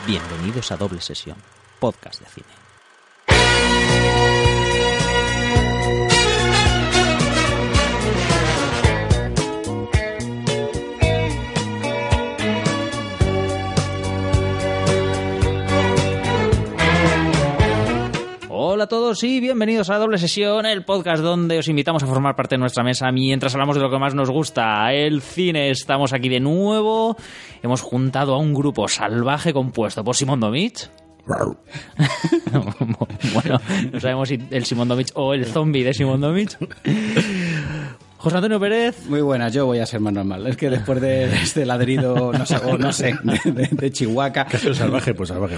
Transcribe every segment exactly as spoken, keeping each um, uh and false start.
Bienvenidos a Doble Sesión, podcast de cine. Hola a todos y bienvenidos a Doble Sesión, el podcast donde os invitamos a formar parte de nuestra mesa mientras hablamos de lo que más nos gusta, el cine. Estamos aquí de nuevo, hemos juntado a un grupo salvaje compuesto por Simón Domich. Bueno, no sabemos si el Simón Domich o el zombie de Simón Domich. José Antonio Pérez. Muy buenas, yo voy a ser más normal. Es que después de este ladrido, no sé, o no sé, de, de, de Chihuahua. ¿Qué es el salvaje? Pues salvaje.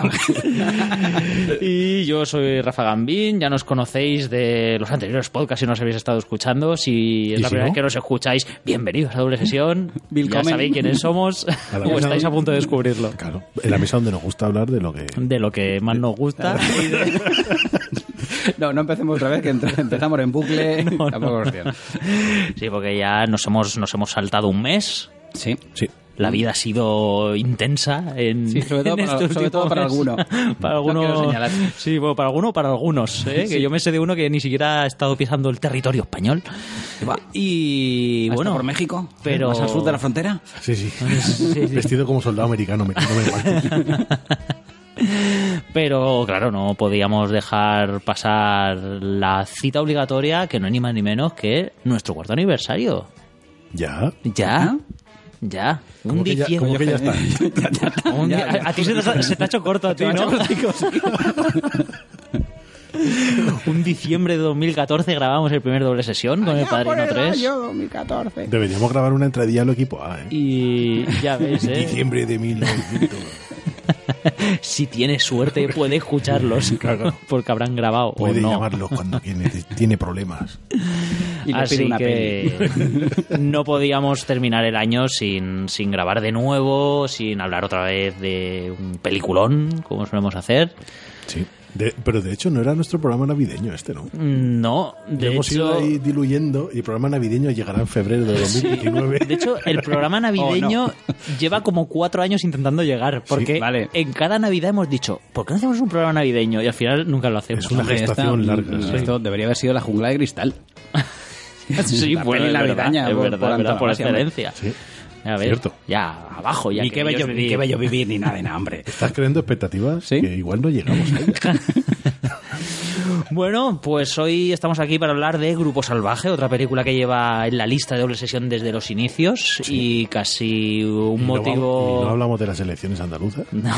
Y yo soy Rafa Gambín, ya nos conocéis de los anteriores podcasts si nos habéis estado escuchando. Si es la si primera no? vez que nos escucháis, bienvenidos a Doble Sesión. Ya sabéis quiénes somos o estáis a punto de descubrirlo. Claro, en la mesa donde nos gusta hablar de lo que... De lo que más nos gusta. Y de... No, no empecemos otra vez, que empezamos en bucle. No, Tampoco no. Sí, porque ya nos hemos, nos hemos saltado un mes. Sí. Sí. La vida ha sido intensa en, Sí, sobre todo, en para, este sobre todo para mes. alguno. Para No quiero alguno. señalar. Sí, bueno, para alguno o para algunos. ¿eh? Sí. Que yo me sé de uno que ni siquiera ha estado pisando el territorio español. Y ¿Hasta bueno. por México? Pero... ¿Más al sur de la frontera? Sí, sí. Sí, sí. Vestido como soldado americano, metiéndome en el Pero claro, no podíamos dejar pasar la cita obligatoria, que no es ni más ni menos que nuestro cuarto aniversario. ¿Ya? ¿Ya? Ya. Un ¿Cómo que ya, diciembre. cómo que ya está? Un di- a, a ti se te, ha- se te ha hecho corto a ti, ¿no? Un diciembre de dos mil catorce grabamos el primer Doble Sesión con el Padrino tres. dos mil catorce. Deberíamos grabar una entradilla al equipo A, ¿eh? Y ya ves, ¿eh? Diciembre de mil novecientos. Si tienes suerte puede escucharlos, Claro. porque habrán grabado Puede o no. llamarlos cuando tiene, tiene problemas. Y le Así pide una que no podíamos terminar el año sin, sin grabar de nuevo, sin hablar otra vez de un peliculón, como solemos hacer. Sí. De- pero de hecho no era nuestro programa navideño este, ¿no? No, de Lo hemos ido hecho... ahí diluyendo y el programa navideño llegará en febrero de dos mil diecinueve. De hecho, el programa navideño Oh, no. lleva como cuatro años intentando llegar, porque Sí, vale. en cada Navidad hemos dicho, ¿por qué no hacemos un programa navideño? Y al final nunca lo hacemos. Es una Hombre, gestación esta- larga. sí. Esto debería haber sido La Jungla de Cristal. Sí, La bueno, peli es verdad, navideña, es por- verdad, por es verdad, por antonomasia, hombre. excelencia. Sí. Ya ves, Cierto. ya abajo, ya Ni que qué bello, ellos ni vivir. qué bello vivir, ni nada de nada, hombre. ¿Estás creando expectativas? Sí. Que igual no llegamos ahí. Bueno, pues hoy estamos aquí para hablar de Grupo Salvaje, otra película que lleva en la lista de Doble Sesión desde los inicios y casi un Y no motivo... vamos- y no hablamos de las elecciones andaluzas. No.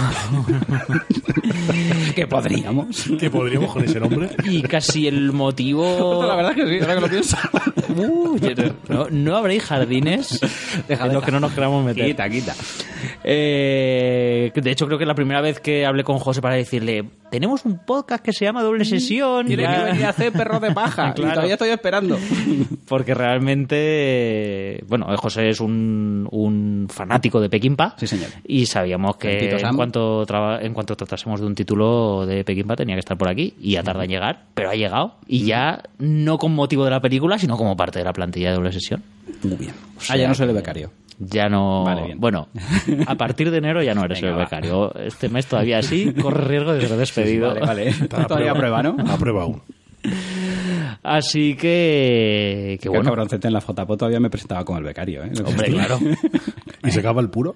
Que podríamos. ¿Qué podríamos con ese nombre? Y casi el motivo... La verdad es que sí, ahora que lo pienso. Uh, no, no habréis jardines Deja, en los deja. que no nos queramos meter. Quita, quita. Eh, de hecho, creo que es la primera vez que hablé con José para decirle, tenemos un podcast que se llama Doble Sesión. Tiene Ya- que venir a hacer perro de paja. Claro. Y todavía estoy esperando. Porque realmente, bueno, José es un, un fanático de Peckinpah. Sí, señor. Y sabíamos que Bendito Sam. en cuanto, traba- en cuanto tratásemos de un título de Peckinpah tenía que estar por aquí. Y ya tarda en llegar, pero ha llegado. Y ya no con motivo de la película, sino como parte de la plantilla de Doble Sesión. Muy bien. sea Ah, ya no soy el que- becario. Ya no... Vale, bien. Bueno, a partir de enero ya no eres Venga, el va. becario. Este mes todavía sí, corre riesgo de ser despedido. Vale, vale. Está a Todavía prueba, ¿no? A prueba aún. Así que... Que Qué bueno. cabroncete en la Fotapo todavía me presentaba como el becario, ¿eh? Hombre, claro. ¿Y se acaba el puro?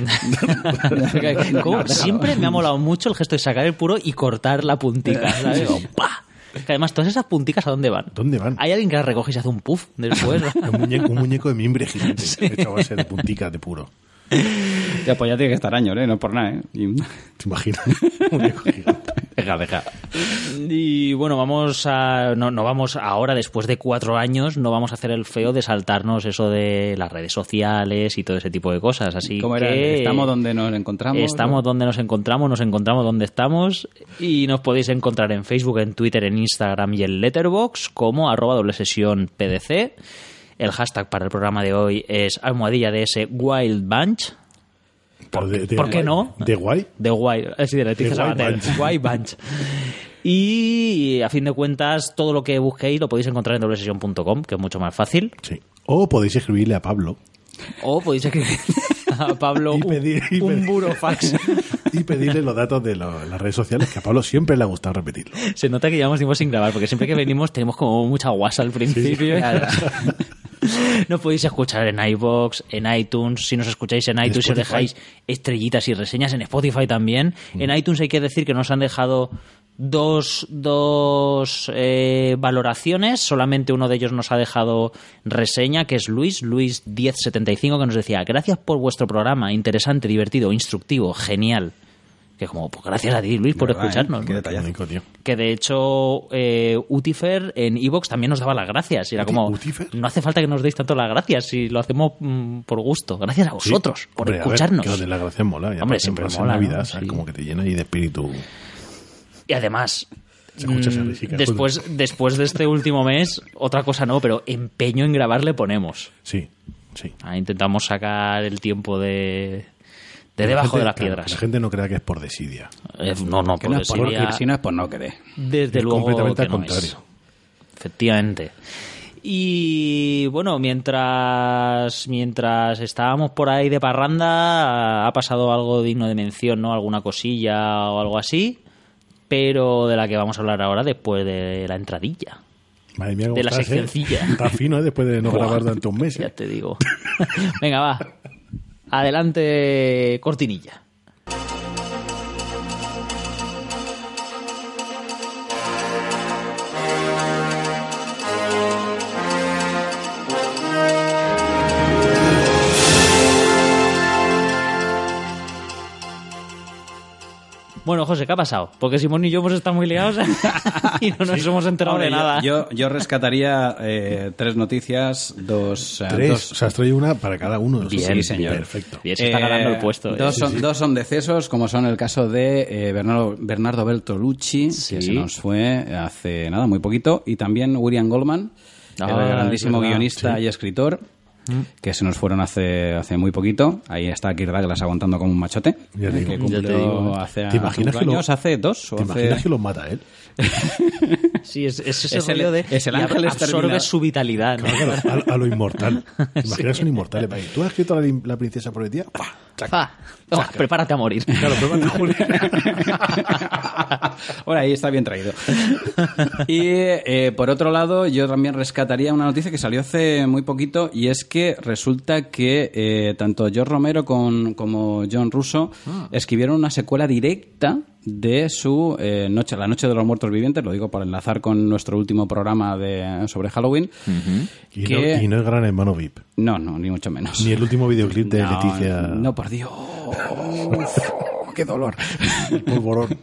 ¿Cómo? No, déjalo. Siempre me ha molado mucho el gesto de sacar el puro y cortar la puntica, ¿sabes? Como, ¡pah! Que además, todas esas punticas, ¿a dónde van? ¿Dónde van? Hay alguien que las recoge y se hace un puff después. Un muñeco, un muñeco de mimbre gigante, hecho a base de punticas de puro. Ya, pues ya tiene que estar años, ¿eh? No es por nada, ¿eh? Y... ¿Te imaginas? Un muñeco gigante. Deja, deja. Y bueno, vamos a. No, no vamos ahora, después de cuatro años, no vamos a hacer el feo de saltarnos eso de las redes sociales y todo ese tipo de cosas. Así ¿Cómo era? que. ¿Estamos donde nos encontramos? Estamos donde nos encontramos, nos encontramos donde estamos y nos podéis encontrar en Facebook, en Twitter, en Instagram y en Letterboxd como arroba doble sesión pdc. El hashtag para el programa de hoy es almohadilla de ese Wild Bunch. Pero de- de- ¿Por qué no? ¿De guay? De Wild, es decir, de Leticia De Wild Sabater. Bunch. Wild Bunch. Y a fin de cuentas, todo lo que busquéis lo podéis encontrar en doble sesión punto com, que es mucho más fácil. Sí. O podéis escribirle a Pablo. O podéis escribir a Pablo Y pedir- y un, un pedir- burofax. Y pedirle los datos de lo- las redes sociales, que a Pablo siempre le ha gustado repetirlo. Se nota que llevamos tiempo sin grabar, porque siempre que venimos tenemos como mucha guasa al principio. Nos podéis escuchar en iVoox, en iTunes. Si nos escucháis en iTunes y os Spotify. dejáis estrellitas y reseñas, en Spotify también. Mm. En iTunes hay que decir que nos han dejado dos, dos eh, valoraciones. Solamente uno de ellos nos ha dejado reseña, que es Luis, Luis diez setenta y cinco, que nos decía: gracias por vuestro programa, interesante, divertido, instructivo, genial. Que como, pues gracias a ti, Luis, por ¿Verdad, escucharnos. eh? Qué ¿no? detallazo. Único, tío. Que de hecho eh, Utifer en iVoox también nos daba las gracias. Y era ¿Uti- como, Utifer? no hace falta que nos deis tanto las gracias si lo hacemos mm, por gusto. Gracias a vosotros Sí. por Hombre, a ver, escucharnos. que lo de la gracia mola. Y Hombre, aparte, siempre más en mola, ¿no? Navidad, ¿sabes? Sí. Como que te llena ahí de espíritu. Y además, Se escucha esa mm, risica. después, después de este último mes, otra cosa no, pero empeño en grabar le ponemos. Sí, sí. Ah, intentamos sacar el tiempo de, de La debajo gente- de las claro, piedras. que la gente no crea que es por desidia. Eh, no, no, Que por no es por desidia, porque si no es por no querer. desde Es luego completamente que al no contrario. es. Efectivamente. Y bueno, mientras mientras estábamos por ahí de parranda, ha pasado algo digno de mención, ¿no? Alguna cosilla o algo así, pero de la que vamos a hablar ahora después de la entradilla. Madre mía, cómo De la estás, ¿eh? seccioncilla. Está fino, ¿eh? Después de no Buah, grabar durante un mes. Ya ¿eh? te digo. Venga, va. Adelante, cortinilla. Bueno, José, ¿qué ha pasado? Porque Simón y yo hemos estado muy liados y no nos hemos enterado Hombre, de yo- nada. Yo, yo rescataría eh, tres noticias, dos... eh, Tres. dos- O sea, has traído una para cada uno de los Bien, otros. sí, señor. Perfecto. Bien, se está Eh, ganando el puesto. ¿eh? Dos, Sí, son, sí. dos son decesos, como son el caso de eh, Bernardo, Bernardo Bertolucci, Sí. que se nos fue hace nada, muy poquito, y también William Goldman, Ah, el grandísimo es verdad, guionista sí. y escritor, que se nos fueron hace, hace muy poquito. Ahí está Kirk Douglas aguantando como un machote, Ya te eh, digo. que Ya cumplió te digo, ¿eh? hace, ¿Te hace imaginas unos que lo- años, hace dos o ¿Te hace... imaginas que los mata él? Sí, es, es ese Es el- rollo de es el y ángel absorbe exterminador. su vitalidad. ¿no? Claro, claro, a, a lo inmortal. ¿Te imaginas que son inmortales? Vale, ¿tú has escrito la, la princesa prometida? ¡Pah! Chac. Ah, toma, prepárate a morir. Claro, pero bueno, Julio. Bueno, ahí está bien traído. Y eh, por otro lado, yo también rescataría una noticia que salió hace muy poquito, y es que resulta que eh, tanto George Romero con, como John Russo escribieron una secuela directa de su eh, noche, La Noche de los Muertos Vivientes, lo digo por enlazar con nuestro último programa de, sobre Halloween. Y, que- no, y no es gran hermano V I P. No, no, ni mucho menos. Ni el último videoclip de no, Leticia. No, por Dios. ¡Qué dolor! El polvorón.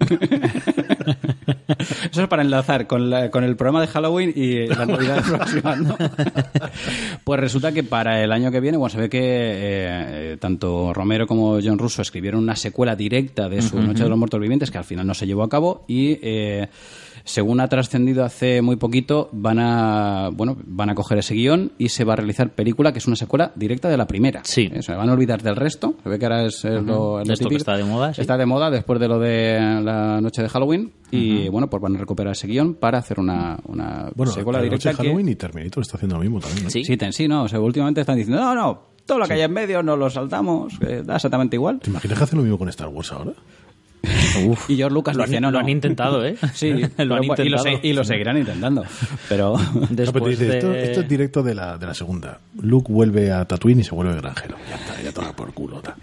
Eso es para enlazar con, la- con el programa de Halloween y las navidades próximas, ¿no? Pues resulta que para el año que viene, bueno, se ve que eh, eh, tanto Romero como John Russo escribieron una secuela directa de su Noche de los Muertos Vivientes, que al final no se llevó a cabo, y eh, según ha trascendido hace muy poquito, van a bueno van a coger ese guión y se va a realizar película, que es una secuela directa de la primera. Sí. Eh, Se van a olvidar del resto. Se ve que ahora es, eh, lo, es lo Esto que típico. está de moda, sí. Está de moda después de lo de la noche de Halloween. Y bueno, pues van a recuperar ese guión para hacer una, una Bueno, secuela la noche directa. de Halloween y Terminator está haciendo lo mismo también. ¿no? Sí. Que, sí, ten- sí, no. O sea, últimamente están diciendo, no, no, todo lo que hay en medio nos lo saltamos, que da exactamente igual. ¿Te imaginas que hacen lo mismo con Star Wars ahora? Uf. Y George Lucas Lo lo han, dice, no, lo no. han intentado, ¿eh? Sí, lo pero- han y, lo intentado. se- y lo seguirán intentando. Pero No, pero te Después dice, de... esto, esto es directo de la, de la segunda. Luke vuelve a Tatooine y se vuelve granjero. Ya está, ya toca por culo. ta.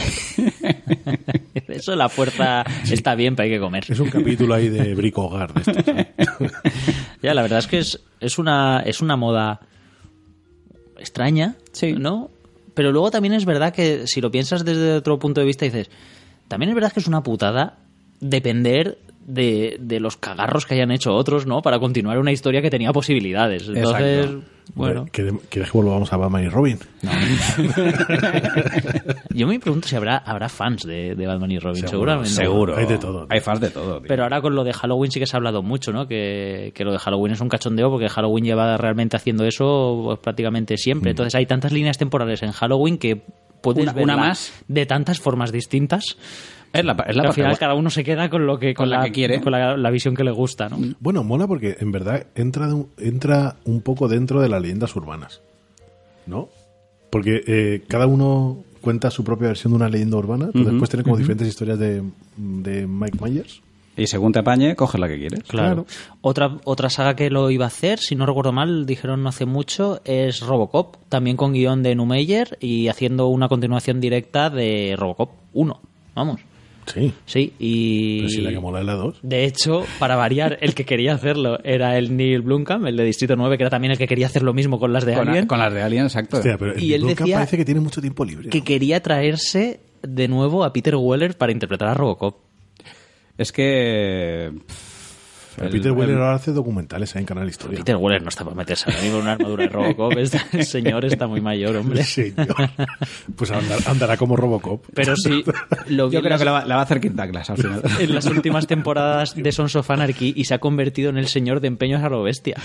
Eso, la fuerza está bien, pero hay que comer. Es un capítulo ahí de Brico Hogar de estos. ¿eh? Ya, la verdad es que es, es una es una moda extraña, Sí. ¿no? Pero luego también es verdad que si lo piensas desde otro punto de vista dices, también es verdad que es una putada depender de, de los cagarros que hayan hecho otros, ¿no? Para continuar una historia que tenía posibilidades. Entonces, Exacto. bueno, ¿Quieres ¿Quieres que volvamos a Batman y Robin? yo me pregunto si habrá habrá fans de, de Batman y Robin, Seguro, seguramente. seguro. Hay de todo, tío. Hay fans de todo, tío. Pero ahora con lo de Halloween sí que se ha hablado mucho, ¿no? Que, que lo de Halloween es un cachondeo porque Halloween lleva realmente haciendo eso pues, prácticamente siempre. Entonces hay tantas líneas temporales en Halloween que puedes Una- verla una más. de tantas formas distintas. es la, es la Que al parte final guay. cada uno se queda con lo que Con la que quiere. con la, la visión que le gusta, ¿no? Bueno, mola porque en verdad entra, de un- entra un poco dentro de las leyendas urbanas. ¿No? Porque eh, cada uno cuenta su propia versión de una leyenda urbana. Entonces Ujú, puedes tener como ujú. diferentes historias de, de Mike Myers. Y según te apañe, coges la que quieres. Claro. Otra, otra saga que lo iba a hacer, si no recuerdo mal, dijeron no hace mucho, es Robocop, también con guión de Numeyer y haciendo una continuación directa de Robocop uno. Vamos. Sí. Sí, y... Pero si la que mola es la dos. De hecho, para variar, el que quería hacerlo era el Neil Blomkamp, el de Distrito nueve, que era también el que quería hacer lo mismo con las de Con, Alien, con las de Alien, exacto. Hostia, pero Y el él Blomkamp decía parece que tiene mucho tiempo libre. que ¿no? quería traerse de nuevo a Peter Weller para interpretar a Robocop. Es que... Pero el- Peter Weller el- ahora hace documentales ahí en Canal Historia. Peter Weller no está para meterse ahora mismo en una armadura de Robocop. Este señor está muy mayor, hombre. Señor. Pues andar- andará como Robocop. Pero sí, lo vi Yo en creo las- que la va, la va a hacer Kirk Douglas al final. en las últimas temporadas de Sons of Anarchy y se ha convertido en el señor de empeños a lo bestia.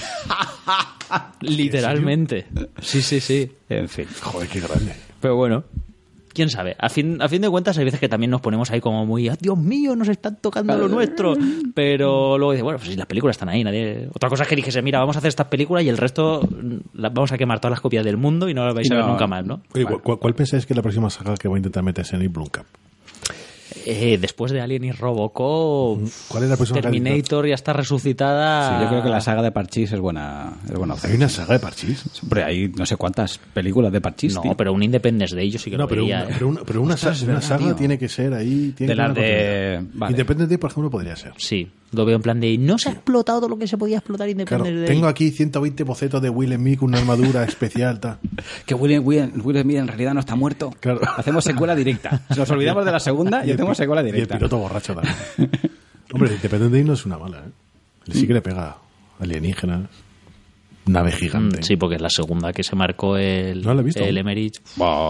Literalmente. Sí, sí, sí. En fin. Joder, qué grande. Pero bueno, quién sabe. A fin, a fin de cuentas, hay veces que también nos ponemos ahí como muy, "Ah, Dios mío, nos están tocando lo nuestro". Pero luego dice, bueno, pues si las películas están ahí, nadie. Otra cosa es que dijese, mira, vamos a hacer estas películas y el resto mm, las vamos a quemar todas las copias del mundo y no las vais Y a ver no- nunca más, ¿no? Oye, ¿cuál, cuál- cuál pensáis que es la próxima saga que va a intentar meterse en el Blomkamp? Eh, después de Alien y Robocop, ¿Cuál es la próxima Terminator ya está resucitada. Sí, yo creo que la saga de Parchís es buena, es buena opción. ¿Hay una saga de Parchís? Hombre, hay no sé cuántas películas de Parchís, No, tío. pero un Independence Day yo sí que No, lo pero vería. una, ¿eh? pero una, pero una, Ostras, sa- es una verdad, saga tío. tiene que ser ahí. Tiene De que las haber una de... continuidad. Vale. Independence Day, por ejemplo, podría ser. Sí, lo veo en plan de, no se ha explotado todo lo que se podía explotar Claro, Independence Day. tengo aquí ciento veinte bocetos de Will Smith con una armadura especial. Tal. Que Will, Will, Will Smith en realidad no está muerto. Claro. Hacemos secuela directa. Nos olvidamos de la segunda y, el hacemos pi- secuela Y el directa. piloto borracho también. Hombre, Independence Day no es una mala, ¿eh? Sí que le pega alienígenas, nave gigante. Mm, Sí, porque es la segunda que se marcó el, ¿No la has visto? el Emmerich.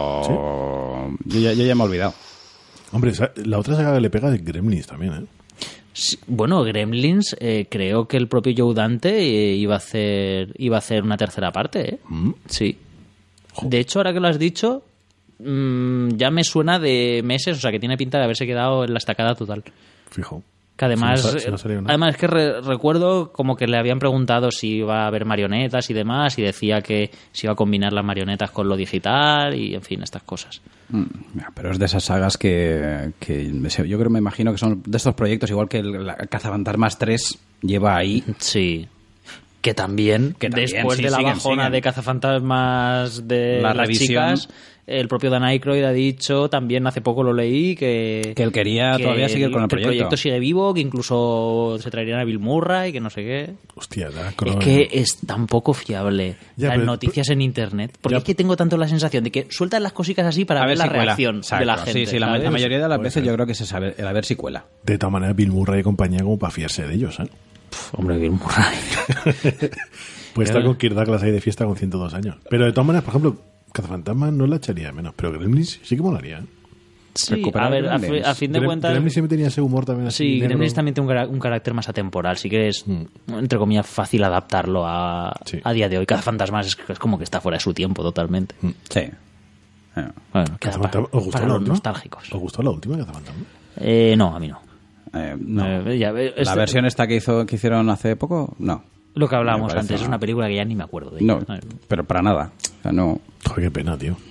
Oh, yo, ya, yo ya me he olvidado. Hombre, esa- la otra saga que le pega es Gremlins también, ¿eh? Sí, bueno, Gremlins, eh, creo que el propio Joe Dante eh, iba a hacer iba a hacer una tercera parte, ¿eh? Mm. Sí. De hecho, ahora que lo has dicho, mm, ya me suena de meses, o sea, que tiene pinta de haberse quedado en la estacada total. Fijo. Que además, Si no sa- si no salió nada. además es que re- recuerdo como que le habían preguntado si iba a haber marionetas y demás, y decía que se iba a combinar las marionetas con lo digital y, en fin, estas cosas. Mm, mira, pero es de esas sagas que, que yo creo, me imagino que son de estos proyectos, igual que el, la Cazafantasmas tres lleva ahí. Sí. Que también, Que también, después sí, de la siguen, bajona siguen. de Cazafantasmas de La las revisión. chicas, el propio Dan Aykroyd ha dicho, también hace poco lo leí, que... Que él quería todavía seguir con el que proyecto. el proyecto sigue vivo, que incluso se traerían a Bill Murray, que no sé qué. Hostia, da Es color. que es tan poco fiable Ya, las pero- noticias en internet. Porque Ya. es que tengo tanto la sensación de que sueltan las cositas así para A ver, ver la si cuela. reacción Exacto. de la gente. Sí, sí, la, ¿sabes? la mayoría de las Puede veces ser. yo creo que es esa, el a ver si cuela. De todas maneras, Bill Murray y compañía como para fiarse de ellos, ¿eh? Pff, hombre, Bill Murray. Puede estar Claro. con Kirk Douglas ahí de fiesta con ciento dos años. Pero de todas maneras, por ejemplo, Cazafantasmas no la echaría de menos, pero Gremlins sí que molaría. ¿eh? Sí, Recuperar a ver, a, Gremlins. fi- a fin de Grem- cuentas... Gremlins siempre tenía ese humor también así. Sí, negro. Gremlins también tiene un, cara- un carácter más atemporal, sí que es, entre comillas, fácil adaptarlo a, Sí. a día de hoy. Cazafantasmas es, es como que está fuera de su tiempo totalmente. Sí. Bueno, Bueno, queda Cazafantasmas- para, ¿Os gustó para la los última? nostálgicos. ¿Os gustó la última Cazafantasmas? Eh, no, a mí no. eh, no. Eh, ya, eh, La este- versión esta que hizo que hicieron hace poco, no. Lo que Me hablábamos parece antes, es una- una película que ya ni me acuerdo de No, ella. pero para nada. O sea, no. Joder, qué pena, tío.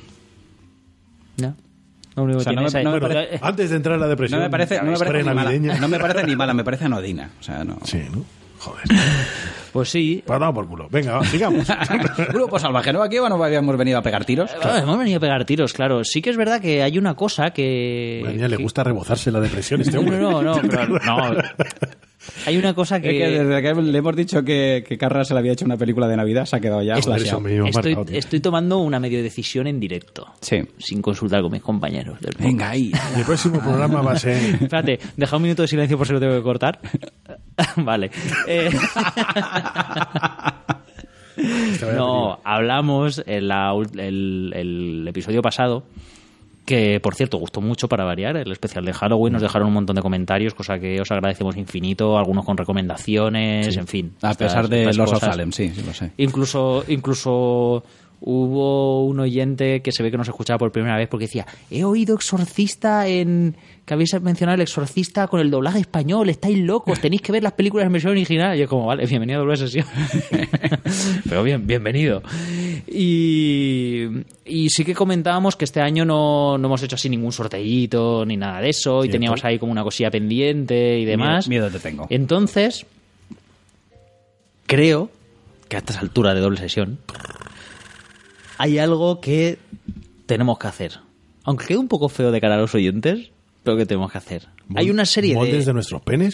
No. Lo único O sea, que no tiene me- es- no me pero, parece- eh, Antes de entrar en la depresión No me parece, no me parece ni mala. prenavideña. No me parece ni mala, me parece anodina. O sea, no. Sí, ¿no? Joder. Pues sí. Para dar por culo. Venga, va, sigamos. Grupo salvaje, ¿no? Aquí no habíamos venido a pegar tiros. Ah, hemos venido a pegar tiros, claro. Sí que es verdad que hay una cosa que... Madre mía, le que- gusta rebozarse la depresión a este No, hombre. no, no, pero no. Hay una cosa que... Es que desde que le hemos dicho que, que Carra se le había hecho una película de Navidad, se ha quedado ya Esto- flasheado. Eso me iba Estoy, marcado, tío. estoy tomando una medio decisión en directo. Sí. Sin consultar con mis compañeros del podcast. Venga, ahí. El próximo programa va a ser... Espérate, deja un minuto de silencio por si lo tengo que cortar. Vale. Eh, no, hablamos en la ul- el, el episodio pasado, que por cierto gustó mucho para variar, el especial de Halloween. Nos dejaron un montón de comentarios, cosa que os agradecemos infinito, algunos con recomendaciones, en fin. A estas- pesar de estas los of cosas. Salem, sí, sí lo sé. Incluso, incluso hubo un oyente que se ve que nos escuchaba por primera vez porque decía, he oído Exorcista en... que habéis mencionado el Exorcista con el doblaje español, estáis locos, tenéis que ver las películas en versión original. Y yo como, vale, bienvenido a doble sesión. Pero bien, bienvenido. Y, y sí que comentábamos que este año no, no hemos hecho así ningún sorteíto ni nada de eso, y ¿cierto? teníamos ahí como una cosilla pendiente y demás. Miedo, miedo te tengo. Entonces, creo que a estas alturas de doble sesión hay algo que tenemos que hacer. Aunque quede un poco feo de cara a los oyentes, pero que tenemos que hacer. Mol- Hay una serie de... ¿Moldes de nuestros penes?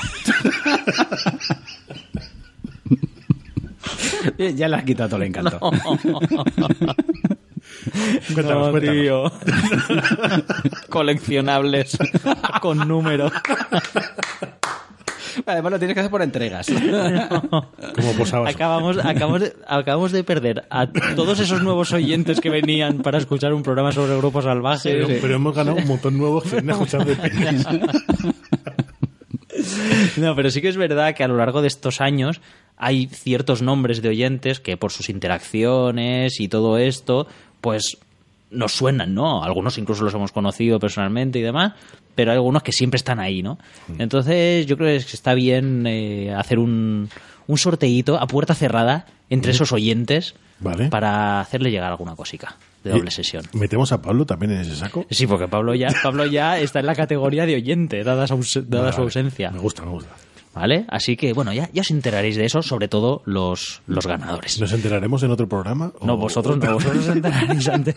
Ya le has quitado todo el encanto. Cuéntanos, No, cuéntanos. tío. Coleccionables con números. Además lo tienes que hacer por entregas. ¿Cómo posabas? Acabamos, acabamos, de, acabamos de perder a todos esos nuevos oyentes que venían para escuchar un programa sobre grupos salvajes. Pero, pero hemos ganado un montón nuevos que vienen a escuchar de penes. No, pero sí que es verdad que a lo largo de estos años hay ciertos nombres de oyentes que por sus interacciones y todo esto, pues nos suenan, ¿no? Algunos incluso los hemos conocido personalmente y demás, pero hay algunos que siempre están ahí, ¿no? Entonces yo creo que está bien eh, hacer un, un sorteíto a puerta cerrada entre esos oyentes, Vale. para hacerle llegar alguna cosica de doble sesión. ¿Metemos a Pablo también en ese saco? Sí, porque Pablo ya, Pablo ya está en la categoría de oyente, dada su, aus- dada Vale, su ausencia. Me gusta, me gusta. ¿Vale? Así que, bueno, ya, ya os enteraréis de eso, sobre todo los, los ganadores. ¿Nos enteraremos en otro programa? No, o- vosotros no, vosotros os enteraréis antes.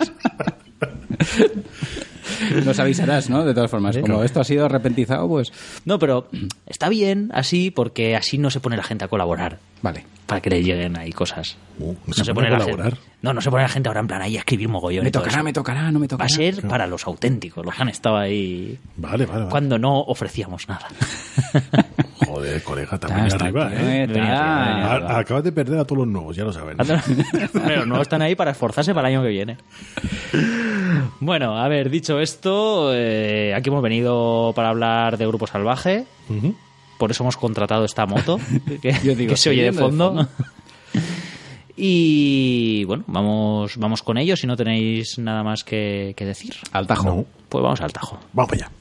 Nos avisarás, ¿no? De todas formas, como esto ha sido repentizado, pues... No, pero está bien así, porque así no se pone la gente a colaborar. Vale. Para que le lleguen ahí cosas. Uh, no se pone a la colaborar. gente. No, no se pone la gente ahora en plan ahí a escribir mogollón. Me y todo tocará, eso. me tocará, no me Va tocará. a ser para los auténticos, los que han estado ahí Vale, vale, vale. cuando no ofrecíamos nada. Joder, colega, también Está, arriba, está, ¿eh? está. A- Acabas de perder a todos los nuevos, ya lo saben. Pero no están ahí para esforzarse para el año que viene. Bueno, a ver, dicho esto, eh, aquí hemos venido para hablar de Grupo Salvaje. Ujú. Por eso hemos contratado esta moto que, Yo digo, que se oye de estoy viendo de fondo. Y bueno, vamos, vamos con ello si no tenéis nada más que, que decir. Al tajo. No. Pues vamos al tajo. Vamos para allá.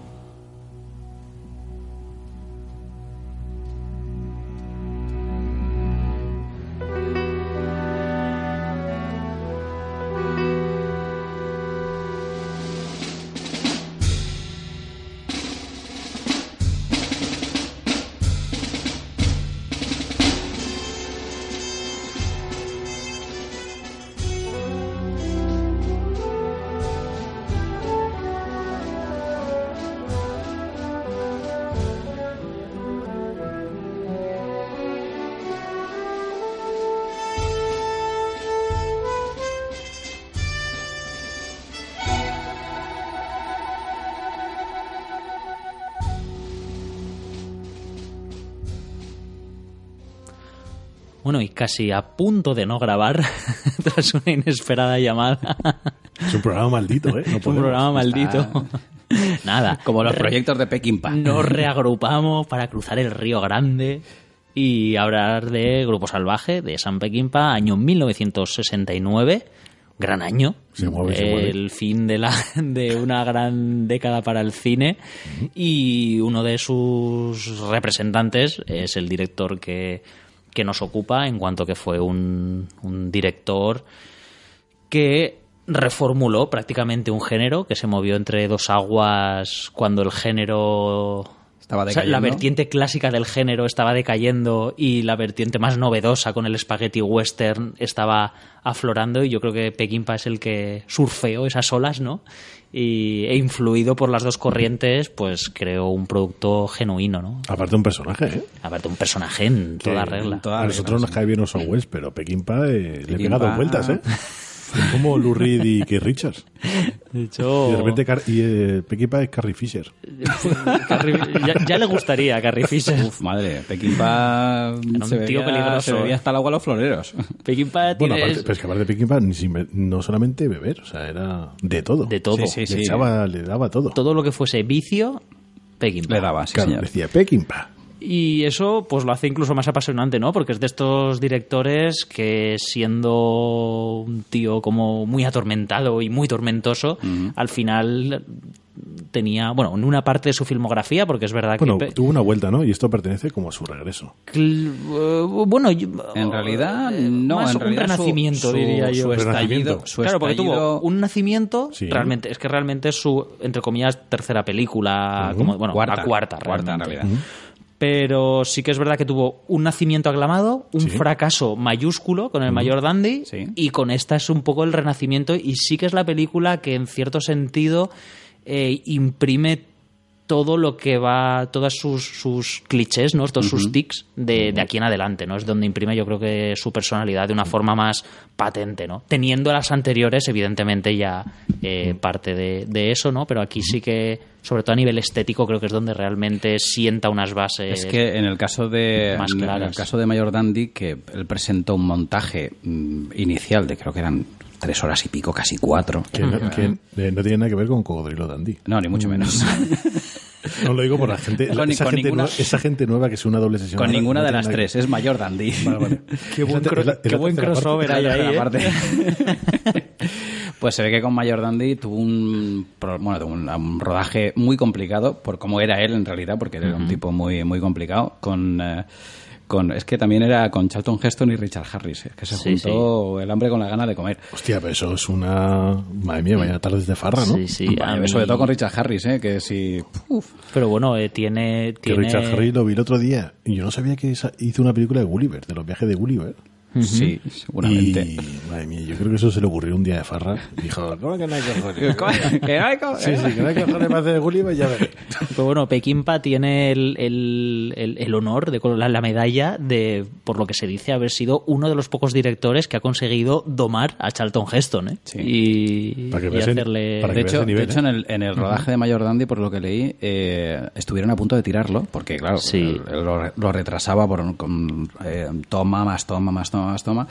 Bueno, y casi a punto de no grabar tras una inesperada llamada. Es un programa maldito, ¿eh? No Un podemos. programa maldito. Nada. Como los Re- proyectos de Peckinpah. Nos reagrupamos para cruzar el Río Grande y hablar de Grupo Salvaje, de San Peckinpah, año mil novecientos sesenta y nueve. Gran año. Se mueve, se mueve. El fin de, la, de una gran década para el cine. Y uno de sus representantes es el director que, que nos ocupa, en cuanto que fue un, un director que reformuló prácticamente un género que se movió entre dos aguas cuando el género... Estaba O sea, decayendo. la vertiente clásica del género estaba decayendo y la vertiente más novedosa con el spaghetti western estaba aflorando, y yo creo que Peckinpah es el que surfeó esas olas, ¿no? Y, e influido por las dos corrientes, pues creó un producto genuino, ¿no? Aparte un personaje, ¿eh? Aparte, un personaje en Que toda regla. toda- a nosotros nos cae bien Orson Welles, pero Peckinpah eh, le pega Peckinpah- dos vueltas, ¿eh? Es como Lou Reed y Keith Richards. De hecho, Y de repente Car- y, eh, Peckinpah es Carrie Fisher. Carrie- ya, ya le gustaría a Carrie Fisher. Uf, madre, Peckinpah un se tío bebía, peligroso, se bebía ¿eh? hasta el agua a los floreros. Peckinpah Bueno, tiene aparte, pero es que aparte de Peckinpah, ni sin be- no solamente beber, o sea, era de todo. de todo. Sí, sí, Le, sí. echaba, le daba todo. Todo lo que fuese vicio, Peckinpah. Le daba, sí, Claro, señor. decía Peckinpah. Y eso pues lo hace incluso más apasionante, ¿no? Porque es de estos directores que, siendo un tío como muy atormentado y muy tormentoso, uh-huh. al final tenía, bueno, en una parte de su filmografía, porque es verdad bueno, que... Bueno, tuvo una vuelta, ¿no? Y esto pertenece como a su regreso. Uh, bueno, en realidad no, más en un realidad renacimiento, su, diría yo. Su estallido, su claro, porque estallido... tuvo un nacimiento, sí. realmente, es que realmente es su, entre comillas, tercera película, uh-huh. como, bueno, cuarta, la cuarta, cuarta en realidad. Uh-huh. Pero sí que es verdad que tuvo un nacimiento aclamado, un sí. fracaso mayúsculo con el uh-huh. Mayor Dandy, sí. y con esta es un poco el renacimiento, y sí que es la película que en cierto sentido eh, imprime todo lo que va, todas sus, sus clichés, ¿no? Todos uh-huh. sus tics de, de aquí en adelante, ¿no? Es donde imprime, yo creo que su personalidad de una forma más patente, ¿no? Teniendo las anteriores, evidentemente, ya eh, parte de, de eso, ¿no? Pero aquí sí que, sobre todo a nivel estético, creo que es donde realmente sienta unas bases. Es que en el caso de más claras. En el caso de Mayor Dandy, que él presentó un montaje mm, inicial de creo que eran tres horas y pico, casi cuatro. Que no, que no tiene nada que ver con Cocodrilo Dandy. No, ni mucho menos. No lo digo por la gente, con, esa, con gente ninguna, nueva, esa gente nueva que es una doble sesión. Con no, ninguna no de las tres, que... es Mayor Dandy. Vale, vale. Qué buen, cro- la, qué buen crossover hay ahí, ¿eh? Pues se ve que con Mayor Dandy tuvo un, bueno, tuvo un, un rodaje muy complicado, por cómo era él en realidad, porque él era uh-huh. un tipo muy, muy complicado, con... Uh, Con, es que también era con Charlton Heston y Richard Harris, ¿eh? Que se sí, juntó sí. el hambre con la gana de comer. Hostia, pero eso es una... Madre mía, vaya tardes de farra, ¿no? Sí, sí. Vaya, mí... Sobre todo con Richard Harris, ¿eh? Que si... Uf. Pero bueno, eh, tiene, tiene... Que Richard Harris lo vi el otro día y yo no sabía que hizo una película de Gulliver, de los viajes de Gulliver. Uh-huh. Sí, seguramente. Y, madre mía, yo creo que eso se le ocurrió un día de farra. Dijo, ¿cómo que no hay cojones? ¿Que no hay cojones? Sí, sí, que no hay cojones para hacer Gulliver, ya veré. Pero bueno, Peckinpah tiene el, el, el, el honor de la, la medalla de, por lo que se dice, haber sido uno de los pocos directores que ha conseguido domar a Charlton Heston, ¿eh? Sí. Y, para que y hacerle... para que de hecho, nivel, de hecho ¿eh? en el, en el rodaje uh-huh. de Mayor Dandy, por lo que leí, eh, estuvieron a punto de tirarlo, porque claro, sí. el, el, lo, lo retrasaba por con, eh, toma, más toma, más toma, más toma.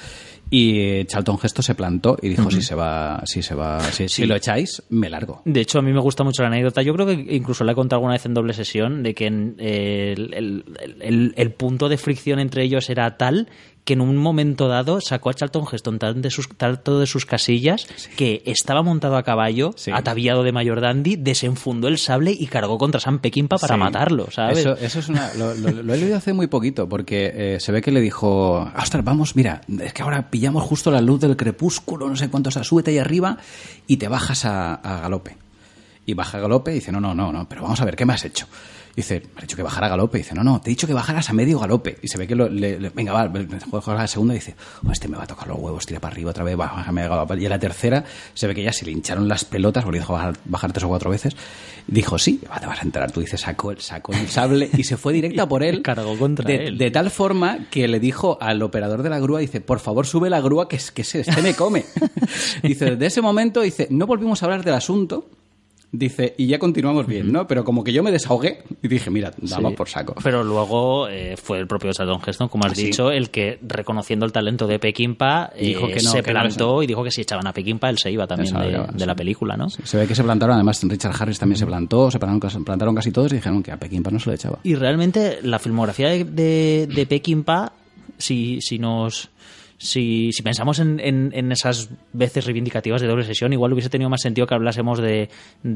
Y Charlton Heston se plantó y dijo, uh-huh. si se va, si se va, si, sí. si lo echáis, me largo. De hecho, a mí me gusta mucho la anécdota. Yo creo que incluso la he contado alguna vez en doble sesión, de que en, eh, el, el, el, el punto de fricción entre ellos era tal que en un momento dado sacó a Charlton Heston tanto de sus, tanto de sus casillas sí. que estaba montado a caballo, sí. ataviado de Mayor Dandy, desenfundó el sable y cargó contra Sam Peckinpah para sí. matarlo, ¿sabes? Eso, eso es una, lo, lo, lo he leído hace muy poquito, porque eh, se ve que le dijo, ostras, vamos, mira, es que ahora pillamos justo la luz del crepúsculo, no sé cuánto está, súbete ahí arriba y te bajas a, a galope. Y baja a galope y dice, no, no, no, no, pero vamos a ver, ¿qué me has hecho? Dice, me has dicho que bajara a galope. Dice, no, no, te he dicho que bajaras a medio galope. Y se ve que lo, le, le, venga, va, juega la segunda y dice, oh, este me va a tocar los huevos, tira para arriba otra vez, baja a medio galope. Y en la tercera se ve que ya se le hincharon las pelotas, porque dijo bajar, bajar tres o cuatro veces. Y dijo, sí, te vas a enterar. Tú dices, sacó el, sacó el sable y se fue directa por él. Cargó contra de, él. De tal forma que le dijo al operador de la grúa, dice, por favor, sube la grúa que, que se, este me come. Dice, desde ese momento, dice, no volvimos a hablar del asunto. Dice, y ya continuamos bien, ¿no? Pero como que yo me desahogué y dije, mira, damos sí. por saco. Pero luego eh, fue el propio Charlton Heston, como has ¿Ah, dicho, sí? el que, reconociendo el talento de Peckinpah, eh, dijo que no, se que plantó no y dijo que si echaban a Peckinpah, él se iba también de, de sí. la película, ¿no? Sí. Se ve que se plantaron, además Richard Harris también se plantó, se plantaron, plantaron casi todos y dijeron que a Peckinpah no se le echaba. Y realmente la filmografía de, de, de Peckinpah, si, si nos... Si, si pensamos en, en, en esas veces reivindicativas de doble sesión, igual hubiese tenido más sentido que hablásemos de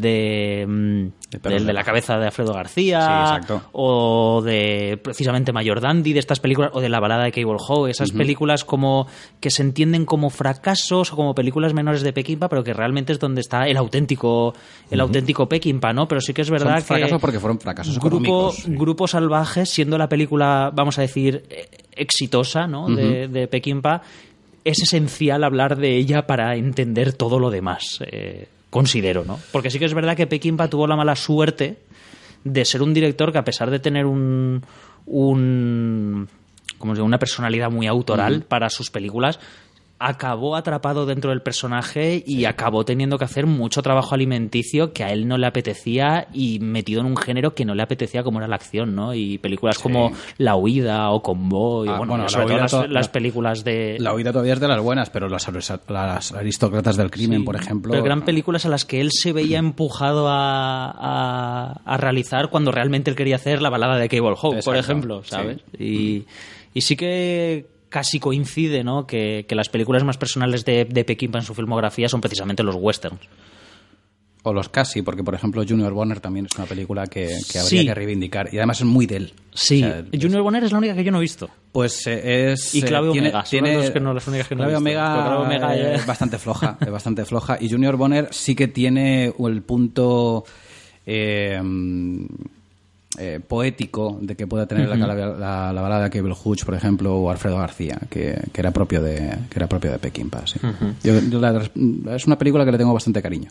de, de, de, de la cabeza de Alfredo García, sí, o de precisamente Mayor Dandy, de estas películas, o de La balada de Cable Howe, esas uh-huh. películas como que se entienden como fracasos o como películas menores de Peckinpah, pero que realmente es donde está el auténtico el uh-huh. auténtico Peckinpah, ¿no? Pero sí que es verdad Son fracasos que porque fueron fracasos grupo, económicos. Sí. Grupo Salvaje, siendo la película, vamos a decir, exitosa, ¿no? Uh-huh. de, de Peckinpah, es esencial hablar de ella para entender todo lo demás, eh, considero, ¿no? Porque sí que es verdad que Peckinpah tuvo la mala suerte de ser un director que, a pesar de tener un, un como se dice, una personalidad muy autoral uh-huh. para sus películas, acabó atrapado dentro del personaje y sí. acabó teniendo que hacer mucho trabajo alimenticio que a él no le apetecía y metido en un género que no le apetecía como era la acción, ¿no? Y películas sí. como La Huida o Convoy, ah, bueno, bueno sobre todo las, to- las películas de... La Huida todavía es de las buenas, pero las, las aristócratas del crimen, sí, por ejemplo... Pero eran películas a las que él se veía empujado a, a, a realizar cuando realmente él quería hacer La balada de Cable Hogue, por ejemplo, ¿sabes? Sí. Y, y sí que... casi coincide, ¿no? Que, que las películas más personales de, de Peckinpah en su filmografía son precisamente los westerns. O los casi, porque por ejemplo Junior Bonner también es una película que, que habría sí. que reivindicar. Y además es muy de él. Sí, o sea, Junior es... Bonner es la única que yo no he visto. Pues eh, es... Y Clave eh, Omega, tiene, son las, que no, las únicas que no he visto. Omega, Clave Omega eh, es bastante floja, es bastante floja. Y Junior Bonner sí que tiene el punto... Eh, Eh, poético de que pueda tener uh-huh. la, la, la balada de Cable Hooch, por ejemplo, o Alfredo García, que, que era propio de que era propio de Peckinpah. Sí. Uh-huh. Yo, yo la, es una película que le tengo bastante cariño.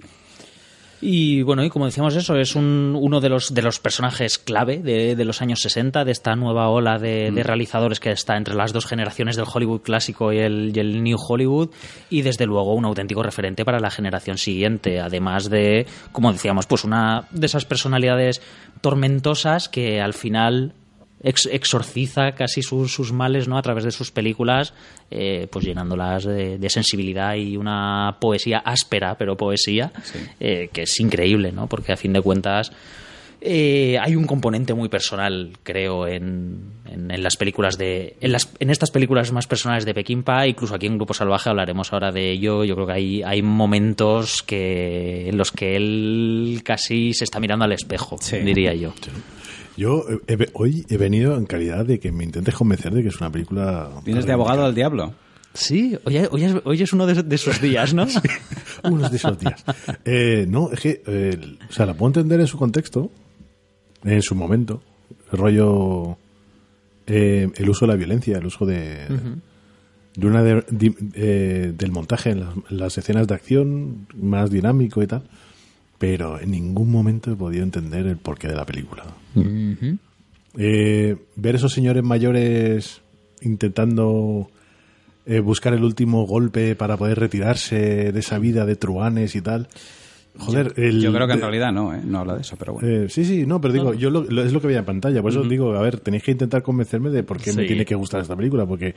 Y bueno, y como decíamos eso, es un, uno de los de los personajes clave de, de los años sesenta, de esta nueva ola de, mm. de realizadores que está entre las dos generaciones del Hollywood clásico y el, y el New Hollywood, y desde luego un auténtico referente para la generación siguiente, además de, como decíamos, pues una de esas personalidades tormentosas que al final ex, exorciza casi sus, sus males, ¿no? A través de sus películas, eh, pues llenándolas de, de sensibilidad y una poesía áspera, pero poesía, sí. eh, que es increíble, ¿no? Porque a fin de cuentas eh, hay un componente muy personal, creo, en, en, en las películas de en, las, en estas películas más personales de Peckinpah. Incluso aquí en Grupo Salvaje hablaremos ahora de ello. Yo creo que hay, hay momentos que en los que él casi se está mirando al espejo, sí. diría yo. Sí. Yo he, he, hoy he venido en calidad de que me intentes convencer de que es una película... ¿Vienes de abogado del diablo? Sí, hoy, hoy, es, hoy es uno de, de esos días, ¿no? Sí, uno de esos días. Eh, no, es que, eh, o sea, la puedo entender en su contexto, en su momento, el rollo, eh, el uso de la violencia, el uso de, uh-huh. de una de, de, eh, del montaje en las, en las escenas de acción más dinámico y tal. Pero en ningún momento he podido entender el porqué de la película. Uh-huh. Eh, ver esos señores mayores intentando eh, buscar el último golpe para poder retirarse de esa vida de truanes y tal. Joder, yo, el, yo creo que en eh, realidad no, ¿eh? No habla de eso, pero bueno. Eh, sí, sí, no, pero digo, no. yo lo, lo, es lo que veía en pantalla. Por eso uh-huh. digo, a ver, tenéis que intentar convencerme de por qué sí. me tiene que gustar esta película, porque...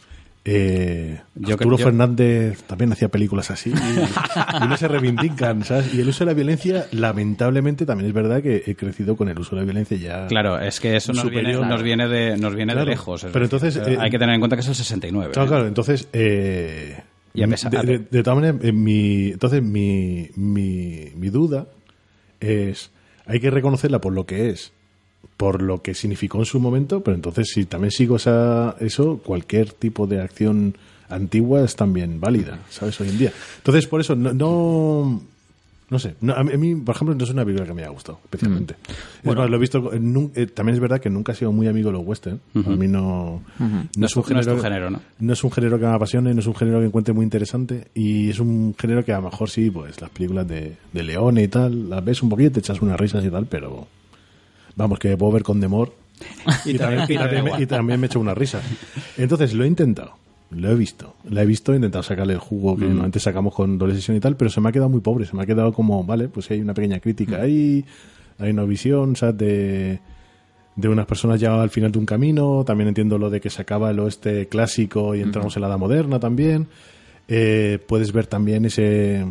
Eh, yo Arturo yo... Fernández también hacía películas así y, y no se reivindican, ¿sabes? Y el uso de la violencia, lamentablemente, también es verdad que he crecido con el uso de la violencia ya. Claro, es que eso nos viene, nos viene de nos viene claro, de lejos. Pero entonces eh, hay que tener en cuenta que es el sesenta y nueve. Claro, ¿eh? claro. Entonces, eh, y a pesar, de, de, de todas maneras, eh, mi, entonces mi, mi mi duda es, hay que reconocerla por lo que es, por lo que significó en su momento, pero entonces si también sigo esa, eso, cualquier tipo de acción antigua es también válida, ¿sabes? Hoy en día. Entonces, por eso, no... no No sé, no, a mí, por ejemplo, no es una película que me haya gustado, especialmente. Mm. Es bueno, más, lo he visto. Eh, también es verdad que nunca he sido muy amigo de los western. Uh-huh. A mí no. Uh-huh. No, no, es un género, no es tu género, ¿no? No es un género que me apasione, no es un género que encuentre muy interesante. Y es un género que a lo mejor sí, pues las películas de, de Leone y tal, las ves un poquito, te echas unas risas y tal, pero. Vamos, que puedo ver con Demor. y, y, también, y, también, y también me echo unas risas. Entonces, lo he intentado. Lo he visto, la he visto, he intentado sacarle el jugo que mm. antes sacamos con doble sesión y tal, pero se me ha quedado muy pobre, se me ha quedado como, vale, pues hay una pequeña crítica ahí, hay una visión, ¿sabes? De, de unas personas ya al final de un camino, también entiendo lo de que se acaba el oeste clásico y entramos mm. en la edad moderna también, eh, puedes ver también ese...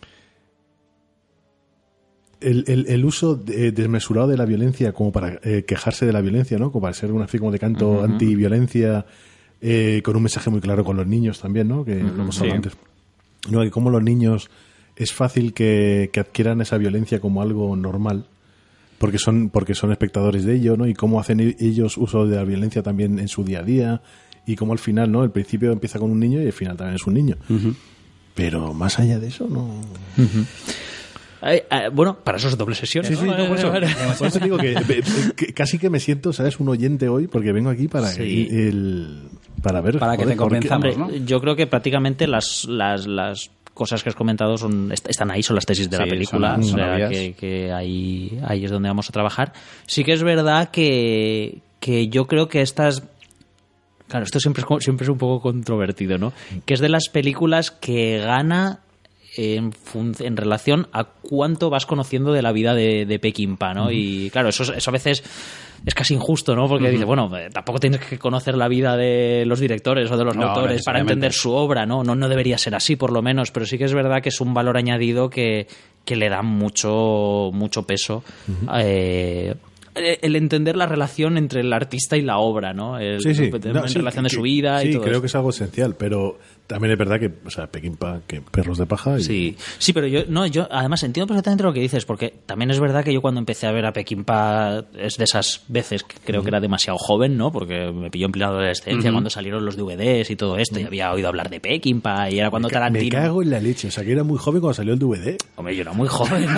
El, el, el uso de, desmesurado de la violencia como para eh, quejarse de la violencia, ¿no? Como para ser una como de canto uh-huh. antiviolencia. Eh, con un mensaje muy claro con los niños también, ¿no? Que uh-huh, lo hemos hablado sí. antes. No, que como los niños es fácil que, que adquieran esa violencia como algo normal, porque son porque son espectadores de ello, ¿no? Y cómo hacen ellos uso de la violencia también en su día a día, y cómo al final, ¿no? El principio empieza con un niño y el final también es un niño. Uh-huh. Pero más allá de eso, no... Uh-huh. Eh, eh, bueno, para eso es doble sesión. Sí, ¿no? sí, no, por, eso, por eso digo que, que casi que me siento, ¿sabes? Un oyente hoy, porque vengo aquí para sí. el, el para ver, para que joder, te convenzamos, ¿no? Yo creo que prácticamente las las las cosas que has comentado son están ahí, son las tesis de sí, la película, son, son o sea, que, que ahí ahí es donde vamos a trabajar. Sí que es verdad que que yo creo que estas Claro, esto siempre es, siempre es un poco controvertido, ¿no? Que es de las películas que gana en, en relación a cuánto vas conociendo de la vida de, de Peckinpah, ¿no? Uh-huh. Y claro, eso, eso a veces es casi injusto, ¿no? Porque uh-huh. dice, bueno, tampoco tienes que conocer la vida de los directores o de los no, autores para entender su obra, ¿no? ¿no? No debería ser así, por lo menos, pero sí que es verdad que es un valor añadido que, que le da mucho, mucho peso. Uh-huh. Eh, el entender la relación entre el artista y la obra, ¿no? El, sí, sí. La no, sí, relación que, de su vida sí, y todo creo eso. que es algo esencial, pero también es verdad que, o sea, Peckinpah, que perros de paja. Y... Sí, sí, pero yo, no, yo además entiendo perfectamente lo que dices, porque también es verdad que yo cuando empecé a ver a Peckinpah es de esas veces que creo uh-huh. que era demasiado joven, ¿no? Porque me pilló en plena adolescencia uh-huh. cuando salieron los D V Ds y todo esto, uh-huh. y había oído hablar de Peckinpah y era cuando me Tarantino... Me cago en la leche, o sea, que era muy joven cuando salió el D V D. Hombre, yo era muy joven.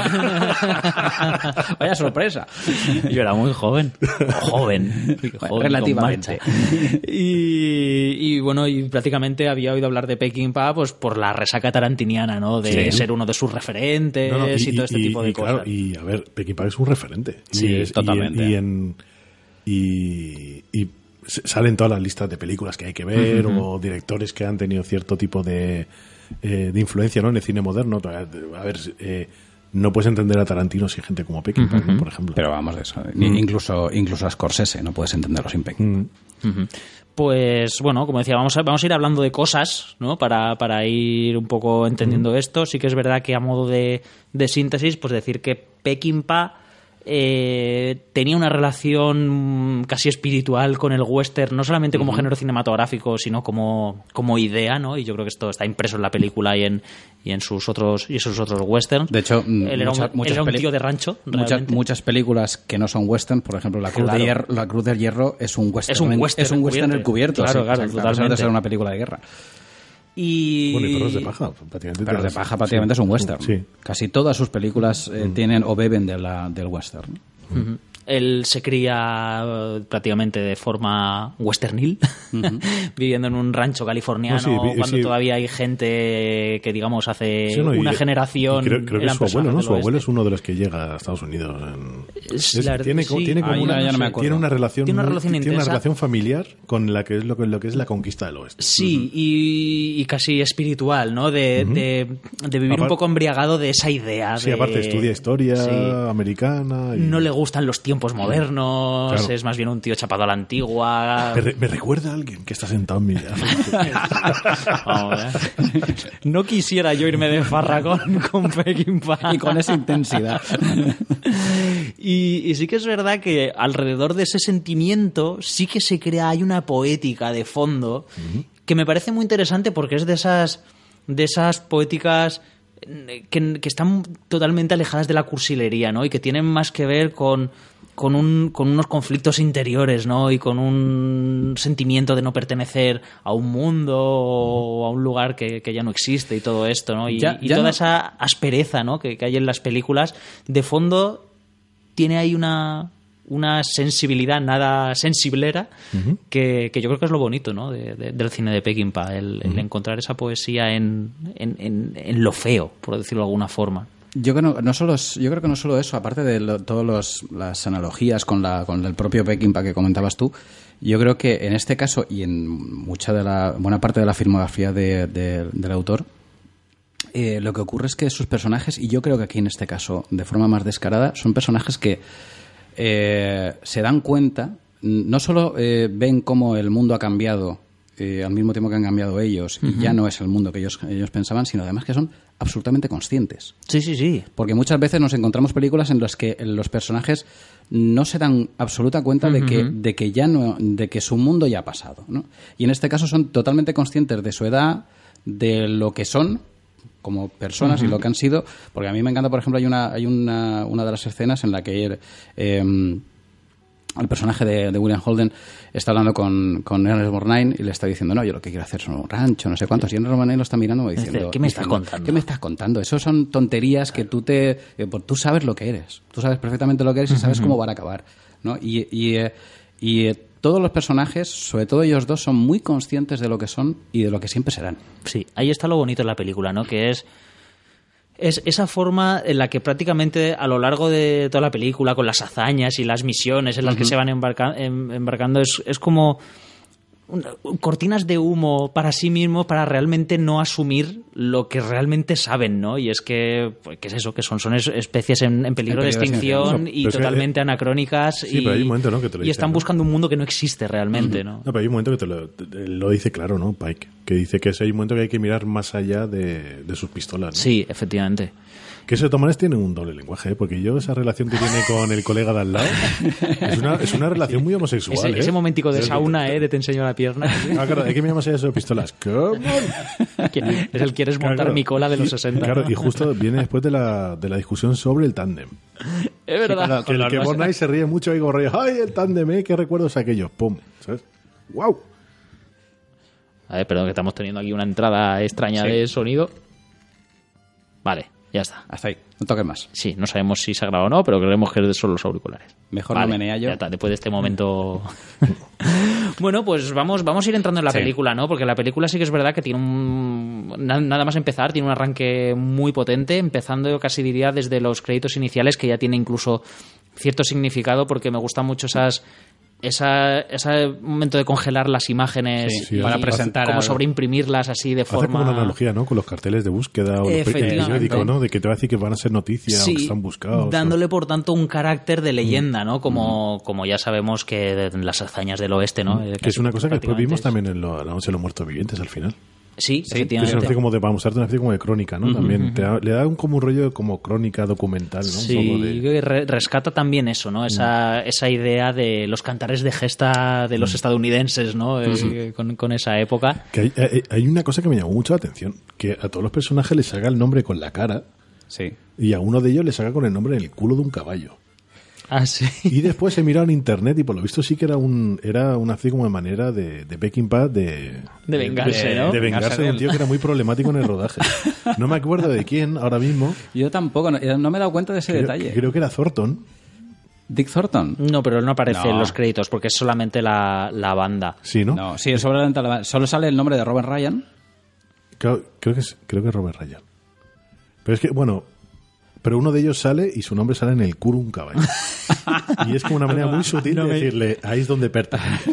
Vaya sorpresa. Yo era muy joven. Joven. joven Relativamente. Y, y bueno, y prácticamente había oído hablar de Peckinpah pues por la resaca tarantiniana, ¿no? De sí. ser uno de sus referentes no, no, y, y todo este y, tipo de y, cosas. Claro, y a ver, Peckinpah es un referente. Sí, y es, totalmente. Y, en, y, y, y salen todas las listas de películas que hay que ver uh-huh. o directores que han tenido cierto tipo de, eh, de influencia, ¿no? En el cine moderno. A ver, eh, no puedes entender a Tarantino sin gente como Peckinpah, uh-huh. ¿no? Por ejemplo. Pero vamos de eso. Uh-huh. Incluso, incluso a Scorsese no puedes entenderlo sin Peckinpah. Uh-huh. Uh-huh. Pues bueno, como decía, vamos a, vamos a ir hablando de cosas, ¿no? Para, para ir un poco entendiendo uh-huh. esto. Sí que es verdad que a modo de, de síntesis, pues decir que Peckinpah eh, tenía una relación casi espiritual con el western, no solamente como uh-huh. género cinematográfico, sino como, como idea, ¿no? Y yo creo que esto está impreso en la película y en, y en sus otros y en sus otros westerns. De hecho, él era, mucha, un, él era un tío de rancho. Muchas, muchas películas que no son western, por ejemplo, La Cruz, claro. de, Hierro, la Cruz del Hierro es un western. Es un western, es un western encubierto. Claro, sí, claro, o sea, totalmente. De ser una película de guerra. Y... Bueno, y Perros de Paja, prácticamente. Perros de Paja prácticamente sí. es un western. Sí. Casi todas sus películas eh, mm. tienen o beben de la, del western. Uh-huh. Él se cría prácticamente de forma westernil, uh-huh. viviendo en un rancho californiano, no, sí, cuando sí. todavía hay gente que, digamos, hace sí, no, y, una generación... Y creo, creo que es su abuelo, ¿no? Su abuelo es uno de los que llega a Estados Unidos. En... Es, es, la, tiene, sí. tiene, como Ay, una, no, ya no me tiene una relación, tiene una relación, tiene una relación familiar con la que es lo, lo que es la conquista del oeste. Sí, uh-huh. y, y casi espiritual, ¿no? De, uh-huh. de, de vivir aparte, un poco embriagado de esa idea. Sí, de, aparte estudia historia sí. americana. Y... No le gustan los tiempos modernos. Claro. Es más bien un tío chapado a la antigua. Me, re, me recuerda a alguien que está sentado en mi No quisiera yo irme de farra con, con Peckinpah. Y con esa intensidad. y, y sí que es verdad que alrededor de ese sentimiento sí que se crea, hay una poética de fondo uh-huh. que me parece muy interesante porque es de esas, de esas poéticas que, que están totalmente alejadas de la cursilería, ¿no? Y que tienen más que ver con... Con, un, con unos conflictos interiores, ¿no? Y con un sentimiento de no pertenecer a un mundo o a un lugar que, que ya no existe y todo esto, ¿no? Y, ya, y ya toda no... esa aspereza, ¿no? que, que hay en las películas, de fondo tiene ahí una, una sensibilidad nada sensiblera uh-huh. que, que yo creo que es lo bonito, ¿no? de, de, del cine de Peckinpah, el, uh-huh. el encontrar esa poesía en, en, en, en lo feo, por decirlo de alguna forma. Yo creo, no, no solo es, yo creo que no solo eso, aparte de todas las analogías con, la, con el propio Peckinpah que comentabas tú, yo creo que en este caso y en mucha de la buena parte de la filmografía de, de, del autor, eh, lo que ocurre es que sus personajes, y yo creo que aquí en este caso de forma más descarada, son personajes que eh, se dan cuenta, no solo eh, ven cómo el mundo ha cambiado eh, al mismo tiempo que han cambiado ellos, uh-huh. y ya no es el mundo que ellos, ellos pensaban, sino además que son absolutamente conscientes. Sí, sí, sí. Porque muchas veces nos encontramos películas en las que los personajes no se dan absoluta cuenta uh-huh. de que de que ya no de que su mundo ya ha pasado, ¿no? Y en este caso son totalmente conscientes de su edad, de lo que son como personas uh-huh. y lo que han sido, porque a mí me encanta, por ejemplo, hay una hay una una de las escenas en la que eh, el personaje de, de William Holden está hablando con, con Ernest Borgnine y le está diciendo, no, yo lo que quiero hacer es un rancho, no sé cuántos, y Ernest Borgnine lo está mirando diciendo, ¿qué me estás diciendo, contando? ¿Qué me estás contando? Eso son tonterías que tú te... Eh, pues tú sabes lo que eres, tú sabes perfectamente lo que eres y sabes uh-huh. cómo van a acabar, ¿no? Y, y, eh, y eh, todos los personajes, sobre todo ellos dos, son muy conscientes de lo que son y de lo que siempre serán. Sí, ahí está lo bonito de la película, ¿no? Que es... Es esa forma en la que prácticamente a lo largo de toda la película, con las hazañas y las misiones en las uh-huh. que se van embarca- em- embarcando, es, es como cortinas de humo para sí mismos para realmente no asumir lo que realmente saben, ¿no? Y es que, pues, ¿qué es eso? Que son, son especies en, en peligro En de peligro de extinción extinción. y Pero es que- totalmente anacrónicas Sí, y, pero hay un momento, ¿no? que te lo y dice, están ¿no? buscando un mundo que no existe realmente, ¿no? No, pero hay un momento que te lo, te- lo dice claro, ¿no? Pike. Que dice que hay un momento que hay que mirar más allá de, de sus pistolas, ¿no? Sí, efectivamente. Que eso de todas maneras tiene un doble lenguaje, ¿eh? Porque yo esa relación que tiene con el colega de al lado es una, es una relación muy homosexual. Ese, ¿eh? ese momentico de Es- sauna, ¿eh? De te enseño la pierna. Ah, claro, hay que mirar más allá de sus pistolas. ¿Cómo? Es el quieres montar Claro, mi cola de los y- sesenta. Claro, ¿no? y justo viene después de la, de la discusión sobre el tándem. Es verdad. Que el que Fortnite se ríe mucho y gorrea. ¡Ay, el tándem, eh! ¿Qué recuerdos aquellos? ¡Pum! ¿Sabes? ¡Wow! A ver, perdón, que estamos teniendo aquí una entrada extraña Sí. de sonido. Vale, ya está. Hasta ahí, no toques más. Sí, no sabemos si se ha grabado o no, pero creemos que son los auriculares. Mejor Vale, no menea yo. Ya está, después de este momento. Bueno, pues vamos, vamos a ir entrando en la Sí. película, ¿no? Porque la película sí que es verdad que tiene un. na- Nada más empezar, tiene un arranque muy potente, empezando, yo casi diría, desde los créditos iniciales, que ya tiene incluso cierto significado, porque me gustan mucho esas. Esa, ese momento de congelar las imágenes Sí, sí, y para presentar como al- sobreimprimirlas así de Hace forma. como una analogía, ¿no? Con los carteles de búsqueda o los Efectivamente. periódicos, ¿no? De que te va a decir que van a ser noticias o que están buscados. dándole por tanto un carácter de leyenda, ¿no? Como, como ya sabemos que de- en las hazañas del oeste, ¿no? Eh, Que casi es una cosa que después prácticamente vimos es- también en lo- la noche de los muertos vivientes al final. Sí, Que es efectivamente. una especie como de, para mostrarte una especie como de crónica, ¿no? También te da- le da un, como un rollo como crónica documental, ¿no? Sí, un poco yo de... creo que re- rescata también eso, ¿no? Esa, esa idea de los cantares de gesta de los estadounidenses, ¿no? Eh, con, con esa época. Que hay, hay- hay una cosa que me llamó mucho la atención, que a todos los personajes les saca el nombre con la cara Sí. y a uno de ellos le saca con el nombre en el culo de un caballo. Ah, sí. Y después he mirado en internet y por lo visto sí que era un era una así como de manera de, de Peckinpah de... De vengarse, de, ¿no? de vengarse de un tío que era muy problemático en el rodaje. No me acuerdo de quién ahora mismo. Yo tampoco, no, no me he dado cuenta de ese Creo, detalle. creo que era Thornton. Dick Thornton. No, pero no aparece No. en los créditos porque es solamente la, la banda. Sí, ¿no? No, sí, sobre la- solo sale el nombre de Robert Ryan. Creo, creo que es, creo que es Robert Ryan. Pero es que, bueno, pero uno de ellos sale y su nombre sale en el culo de un caballo. Y es como una manera muy sutil de decirle, ahí es donde pertenece.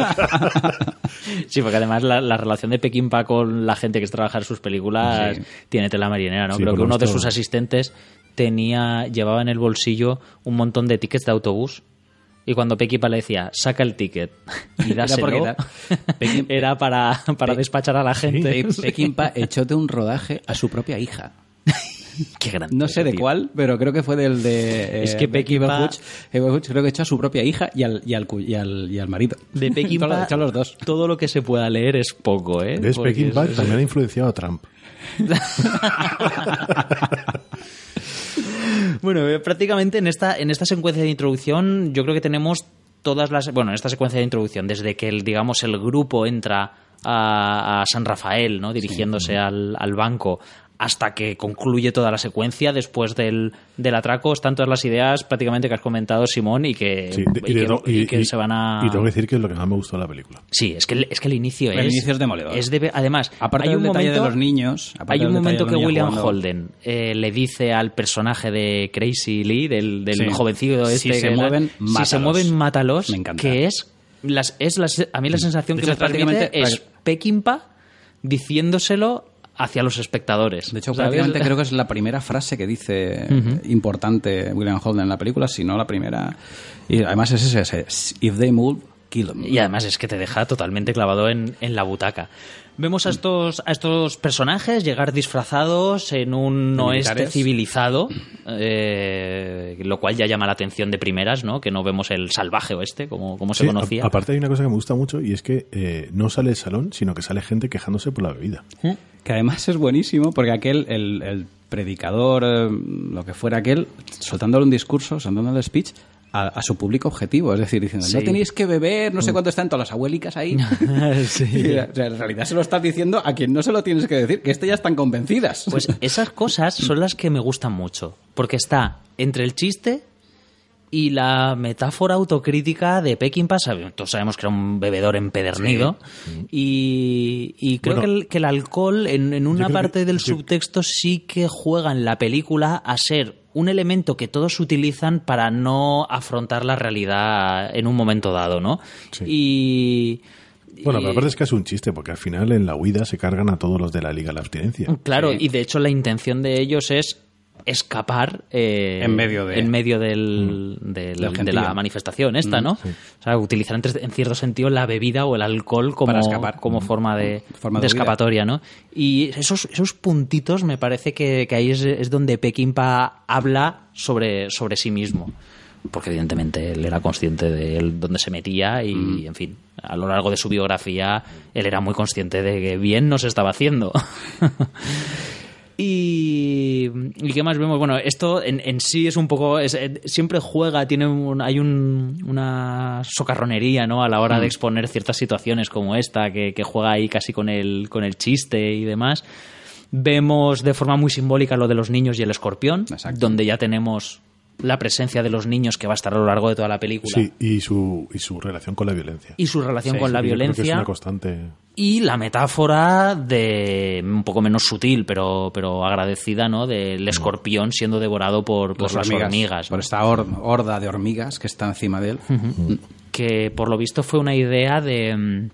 Sí, porque además la, la relación de Peckinpah con la gente que trabaja en sus películas Sí. tiene tela marinera, ¿no? Sí, Creo por que lo uno de visto- sus asistentes tenía llevaba en el bolsillo un montón de tickets de autobús y cuando Peckinpah le decía, saca el ticket y dáselo, porque era, era- Peckin- para, para Pe- despachar a la gente. Pe- Peckinpah echó de un rodaje a su propia hija. Qué grande. No sé de tío. cuál, pero creo que fue del de... eh, Es que Becky Peckinpah- Hutch. Becky Hutch creo que echó a su propia hija y al, y al, cu- y al, y al marido. De Peckinpah, Echó a los dos. todo lo que se pueda leer es poco, ¿eh? ¿Ves? Porque Peckinpah es- también ha influenciado a Trump. Bueno, eh, prácticamente en esta, en esta secuencia de introducción yo creo que tenemos todas las... Bueno, en esta secuencia de introducción, desde que el, digamos, el grupo entra a, a San Rafael, ¿no? Dirigiéndose al, al banco, hasta que concluye toda la secuencia después del, del atraco, están todas las ideas prácticamente que has comentado, Simón, y que, Sí, y y de- que, y- y que y- se van a... Y tengo que decir que es lo que más me gustó de la película. Sí, es que el, es que el inicio El es... inicio es demoledor. es de- además, Aparte hay del un detalle momento, de los niños... aparte hay del un detalle momento de que los niños William jugando- Holden eh, le dice al personaje de Crazy Lee, del, del Sí. jovencillo Si este... se que la- mueven, si se mátalos. mueven, mátalos. Me encanta. Que es... Las, es las, a mí la sensación De que hecho, me transmite prácticamente- es Peckinpah diciéndoselo hacia los espectadores. De hecho, ¿sabes? prácticamente creo que es la primera frase que dice importante William Holden en la película, si no la primera. Y además es ese, ese if they move, kill them. Y además es que te deja totalmente clavado en, en la butaca. Vemos a estos, a estos personajes llegar disfrazados en un oeste Militares. civilizado, eh, lo cual ya llama la atención de primeras, ¿no? Que no vemos el salvaje oeste, como, como se Sí, conocía. a- aparte hay una cosa que me gusta mucho y es que eh, no sale el salón, sino que sale gente quejándose por la bebida. Que además es buenísimo porque aquel, el, el predicador, eh, lo que fuera aquel, soltándole un discurso, soltándole el speech a, a su público objetivo. Es decir, diciendo, Sí. no tenéis que beber, no sé cuánto están todas las abuelicas ahí. Sí. Y, o sea, en realidad se lo estás diciendo a quien no se lo tienes que decir, que este ya están convencidas. Pues esas cosas son las que me gustan mucho, porque está entre el chiste y la metáfora autocrítica de Peckinpah. Sabe- Todos sabemos que era un bebedor empedernido y, y creo Bueno, que, el, que el alcohol en, en una creo que- parte del yo- subtexto sí que juega en la película a ser un elemento que todos utilizan para no afrontar la realidad en un momento dado, ¿no? Sí. Y Bueno, pero aparte es casi un chiste, porque al final en la huida se cargan a todos los de la Liga de la Abstinencia. Claro, Sí. y de hecho la intención de ellos es escapar eh, En medio de- en medio del, del- Del de gentío. la manifestación esta, ¿no? O sea, utilizar en, en cierto sentido la bebida o el alcohol como, Para escapar. como forma de, Forma de de huida. escapatoria, ¿no? Y esos, esos puntitos me parece que, que ahí es, es donde Peckinpah habla sobre, sobre sí mismo. Porque evidentemente él era consciente de él, dónde se metía y, Mm. en fin, a lo largo de su biografía él era muy consciente de que bien no se estaba haciendo. Y, ¿y qué más vemos? Bueno, esto en, en sí es un poco... es- eh, siempre juega, tiene un, hay un, una socarronería, ¿no? A la hora de exponer ciertas situaciones como esta, que, que juega ahí casi con el, con el chiste y demás. Vemos de forma muy simbólica lo de los niños y el escorpión, Exacto. donde ya tenemos la presencia de los niños que va a estar a lo largo de toda la película. Sí, y su, y su relación con la violencia. Y su relación Sí, con la Yo creo que es violencia. una constante. Y la metáfora de un poco menos sutil, pero, pero agradecida, ¿no? Del escorpión siendo devorado por, por las hormigas, Por ¿no? esta hor- horda de hormigas que está encima de él. Que por lo visto fue una idea de...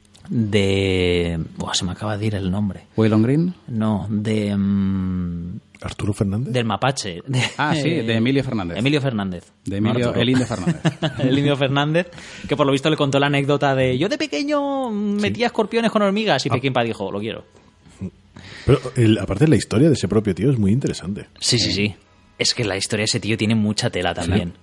de buah, se me acaba de ir el nombre. Waylon Green. No, de... mm, Arturo Fernández. del mapache. De- Ah, sí, de Emilio Fernández. Emilio Fernández. De Emilio, Arturo. el Indio Fernández. El Indio Fernández, que por lo visto le contó la anécdota de yo de pequeño metía escorpiones con hormigas y Ah. Peckinpah dijo, lo quiero. Pero el- aparte la historia de ese propio tío es muy interesante. Sí, sí, sí. Es que la historia de ese tío tiene mucha tela también.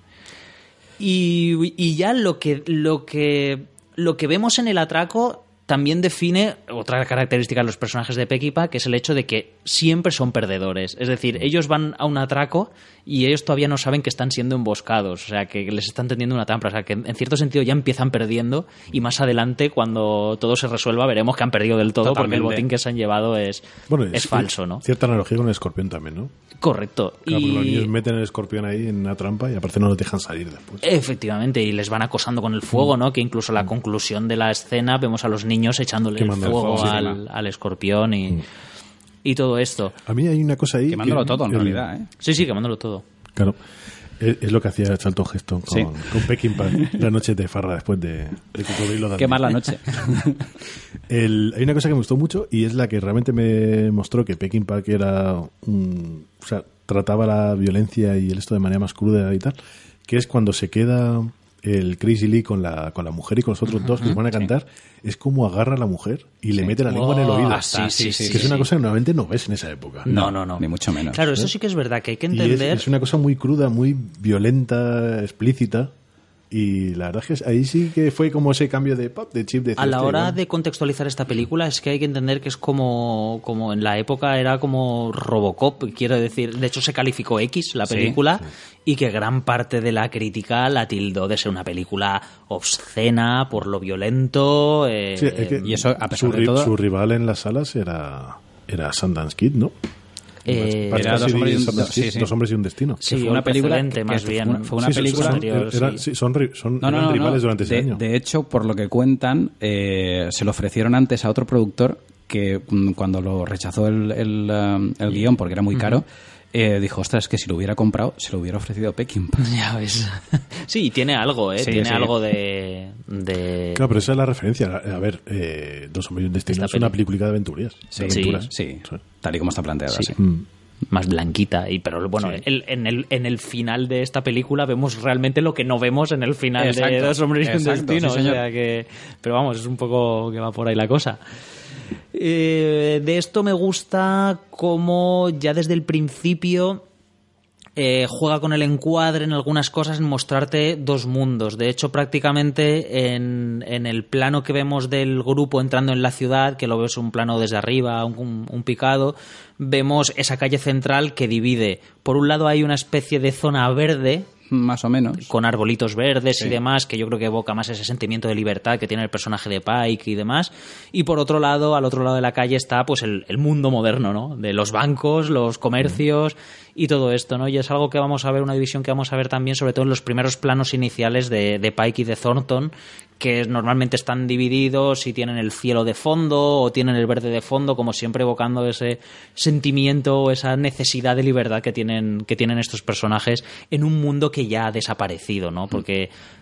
Y, y ya lo que, lo que lo que vemos en el atraco también define otra característica de los personajes de Peckinpah, que es el hecho de que siempre son perdedores. Es decir, ellos van a un atraco y ellos todavía no saben que están siendo emboscados, o sea, que les están tendiendo una trampa, o sea, que en cierto sentido ya empiezan perdiendo y más adelante, cuando todo se resuelva, veremos que han perdido del todo porque el Totalmente. botín que se han llevado es, Bueno, es falso, ¿no? Cierta analogía con el escorpión también, ¿no? Correcto. Claro, porque los Y- niños meten el escorpión ahí en una trampa y aparte no los dejan salir después. Efectivamente, y les van acosando con el fuego, ¿no? Que incluso a la conclusión de la escena vemos a los niños echándole el Quemando el fuego, fuego, sí, al, quema. al escorpión y, y todo esto. A mí hay una cosa ahí... Quemándolo que- todo, en el- realidad, ¿eh? Sí, sí, quemándolo todo. Claro. Es, es lo que hacía Charlton Heston con, Sí. con Peckinpah la noche de farra después de, de Cocodrilo Dandy. Quemar la noche. El- hay una cosa que me gustó mucho y es la que realmente me mostró que Peckinpah que era un, o sea, trataba la violencia y el esto de manera más cruda y tal, que es cuando se queda el Crazy Lee con la, con la mujer y con los otros dos que van a cantar, es como agarra a la mujer y le mete la lengua en el Oh, oído. ah, sí, sí, sí, que es sí, una sí. cosa que normalmente no ves en esa época. No, no, no. Ni mucho menos. Claro, eso sí que es verdad, que hay que Y es, entender... es una cosa muy cruda, muy violenta, explícita. Y la verdad es que ahí sí que fue como ese cambio de pop, de chip. De A la este, hora bueno, de contextualizar esta película es que hay que entender que es como, como en la época era como Robocop, quiero decir, de hecho se calificó X la Sí, película y que gran parte de la crítica la tildó de ser una película obscena por lo violento. eh, sí, es que y eso, a pesar su, de ri- todo- su rival en las salas era, era Sundance Kid, ¿no? eh, Parece era que Dos sí, hombres y un- Sundance sí, Kid, sí. Dos hombres y un destino. sí, fue una película precedente, que más fue bien. una- fue una Sí, son- película son, anterior, eran- sí. sí, son, ri- son- No, no, eran no, rivales no. durante ese de, año. de hecho, por lo que cuentan, eh, se lo ofrecieron antes a otro productor que mm, cuando lo rechazó el, el, um, el guión porque era muy caro, eh, dijo, ostras, es que si lo hubiera comprado, se lo hubiera ofrecido Peckinpah. Ya ves. Sí, y tiene algo, ¿eh? Sí, tiene sí. algo de... de... Claro, pero esa es la referencia. A ver, eh, Dos hombres y un destino Esta es una peli. película de aventuras. Sí, de aventuras. sí, tal y como está planteada. Sí. Sí. Mm. más blanquita y pero bueno Sí. el- en el en el final de esta película vemos realmente lo que no vemos en el final de Exacto, Dos hombres y un exacto, destino, sí, o señor. sea que pero vamos, es un poco que va por ahí la cosa. Eh, de esto me gusta cómo ya desde el principio eh, juega con el encuadre en algunas cosas en mostrarte dos mundos. De hecho, prácticamente en, en el plano que vemos del grupo entrando en la ciudad, que lo ves un plano desde arriba, un, un, un picado, vemos esa calle central que divide. Por un lado hay una especie de zona verde, Más o menos. con arbolitos verdes Sí. y demás, que yo creo que evoca más ese sentimiento de libertad que tiene el personaje de Pike y demás. Y por otro lado, al otro lado de la calle está pues el, el mundo moderno, ¿no? De los bancos, los comercios y todo esto, ¿no? Y es algo que vamos a ver, una división que vamos a ver también, sobre todo en los primeros planos iniciales de, de Pike y de Thornton, que normalmente están divididos y tienen el cielo de fondo o tienen el verde de fondo, como siempre evocando ese sentimiento, esa necesidad de libertad que tienen, que tienen estos personajes en un mundo que ya ha desaparecido, ¿no? Porque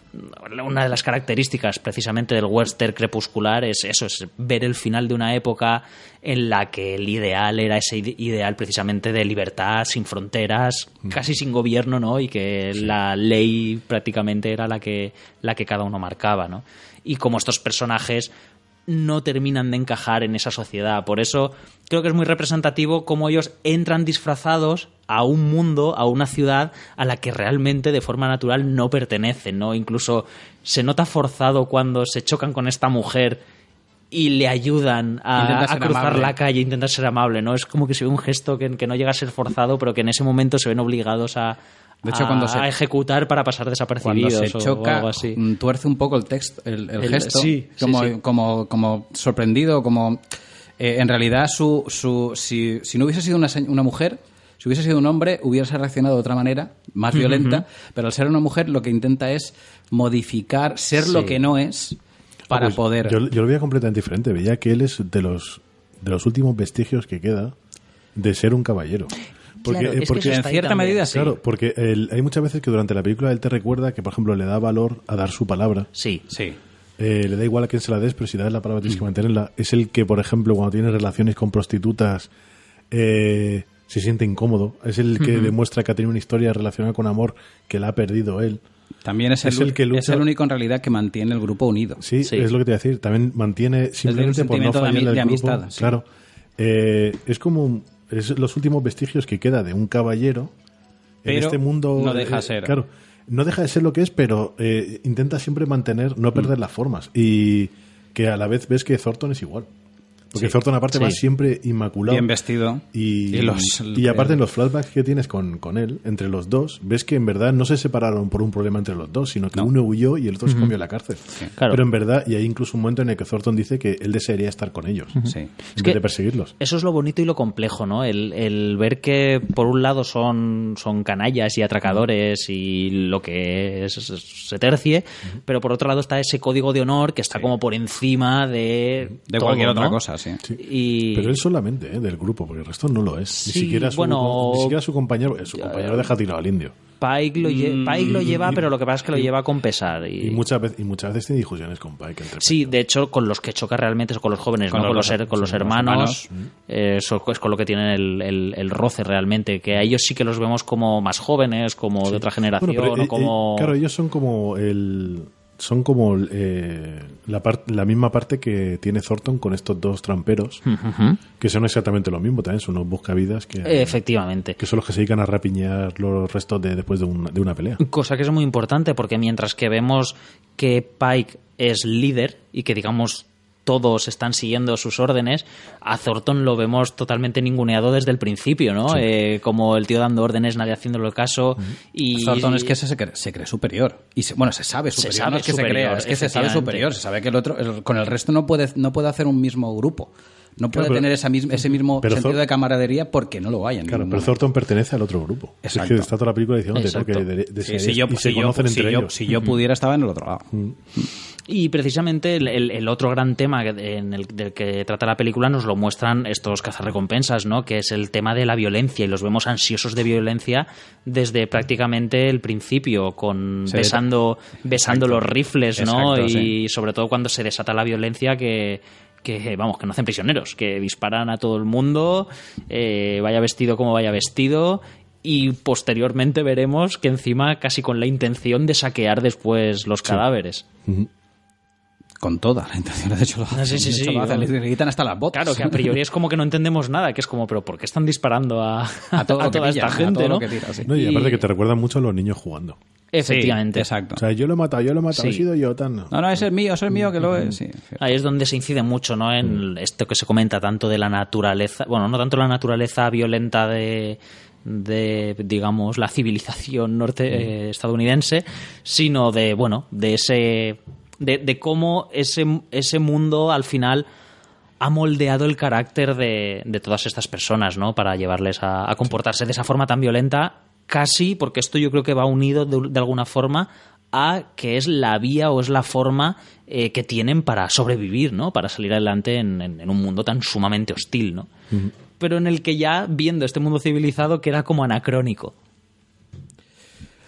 una de las características precisamente del western crepuscular es eso, es ver el final de una época en la que el ideal era ese ideal precisamente de libertad, sin fronteras, casi sin gobierno, ¿no? Y que sí. la ley prácticamente era la que, la que cada uno marcaba, ¿no? Y como estos personajes no terminan de encajar en esa sociedad. Por eso creo que es muy representativo cómo ellos entran disfrazados a un mundo, a una ciudad a la que realmente de forma natural no pertenecen, ¿no? Incluso se nota forzado cuando se chocan con esta mujer y le ayudan a, a cruzar amable. la calle, intentar ser amable, ¿no? Es como que se ve un gesto que, que no llega a ser forzado, pero que en ese momento se ven obligados a De hecho, a, cuando se, a ejecutar para pasar desapercibidos. Cuando se choca, o algo así. tuerce un poco el texto, el, el, el gesto, sí, como, sí, sí. Como, como sorprendido, como eh, en realidad su, su si, si no hubiese sido una, una mujer, si hubiese sido un hombre, hubiese reaccionado de otra manera, más violenta, uh-huh. pero al ser una mujer lo que intenta es modificar, ser sí. lo que no es, para pues poder... Yo, yo lo veía completamente diferente, veía que él es de los, de los últimos vestigios que queda de ser un caballero. Porque, claro, es porque que en cierta también. medida sí. Claro, porque el, hay muchas veces que durante la película él te recuerda que, por ejemplo, le da valor a dar su palabra. Sí, sí. Eh, le da igual a quién se la des, pero si das la palabra tienes que mantenerla. Es el que, por ejemplo, cuando tiene relaciones con prostitutas eh, se siente incómodo. Es el que uh-huh. demuestra que ha tenido una historia relacionada con amor que la ha perdido él. También es el, es el que lucha... es el único en realidad que mantiene el grupo unido. Sí, sí. Es lo que te iba a decir. También mantiene simplemente por no fallarle al grupo. Amistad, sí. Claro. Eh, es como... Es los últimos vestigios que queda de un caballero pero en este mundo. No deja eh, ser. Claro, no deja de ser lo que es, pero eh, intenta siempre mantener, no perder mm. las formas. Y que a la vez ves que Thornton es igual. Porque sí. Thornton, aparte, sí. va siempre inmaculado. Bien vestido. Y, y, los, y aparte, en los flashbacks que tienes con, con él, entre los dos, ves que en verdad no se separaron por un problema entre los dos, sino que no. uno huyó y el otro uh-huh. se comió la cárcel. Sí. Claro. Pero en verdad, y hay incluso un momento en el que Thornton dice que él desearía estar con ellos, uh-huh. sí. en es vez de perseguirlos. Eso es lo bonito y lo complejo, ¿no? El, el ver que, por un lado, son, son canallas y atracadores y lo que es, se tercie, uh-huh. pero por otro lado está ese código de honor que está sí. como por encima de, de todo, cualquier ¿no? otra cosa, sí. sí. Y Pero él solamente, ¿eh? Del grupo, porque el resto no lo es. Sí, ni, siquiera su, bueno, ni siquiera su compañero. Su compañero deja tirado al indio. Pike lo, lle- Pike lo lleva, y, pero lo que pasa es que lo y, lleva con pesar. Y, y, muchas, veces, y muchas veces tiene discusiones con Pike. Entre sí, de hecho, con los que choca realmente es con los jóvenes, con ¿no? los, con, los, her- con los hermanos. hermanos. Eh, eso es con lo que tienen el, el, el roce realmente. Que a ellos sí que los vemos como más jóvenes, como sí. de otra generación. Bueno, pero, o como... eh, claro, ellos son como el... Son como eh, la, part, la misma parte que tiene Thornton con estos dos tramperos, uh-huh. que son exactamente lo mismo también, son unos buscavidas que, efectivamente, que son los que se dedican a rapiñar los restos de después de, un, de una pelea. Cosa que es muy importante, porque mientras que vemos que Pike es líder y que, digamos, todos están siguiendo sus órdenes, a Thornton lo vemos totalmente ninguneado desde el principio, ¿no? Sí. Eh, como el tío dando órdenes, nadie haciéndole caso. Uh-huh. Y Thornton es que se cree, se cree superior. Y se, bueno, se sabe superior. Se sabe no es que superior, se crea, es que se sabe superior. Se sabe que el otro, el, con el resto no puede, no puede hacer un mismo grupo. No puede claro, tener esa misma, ese mismo sentido Thor- de camaradería porque no lo hay en Claro, pero momento. Thornton pertenece al otro grupo. Exacto. Es que está toda la película diciendo ¿no? que de, de, de sí, si yo, y se si conocen yo, entre si ellos. Yo, si yo pudiera, estaba en el otro lado. Mm. Y precisamente el, el, el otro gran tema en el del que trata la película nos lo muestran estos cazarrecompensas, ¿no? Que es el tema de la violencia, y los vemos ansiosos de violencia desde prácticamente el principio, con sí, besando, besando los rifles, ¿no? Exacto, y sí. sobre todo cuando se desata la violencia que... que vamos, que no hacen prisioneros, que disparan a todo el mundo, eh, vaya vestido como vaya vestido, y posteriormente veremos que encima casi con la intención de saquear después los sí. cadáveres. Uh-huh. Con toda la intención, de hecho lo hacen, sí, sí, sí, lo hacen, sí. le quitan hasta las botas. Claro, que a priori es como que no entendemos nada, que es como, pero ¿por qué están disparando a, a, todo a toda pillan, esta gente? A todo ¿no? Lo que tira, sí. No, y, y aparte que te recuerdan mucho a los niños jugando. Efectivamente. Sí, exacto. O sea, yo lo he matado, yo lo he matado, sí. he sido yo tan... No, no, ese es mío, ese es mío que lo es. Sí, ahí es donde se incide mucho, ¿no? En mm. esto que se comenta tanto de la naturaleza, bueno, no tanto la naturaleza violenta de... de, digamos, la civilización norte eh, estadounidense, sino de, bueno, de ese... De, de cómo ese, ese mundo al final ha moldeado el carácter de, de todas estas personas, ¿no? Para llevarles a, a comportarse de esa forma tan violenta, casi, porque esto yo creo que va unido de, de alguna forma a que es la vía o es la forma eh, que tienen para sobrevivir, ¿no? Para salir adelante en, en, en un mundo tan sumamente hostil, ¿no? Uh-huh. Pero en el que ya, viendo este mundo civilizado, queda como anacrónico.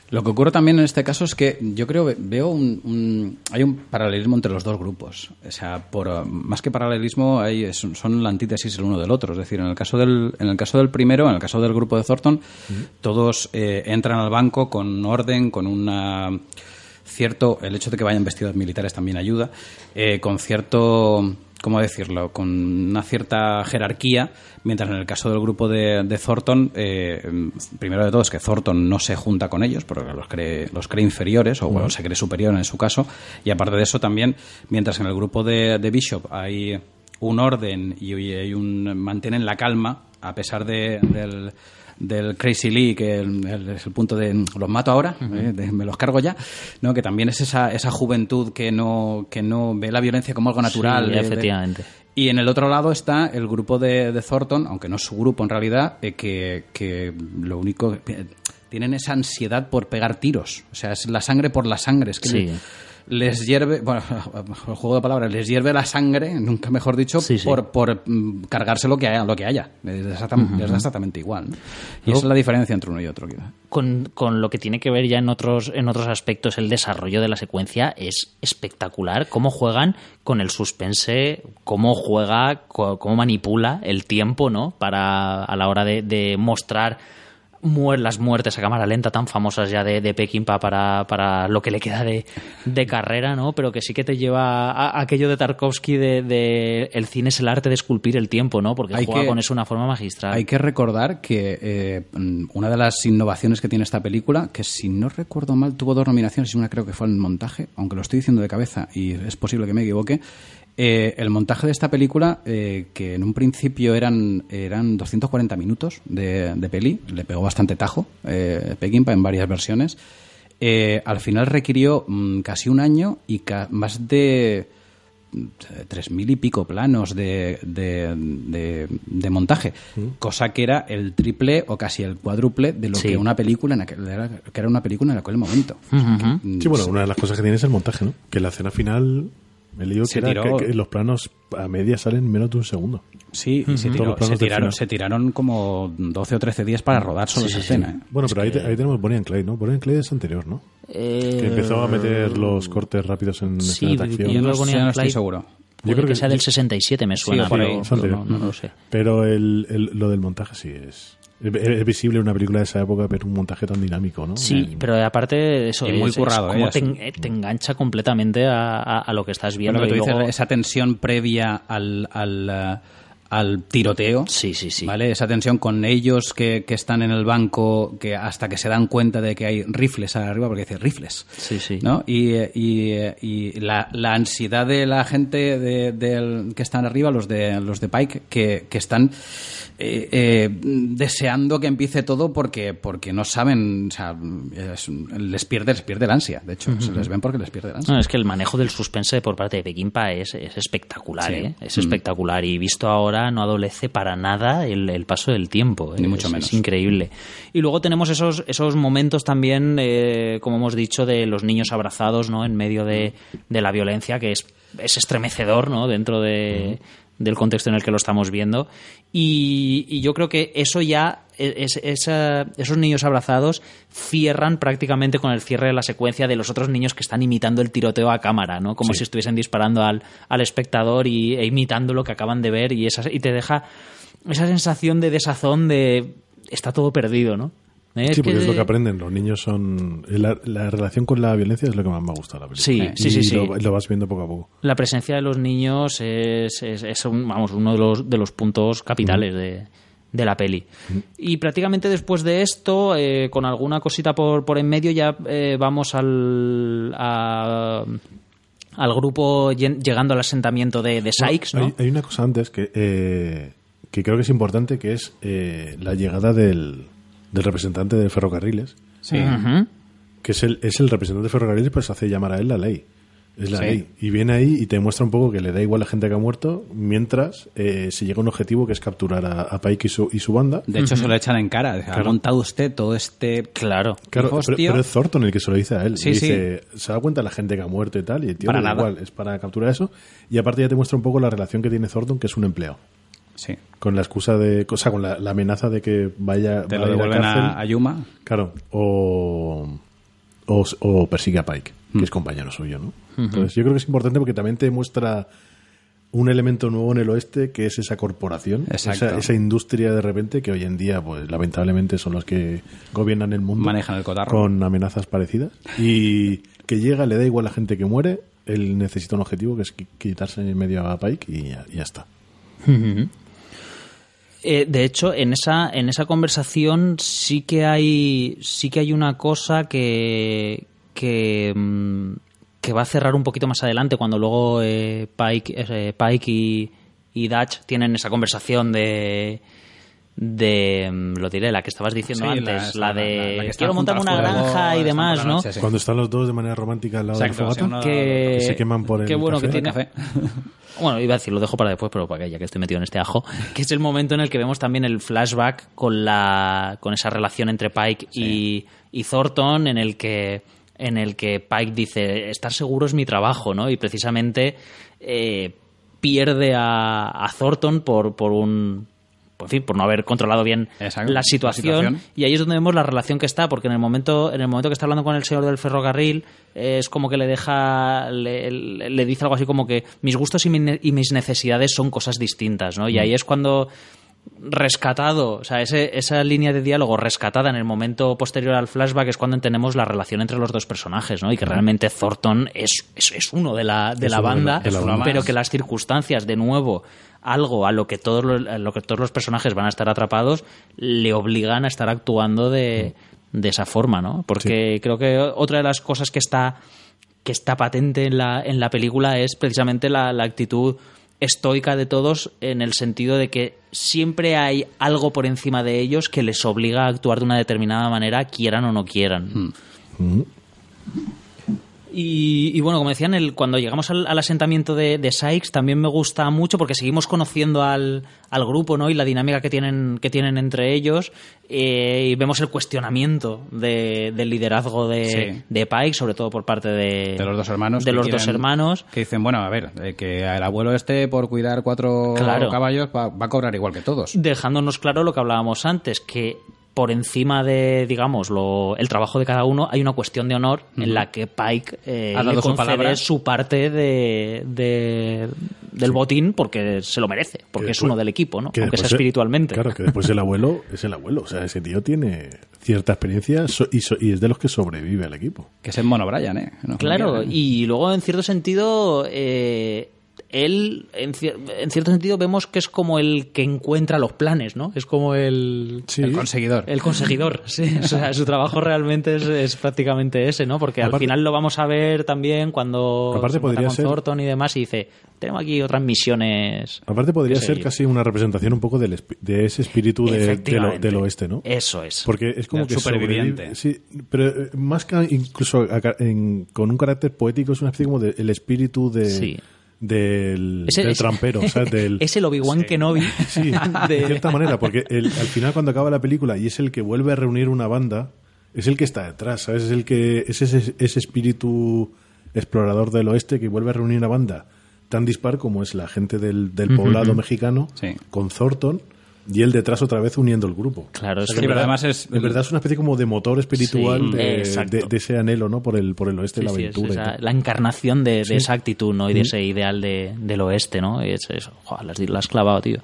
Lo que ocurre también en este caso es que yo creo que veo un, un hay un paralelismo entre los dos grupos. O sea, por más que paralelismo, hay, son la antítesis el uno del otro. Es decir, en el caso del, en el caso del primero, en el caso del grupo de Thornton, uh-huh. todos eh, entran al banco con orden, con una cierto, el hecho de que vayan vestidos militares también ayuda, eh, con cierto, ¿cómo decirlo?, con una cierta jerarquía, mientras en el caso del grupo de, de Thornton, eh, primero de todo es que Thornton no se junta con ellos, porque los cree, los cree inferiores, o bueno, se cree superior en su caso, y aparte de eso también, mientras en el grupo de, de Bishop hay un orden y hay un mantienen la calma, a pesar de, del... del Crazy Lee, que el, el, es el punto de los mato ahora, uh-huh. eh, de, me los cargo ya, ¿no? Que también es esa, esa juventud que no, que no ve la violencia como algo natural. Sí, de, efectivamente. De, y en el otro lado está el grupo de, de Thornton, aunque no es su grupo en realidad, eh, que, que lo único... Eh, tienen esa ansiedad por pegar tiros. O sea, es la sangre por la sangre. Es que sí. le, les hierve, bueno, el juego de palabras, les hierve la sangre, nunca mejor dicho, sí, sí. por, por mm, cargarse lo que haya, lo que haya. Es exactamente, uh-huh. es exactamente igual, ¿no? Y esa es la diferencia entre uno y otro, quizá. Con, con lo que tiene que ver ya en otros, en otros aspectos, el desarrollo de la secuencia es espectacular. Cómo juegan con el suspense, cómo juega, cómo manipula el tiempo, ¿no? Para a la hora de, de mostrar muer, las muertes a cámara lenta tan famosas ya de, de Peckinpah para, para lo que le queda de, de carrera, ¿no? Pero que sí que te lleva a, a aquello de Tarkovsky de, de el cine es el arte de esculpir el tiempo, ¿no? Porque hay juega que, con eso de una forma magistral. Hay que recordar que eh, una de las innovaciones que tiene esta película, que si no recuerdo mal tuvo dos nominaciones y una creo que fue el montaje, aunque lo estoy diciendo de cabeza y es posible que me equivoque. Eh, el montaje de esta película, eh, que en un principio eran, eran doscientos cuarenta minutos de, de peli, le pegó bastante tajo eh, Peckinpah en varias versiones, eh, al final requirió mmm, casi un año y ca- más de tres mil y pico planos de, de, de, de montaje, mm. cosa que era el triple o casi el cuádruple de lo sí. que una película en aquel, era, que era una película en aquel momento. Uh-huh. Sí, bueno, una de las cosas que tiene es el montaje, ¿no? Que la escena final... Me lío que, era, que, que los planos a media salen menos de un segundo. Sí, y uh-huh. se, tiró, se, tiraron, se tiraron como doce o trece días para rodar solo sí, esa sí, escena. Sí. ¿eh? Bueno, pero ahí, te, ahí tenemos Bonnie and Clyde, ¿no? Bonnie and Clyde es anterior, ¿no? Eh... Que empezó a meter los cortes rápidos en sí, escena de acción. Yo no, creo que no estoy seguro. Yo creo que, que sea del sesenta y siete, me suena. Sí, por ahí. Pero, pero no, no lo sé. Pero el, el, lo del montaje sí es... Es visible en una película de esa época ver un montaje tan dinámico, ¿no? Sí, eh, pero aparte eso es muy currado, es como ¿eh? te, te engancha completamente a, a, a lo que estás viendo. Lo que tú y dices, luego... esa tensión previa al, al, uh, al tiroteo, sí, sí, sí. ¿vale? Esa tensión con ellos que, que están en el banco, que hasta que se dan cuenta de que hay rifles arriba, porque dice rifles, sí, sí. ¿no? Y, y, y la, la ansiedad de la gente de, de, que están arriba, los de los de Pike, que, que están Eh, eh, deseando que empiece todo porque porque no saben, o sea, es, les pierde les pierde el ansia, de hecho, uh-huh. se les ven porque les pierde el ansia. No, es que el manejo del suspense por parte de Peckinpah es, es espectacular, sí. ¿eh? Es uh-huh. espectacular y visto ahora no adolece para nada el, el paso del tiempo, ni es, mucho menos. Es increíble. Y luego tenemos esos esos momentos también, eh, como hemos dicho, de los niños abrazados, ¿no? En medio de, de la violencia, que es, es estremecedor, ¿no? Dentro de... Uh-huh. del contexto en el que lo estamos viendo y, y yo creo que eso ya es, es, es, esos niños abrazados cierran prácticamente con el cierre de la secuencia de los otros niños que están imitando el tiroteo a cámara, ¿no? Como sí. si estuviesen disparando al, al espectador y, e imitando lo que acaban de ver y, esa, y te deja esa sensación de desazón de está todo perdido, ¿no? Es sí, porque que... es lo que aprenden. Los niños son... La, la relación con la violencia es lo que más me gusta de la película. Sí, eh, sí, sí. Y sí. Lo, lo vas viendo poco a poco. La presencia de los niños es, es, es un, vamos, uno de los, de los puntos capitales mm. de, de la peli. Mm. Y prácticamente después de esto, eh, con alguna cosita por, por en medio, ya eh, vamos al... A, al grupo llegando al asentamiento de, de Sykes, bueno, ¿no? Hay, hay una cosa antes que, eh, que creo que es importante, que es eh, la llegada del... del representante de ferrocarriles, sí. uh-huh. que es el, es el representante de ferrocarriles, pues hace llamar a él la ley. Es la sí. ley. Y viene ahí y te muestra un poco que le da igual a la gente que ha muerto, mientras eh, se llega a un objetivo que es capturar a, a Pike y su, y su banda. De hecho, uh-huh. se lo echan en cara. Ha claro. montado usted todo este... Claro. Claro, pero, pero es Thornton el que se lo dice a él. Sí, y dice, sí. se da cuenta la gente que ha muerto y tal, y el tío para le da nada. igual, es para capturar eso. Y aparte ya te muestra un poco la relación que tiene Thornton, que es un empleado. Sí. Con la excusa de... O sea, con la, la amenaza de que vaya... Te vaya lo devuelven a, a, a Yuma. Claro. O... o, o persigue a Pike, que Mm. es compañero suyo, ¿no? Uh-huh. Entonces yo creo que es importante porque también te muestra un elemento nuevo en el oeste, que es esa corporación, esa, esa industria de repente que hoy en día, pues lamentablemente son los que gobiernan el mundo, manejan el cotarro con amenazas parecidas, y que llega, le da igual a la gente que muere, él necesita un objetivo que es quitarse en medio a Pike y ya, y ya está. Uh-huh. Eh, de hecho, en esa en esa conversación sí que hay sí que hay una cosa que que mmm, que va a cerrar un poquito más adelante cuando luego eh, Pike, eh, Pike y, y Dutch tienen esa conversación de de lo diré, la que estabas diciendo sí, antes, la, la de la, la, la quiero montarme una granja y demás, ¿no? Noche, sí. Cuando están los dos de manera romántica al lado Exacto, del fogata, sí, que, que se queman por el qué bueno café. que tiene café. Bueno, iba a decir, lo dejo para después, pero para que ya que estoy metido en este ajo, que es el momento en el que vemos también el flashback con la con esa relación entre Pike sí. y, y Thornton, en el que en el que Pike dice, estar seguro es mi trabajo, ¿no? Y precisamente eh, pierde a, a Thornton por, por un... En fin, por no haber controlado bien Exacto, la situación, la situación. Y ahí es donde vemos la relación que está, porque en el momento en el momento que está hablando con el señor del ferrocarril eh, es como que le deja le, le dice algo así como que mis gustos y, mi, y mis necesidades son cosas distintas, ¿no? Y ahí es cuando rescatado, o sea, ese, esa línea de diálogo rescatada en el momento posterior al flashback es cuando entendemos la relación entre los dos personajes, ¿no? Y que realmente Thornton es, es, es uno de la, de la banda, de la, de la pero que las circunstancias, de nuevo, algo a lo que todos los, a lo que todos los personajes van a estar atrapados, le obligan a estar actuando de, de esa forma, ¿no? Porque sí. Creo que otra de las cosas que está que está patente en la, en la película es precisamente la, la actitud estoica de todos, en el sentido de que siempre hay algo por encima de ellos que les obliga a actuar de una determinada manera, quieran o no quieran. Mm. Y, y bueno, como decían, el, cuando llegamos al, al asentamiento de, de Sykes también me gusta mucho porque seguimos conociendo al, al grupo, ¿no? Y la dinámica que tienen, que tienen entre ellos, eh, y vemos el cuestionamiento de, del liderazgo de, sí. de Pike, sobre todo por parte de, de los dos hermanos. De los quieren, dos hermanos. Que dicen, bueno, a ver, eh, que el abuelo este por cuidar cuatro claro. caballos va, va a cobrar igual que todos. Dejándonos claro lo que hablábamos antes, que por encima de, digamos, lo, el trabajo de cada uno, hay una cuestión de honor uh-huh. en la que Pike eh, ha dado le concede su, su parte de, de del sí. botín porque se lo merece, porque después, es uno del equipo, ¿no? Aunque sea espiritualmente. Claro, que después el abuelo es el abuelo, o sea, ese tío tiene cierta experiencia so, y, so, y es de los que sobrevive al equipo. Que es el Mono Bryan, ¿eh? No, claro, bien, ¿eh? Y luego, en cierto sentido... Eh, él, en, en cierto sentido, vemos que es como el que encuentra los planes, ¿no? Es como el... Sí. El conseguidor. El conseguidor, sí. O sea, su trabajo realmente es, es prácticamente ese, ¿no? Porque aparte, al final lo vamos a ver también cuando aparte se podría con ser, Thornton y demás y dice, tenemos aquí otras misiones... Aparte podría ser seguir. Casi una representación un poco del, de ese espíritu de, de lo, del oeste, ¿no? Eso es. Porque es como el que superviviente. Sí, pero más que incluso en, con un carácter poético es una especie como del de, espíritu de... Sí. Del, ese, del trampero, ese, ¿sabes? Del, es el Obi-Wan sí. Kenobi. Sí, de... de cierta manera, porque el, al final cuando acaba la película y es el que vuelve a reunir una banda, es el que está detrás, ¿sabes? Es el que es ese, ese espíritu explorador del oeste que vuelve a reunir una banda tan dispar como es la gente del, del poblado uh-huh. mexicano sí. con Thornton y él detrás otra vez uniendo el grupo. Claro, o sea, sí, que pero verdad, además es en verdad es una especie como de motor espiritual sí, de, de, de ese anhelo, ¿no? Por el por el oeste, sí, la aventura. Sí, es esa, y la encarnación de, de sí. esa actitud, ¿no? Y de ese ideal de, del oeste, ¿no? Y es eso, joder, las, las has clavado, tío.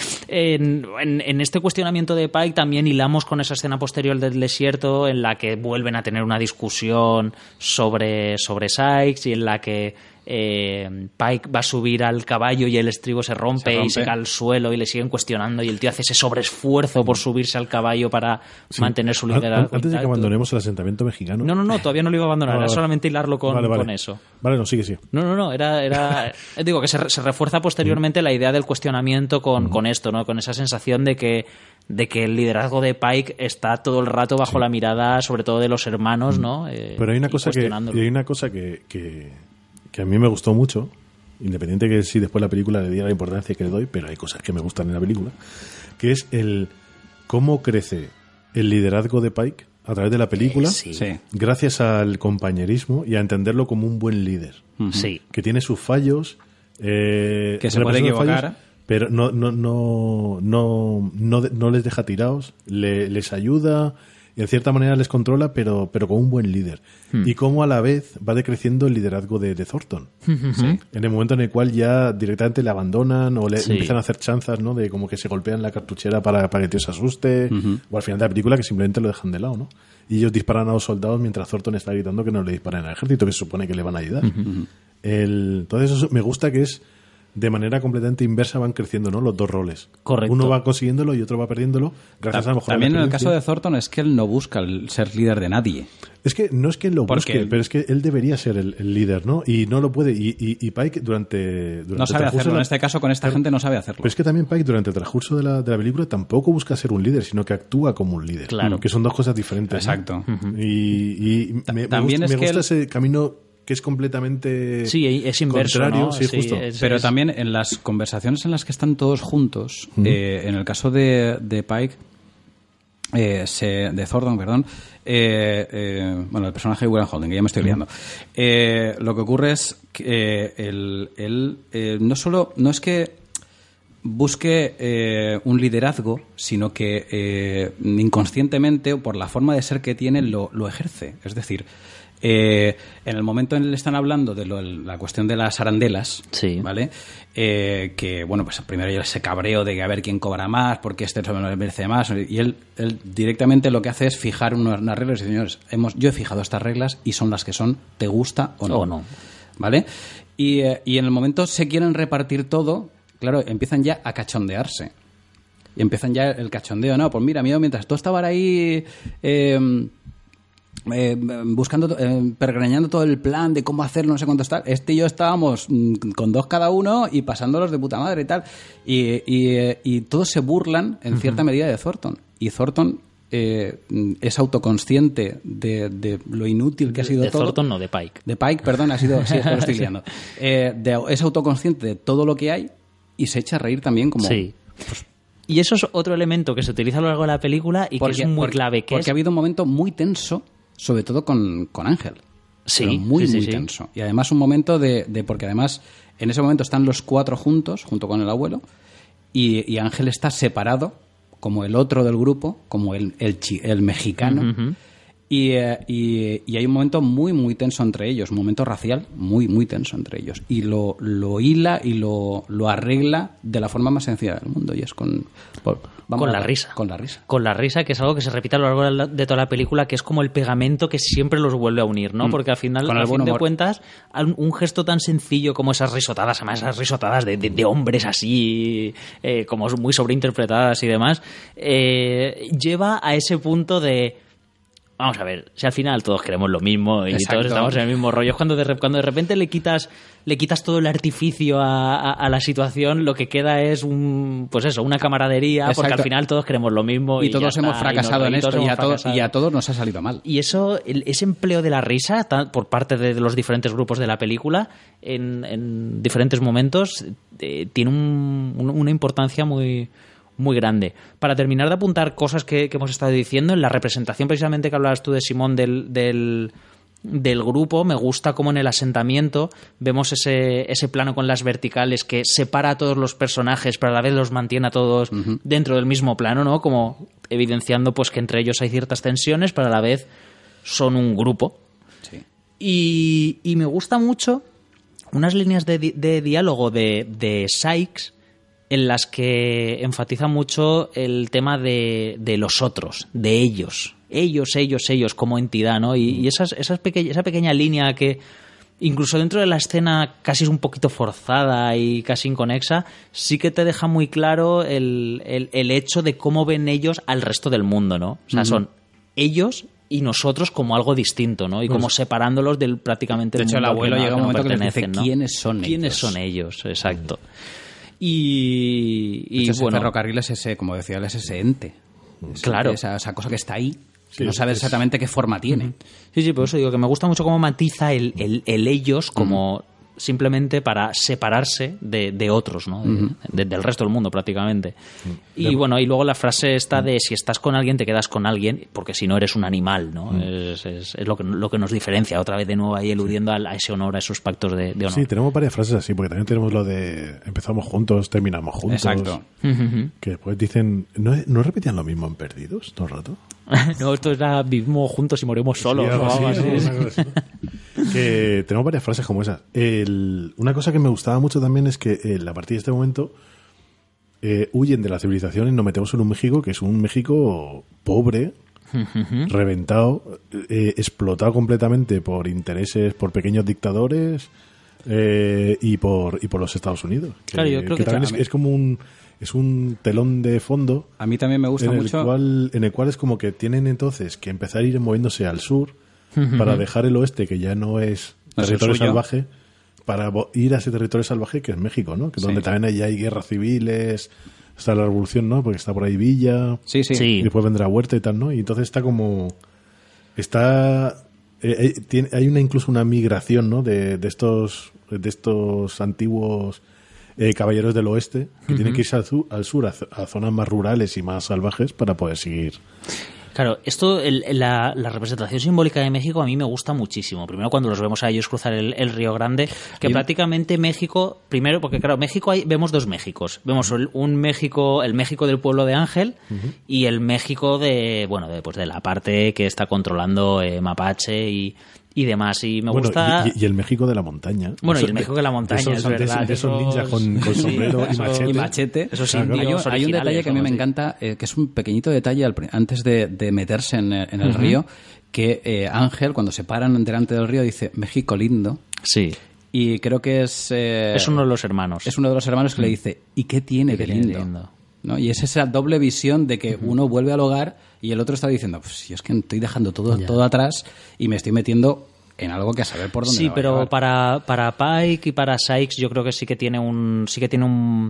En, en, en este cuestionamiento de Pike también hilamos con esa escena posterior del desierto en la que vuelven a tener una discusión sobre, sobre Sykes y en la que Eh, Pike va a subir al caballo y el estribo se rompe, se rompe y se cae al suelo y le siguen cuestionando y el tío hace ese sobreesfuerzo por subirse al caballo para sí. mantener su liderazgo. Antes de que abandonemos el asentamiento mexicano. No, no, no, todavía no lo iba a abandonar, no, era vale. solamente hilarlo con, vale, vale. con eso. Vale, no, sigue, sigue. No, no, no, era, era digo que se, se refuerza posteriormente mm. la idea del cuestionamiento con, mm. con esto, ¿no? Con esa sensación de que de que el liderazgo de Pike está todo el rato bajo sí. la mirada, sobre todo de los hermanos, ¿no? Eh, Pero hay una cosa que y hay una cosa que, que que a mí me gustó mucho, independiente que si después la película le diera la importancia que le doy, pero hay cosas que me gustan en la película, que es el cómo crece el liderazgo de Pike a través de la película, sí. Sí. gracias al compañerismo y a entenderlo como un buen líder, uh-huh. sí. que tiene sus fallos, eh, que se puede equivocar, fallos, pero no no no no no, no les deja tirados, le, les ayuda y en cierta manera les controla, pero, pero con un buen líder. Hmm. Y cómo a la vez va decreciendo el liderazgo de, de Thornton. ¿Sí? En el momento en el cual ya directamente le abandonan o le sí. empiezan a hacer chanzas, ¿no? De como que se golpean la cartuchera para, para que el tío se asuste, uh-huh. o al final de la película que simplemente lo dejan de lado, ¿no? Y ellos disparan a los soldados mientras Thornton está gritando que no le disparen al ejército, que se supone que le van a ayudar. Uh-huh. El, entonces eso me gusta que es de manera completamente inversa van creciendo, ¿no? Los dos roles. Correcto. Uno va consiguiéndolo y otro va perdiéndolo gracias Ta- a lo mejor También a la en el caso de Thornton es que él no busca el ser líder de nadie. Es que no es que él lo Porque busque, pero es que él debería ser el, el líder, ¿no? Y no lo puede. Y, y, y Pike durante, durante no sabe el hacerlo. la... En este caso con esta gente no sabe hacerlo. Pero es que también Pike durante el transcurso de la, de la película tampoco busca ser un líder, sino que actúa como un líder. Claro. Que son dos cosas diferentes. Exacto. ¿no? Uh-huh. Y, y me, también me gusta, es me que gusta él... ese camino que es completamente sí, es inverso, contrario, ¿no? sí, sí, justo. Es, pero es... también en las conversaciones en las que están todos juntos, uh-huh. eh, en el caso de, de Pike, eh, se, de Thornton, perdón, eh, eh, bueno, el personaje de William Holden, que ya me estoy liando, uh-huh. eh, lo que ocurre es que eh, él, él eh, no solo, no es que busque eh, un liderazgo, sino que eh, inconscientemente o por la forma de ser que tiene lo, lo ejerce. Es decir, eh, en el momento en el que le están hablando de lo, la cuestión de las arandelas, sí. ¿vale? Eh, que, bueno, pues primero hay ese cabreo de que a ver quién cobra más, porque este no le merece más, y él, él directamente lo que hace es fijar unas, unas reglas y dice, señores, hemos, yo he fijado estas reglas y son las que son, ¿te gusta o no? O no. ¿Vale? Y, eh, y en el momento se quieren repartir todo. Claro, empiezan ya a cachondearse. Y empiezan ya el cachondeo. No, pues mira, mío, mientras tú estabas ahí eh, eh, buscando, eh, pergrañando todo el plan de cómo hacerlo, no sé cuánto estar, este y yo estábamos mm, con dos cada uno y pasándolos de puta madre y tal. Y, y, eh, y todos se burlan, en cierta uh-huh. medida, de Thornton. Y Thornton eh, es autoconsciente de, de lo inútil que ha sido de todo. De Thornton, no, de Pike. De Pike, perdón, ha sido... Sí, es que lo estoy liando. Eh, de, es autoconsciente de todo lo que hay y se echa a reír también como... Sí. Pues, y eso es otro elemento que se utiliza a lo largo de la película y porque, que es muy porque, clave. Que porque es... ha habido un momento muy tenso, sobre todo con, con Ángel. Sí. Pero muy, sí, sí, muy sí. tenso. Y además un momento de, de... Porque además en ese momento están los cuatro juntos, junto con el abuelo, y, y Ángel está separado, como el otro del grupo, como el, el, el mexicano. Uh-huh. Y, eh, y, y hay un momento muy, muy tenso entre ellos, un momento racial muy, muy tenso entre ellos. Y lo, lo hila y lo, lo arregla de la forma más sencilla del mundo, y es con... Por, vamos con la ver, risa. Con la risa. Con la risa, que es algo que se repite a lo largo de toda la película, que es como el pegamento que siempre los vuelve a unir, ¿no? Mm. Porque al final, al fin de cuentas, un gesto tan sencillo como esas risotadas, además esas risotadas de, de, de hombres así, eh, como muy sobreinterpretadas y demás, eh, lleva a ese punto de... Vamos a ver, si al final todos queremos lo mismo y Exacto. todos estamos en el mismo rollo, es cuando de, cuando de repente le quitas le quitas todo el artificio a, a, a la situación, lo que queda es un pues eso, una camaradería, Exacto. porque al final todos queremos lo mismo. Y, y todos hemos está, fracasado y en esto y a, todos, y a todos nos ha salido mal. Y eso, el, ese empleo de la risa por parte de los diferentes grupos de la película en, en diferentes momentos eh, tiene un, un, una importancia muy... muy grande. Para terminar de apuntar cosas que, que hemos estado diciendo, en la representación precisamente que hablabas tú de Simón del, del, del grupo, me gusta cómo en el asentamiento vemos ese, ese plano con las verticales que separa a todos los personajes, pero a la vez los mantiene a todos uh-huh. dentro del mismo plano, ¿no? Como evidenciando pues que entre ellos hay ciertas tensiones, pero a la vez son un grupo. Sí. Y, y me gusta mucho unas líneas de, de diálogo de, de Sykes en las que enfatiza mucho el tema de, de los otros, de ellos, ellos, ellos, ellos como entidad, ¿no? Y, y esas, esas peque- esa pequeña línea que incluso dentro de la escena casi es un poquito forzada y casi inconexa, sí que te deja muy claro el, el, el hecho de cómo ven ellos al resto del mundo, ¿no? O sea, uh-huh. son ellos y nosotros como algo distinto, ¿no? Y como separándolos del prácticamente de el hecho, mundo. el abuelo que llega un no momento que les dice, ¿no? ¿quiénes son ellos? ¿Quiénes son ellos? Exacto. Y, y hecho, ese bueno, ferrocarril es ese, como decía él, es ese ente. Es claro. Esa, esa cosa que está ahí, que sí, no sabes es... exactamente qué forma tiene. Sí, sí, por eso digo que me gusta mucho cómo matiza el, el, el ellos como... Uh-huh. simplemente para separarse de, de otros, ¿no? De, uh-huh. de, del resto del mundo prácticamente. Uh-huh. Y de... bueno, y luego la frase esta de si estás con alguien te quedas con alguien, porque si no eres un animal, ¿no? Uh-huh. Es, es, es lo que lo que nos diferencia, otra vez de nuevo ahí eludiendo a, a ese honor, a esos pactos de, de honor. Sí, tenemos varias frases así, porque también tenemos lo de empezamos juntos, terminamos juntos. Exacto. Uh-huh. Que después dicen, ¿no, ¿no repetían lo mismo en Perdidos todo el rato? No, esto era vivimos juntos y morimos solos. Sí, algo así, así, ¿no? Algo así. Que tenemos varias frases como esas. El, una cosa que me gustaba mucho también es que eh, a partir de este momento eh, huyen de la civilización y nos metemos en un México que es un México pobre, uh-huh. reventado, eh, explotado completamente por intereses, por pequeños dictadores eh, y por y por los Estados Unidos. Que, claro, yo creo que, que también es, es como un es un telón de fondo. A mí también me gusta en mucho. El cual, en el cual es como que tienen entonces que empezar a ir moviéndose al sur uh-huh. para dejar el oeste, que ya no es no territorio es salvaje, para ir a ese territorio salvaje que es México, ¿no? Que sí. Donde también hay, hay guerras civiles, está la revolución, ¿no? Porque está por ahí Villa, sí, sí. y después vendrá Huerta y tal, ¿no? Y entonces está como... está eh, eh, tiene, hay una incluso una migración, ¿no? De, de estos de estos antiguos eh, caballeros del oeste que uh-huh. tienen que irse al sur, al sur a, a zonas más rurales y más salvajes para poder seguir. Claro, esto, el, la, la representación simbólica de México a mí me gusta muchísimo. Primero cuando los vemos a ellos cruzar el, el Río Grande, que prácticamente México, primero, porque claro, México hay, vemos dos Méxicos. Vemos el, un México, el México del pueblo de Ángel uh-huh. y el México de, bueno, de, pues de la parte que está controlando eh, Mapache y... y demás, y me bueno, gusta... Y, y el México de la montaña. Bueno, y el México de la montaña, esos, es verdad. De esos, esos ninjas con, con sombrero sí, y machete. Y machete. Esos claro, indios hay, un, hay un detalle que a mí me encanta, eh, que es un pequeñito detalle al, antes de, de meterse en, en el uh-huh. río, que eh, Ángel, cuando se paran delante del río, dice, México lindo. Sí. Y creo que es... Eh, es uno de los hermanos. Es uno de los hermanos que uh-huh. le dice, ¿y qué tiene ¿Y de qué lindo? Tiene lindo? ¿No? Y es esa doble visión de que uh-huh. uno vuelve al hogar y el otro está diciendo, pues si es que estoy dejando todo, todo atrás y me estoy metiendo en algo que a saber por dónde sí, va pero a llevar. para para Pike y para Sykes yo creo que sí que tiene un sí que tiene un,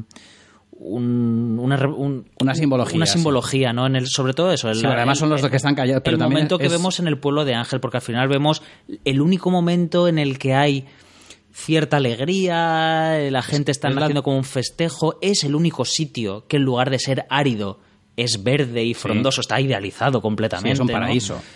un, una, un una simbología una simbología, sí. ¿no? En el sobre todo eso. El, sí, además son los dos que están callados. Pero el también momento que es... vemos en el pueblo de Ángel, porque al final vemos el único momento en el que hay cierta alegría, la gente está haciendo la... como un festejo, es el único sitio que en lugar de ser árido es verde y frondoso, sí. está idealizado completamente. Sí, es un paraíso. ¿no?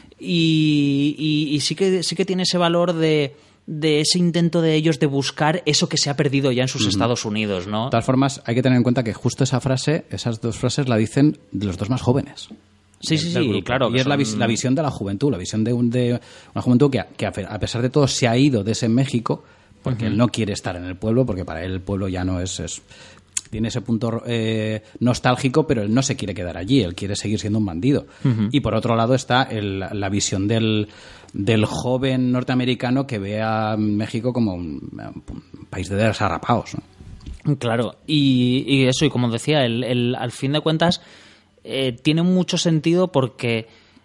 Y, y, y sí que sí que tiene ese valor de, de ese intento de ellos de buscar eso que se ha perdido ya en sus uh-huh. Estados Unidos, ¿no? De todas formas, hay que tener en cuenta que justo esa frase, esas dos frases la dicen los dos más jóvenes. Sí, sí, sí, claro. Y es son... la, vis- la visión de la juventud, la visión de, un, de una juventud que, que, a pesar de todo, se ha ido de ese México, porque uh-huh. él no quiere estar en el pueblo, porque para él el pueblo ya no es... es tiene ese punto eh, nostálgico, pero él no se quiere quedar allí, él quiere seguir siendo un bandido. Uh-huh. Y por otro lado está el, la visión del, del joven norteamericano que ve a México como un, un país de desarrapados, ¿no? Claro, y, y eso, y como decía, el, el, al fin de cuentas eh, tiene mucho sentido porque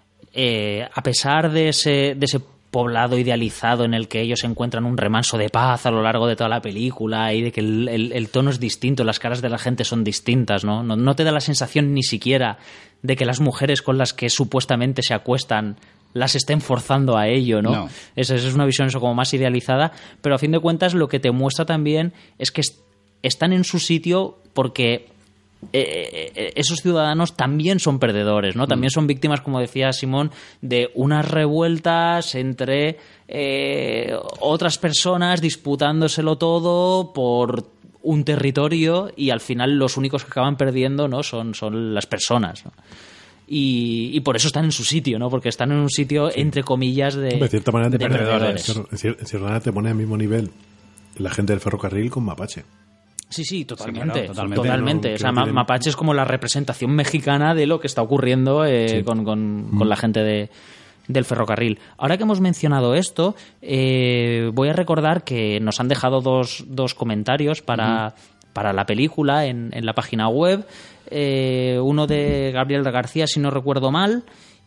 eh, a pesar de ese, de ese poblado idealizado en el que ellos encuentran un remanso de paz a lo largo de toda la película y de que el, el, el tono es distinto, las caras de la gente son distintas, ¿no? No, no te da la sensación ni siquiera de que las mujeres con las que supuestamente se acuestan las estén forzando a ello, ¿no? no. Esa es una visión eso como más idealizada, pero a fin de cuentas lo que te muestra también es que est- están en su sitio porque Eh, eh, esos ciudadanos también son perdedores, ¿no? También son víctimas, como decía Simón, de unas revueltas entre eh, otras personas disputándoselo todo por un territorio y al final los únicos que acaban perdiendo, ¿no? son, son las personas, ¿no? Y, y por eso están en su sitio, ¿no? Porque están en un sitio, sí. entre comillas, de, de cierta manera de te perdedores. perdedores. En Sierra te pone al mismo nivel la gente del ferrocarril con Mapache. Sí, sí, totalmente. Sí, claro, totalmente. totalmente. No, o sea, tienen... Mapache es como la representación mexicana de lo que está ocurriendo eh, sí. con, con, mm. con la gente de, del ferrocarril. Ahora que hemos mencionado esto, eh, voy a recordar que nos han dejado dos, dos comentarios para, mm. para la película en, en la página web. Eh, uno de Gabriel García, si no recuerdo mal,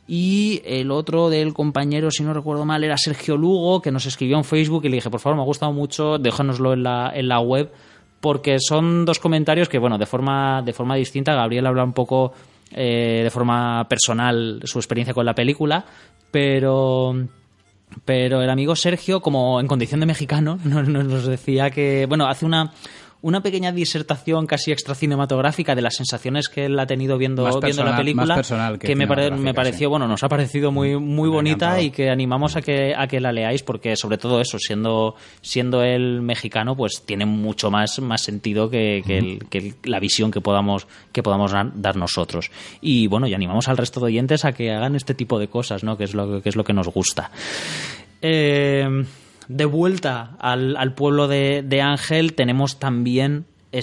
y el otro del compañero, si no recuerdo mal, era Sergio Lugo, que nos escribió en Facebook y le dije, por favor, me ha gustado mucho, déjanoslo en la, en la web, porque son dos comentarios que, bueno, de forma de forma distinta. Gabriel habla un poco eh, de forma personal su experiencia con la película, pero pero el amigo Sergio, como en condición de mexicano, nos, nos decía que, bueno, hace una... una pequeña disertación casi extracinematográfica de las sensaciones que él ha tenido viendo, Más viendo personal- la película, más personal que que me, pare- me cinematográfica, pareció, sí. bueno, nos ha parecido muy, muy Me ha bonita encantado. y que animamos a que, a que la leáis porque sobre todo eso, siendo, siendo él mexicano, pues tiene mucho más, más sentido que, que, el- que el- la visión que podamos, que podamos dar dar nosotros. Y bueno, y animamos al resto de oyentes a que hagan este tipo de cosas, ¿no? Que es lo que es lo que nos gusta. Eh, de vuelta al, al pueblo de, de Ángel tenemos también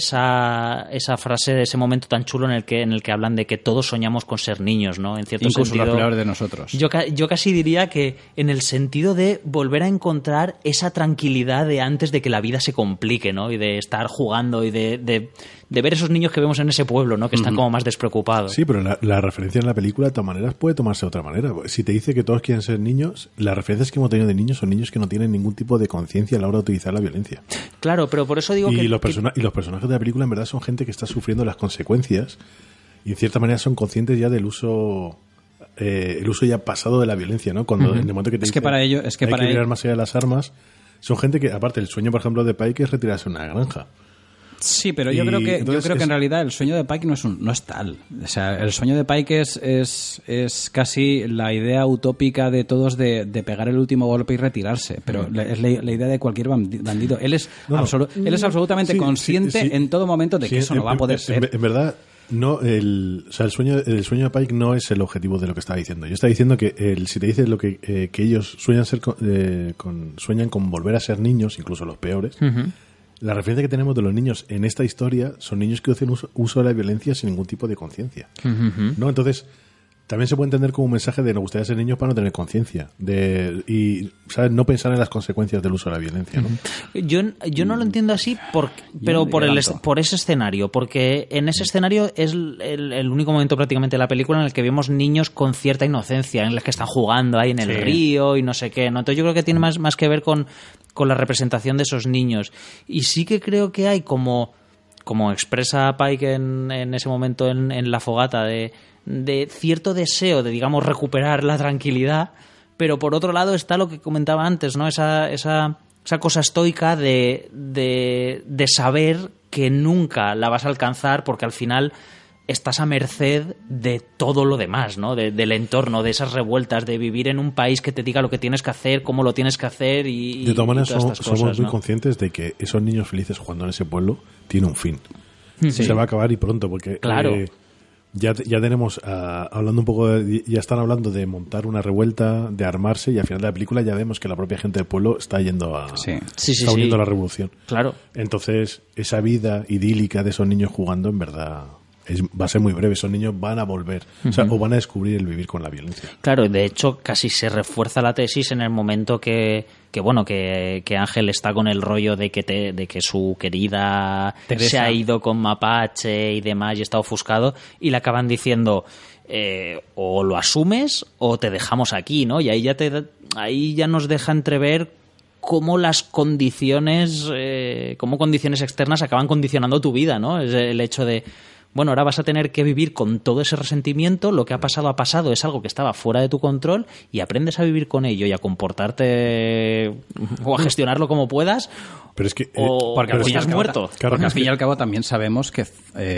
esa, esa frase de ese momento tan chulo en el que en el que hablan de que todos soñamos con ser niños, ¿no? En cierto Incluso sentido, los peores de nosotros. yo, ca- yo casi diría que en el sentido de volver a encontrar esa tranquilidad de antes de que la vida se complique, ¿no? Y de estar jugando y de, de, de ver esos niños que vemos en ese pueblo, ¿no? Que están como más despreocupados. Sí, pero la, la referencia en la película de todas maneras puede tomarse de otra manera. Si te dice que todos quieren ser niños, las referencias que hemos tenido de niños son niños que no tienen ningún tipo de conciencia a la hora de utilizar la violencia. Claro, pero por eso digo Y que... los, que- persona- y los personajes de la película en verdad son gente que está sufriendo las consecuencias y en cierta manera son conscientes ya del uso eh, el uso ya pasado de la violencia, ¿no? Cuando en el momento que te Es que dice, para ello- es que hay para que mirar ello- más allá de las armas, son gente que, aparte, el sueño, por ejemplo, de Pike es retirarse a una granja. Sí, pero yo Y creo que yo entonces creo que es- en realidad el sueño de Pike no es un, no es tal. O sea, el sueño de Pike es es, es casi la idea utópica de todos de, de pegar el último golpe y retirarse. Pero la- es la, la idea de cualquier bandi- bandido. Él es No, no. absolu- él es absolutamente Sí, consciente sí, sí. en todo momento de que Sí, eso no en- va a poder en- ser. En, en verdad, no, el, o sea, el sueño, el sueño de Pike no es el objetivo de lo que estaba diciendo. Yo estaba diciendo que el, si te dices lo que, eh, que ellos sueñan ser con, eh, con- sueñan con volver a ser niños, incluso los peores. La referencia que tenemos de los niños en esta historia son niños que hacen uso, uso de la violencia sin ningún tipo de conciencia. ¿No? Entonces, también se puede entender como un mensaje de nos gustaría ser niños para no tener conciencia. de Y, ¿sabes? No pensar en las consecuencias del uso de la violencia, ¿no? Yo, yo no lo entiendo así, por, pero no por, el, tanto. es- por ese escenario, porque en ese escenario es el, el único momento prácticamente de la película en el que vemos niños con cierta inocencia, en los que están jugando ahí en el Sí. río y no sé qué, ¿no? Entonces yo creo que tiene más, más que ver con, con la representación de esos niños. Y sí que creo que hay como, como expresa Pike en, en ese momento en, en la fogata, de, de cierto deseo de, digamos, recuperar la tranquilidad, pero por otro lado está lo que comentaba antes, ¿no? Esa, esa, esa cosa estoica de, de, de saber que nunca la vas a alcanzar porque al final estás a merced de todo lo demás, ¿no? De- del entorno, de esas revueltas, de vivir en un país que te diga lo que tienes que hacer, cómo lo tienes que hacer y, y- De todas maneras, y todas somos, estas somos cosas, muy ¿no? conscientes de que esos niños felices jugando en ese pueblo tiene un fin. Se va a acabar y pronto, porque Claro. eh, ya, ya tenemos, ah, hablando un poco, de- ya están hablando de montar una revuelta, de armarse, y al final de la película ya vemos que la propia gente del pueblo está yendo a, Sí. Sí, sí, está uniendo sí. a la revolución. Claro. Entonces, esa vida idílica de esos niños jugando, en verdad, es, va a ser muy breve. Esos niños van a volver, o sea, o van a descubrir el vivir con la violencia. Claro, de hecho casi se refuerza la tesis en el momento que, que bueno, que, que Ángel está con el rollo de que te, de que su querida Teresa. se ha ido con Mapache y demás y está ofuscado y le acaban diciendo eh, o lo asumes o te dejamos aquí, ¿no? Y ahí ya te ahí ya nos deja entrever cómo las condiciones, eh, cómo condiciones externas acaban condicionando tu vida, ¿no? Es el hecho de, bueno, ahora vas a tener que vivir con todo ese resentimiento, lo que ha pasado ha pasado, es algo que estaba fuera de tu control y aprendes a vivir con ello y a comportarte o a gestionarlo como puedas. Pero es que... eh, O- Porque pero al fin y estás al cabo- muerto. Claro, porque al es fin y que- al cabo también sabemos que, eh,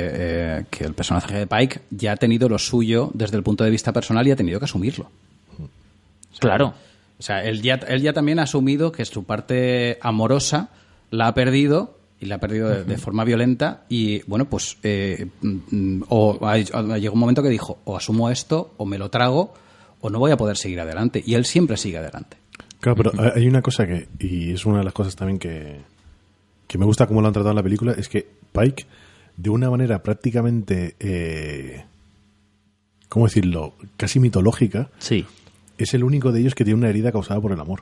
eh, que el personaje de Pike ya ha tenido lo suyo desde el punto de vista personal y ha tenido que asumirlo. Claro. O sea, él ya, él ya también ha asumido que su parte amorosa la ha perdido y la ha perdido de, de forma violenta y, bueno, pues eh, mm, o ha- llegó un momento que dijo, o asumo esto, o me lo trago, o no voy a poder seguir adelante. Y él siempre sigue adelante. Claro, pero hay- hay una cosa que, y es una de las cosas también que, que me gusta cómo lo han tratado en la película, es que Pike, de una manera prácticamente, eh, ¿cómo decirlo?, casi mitológica, Sí. es el único de ellos que tiene una herida causada por el amor.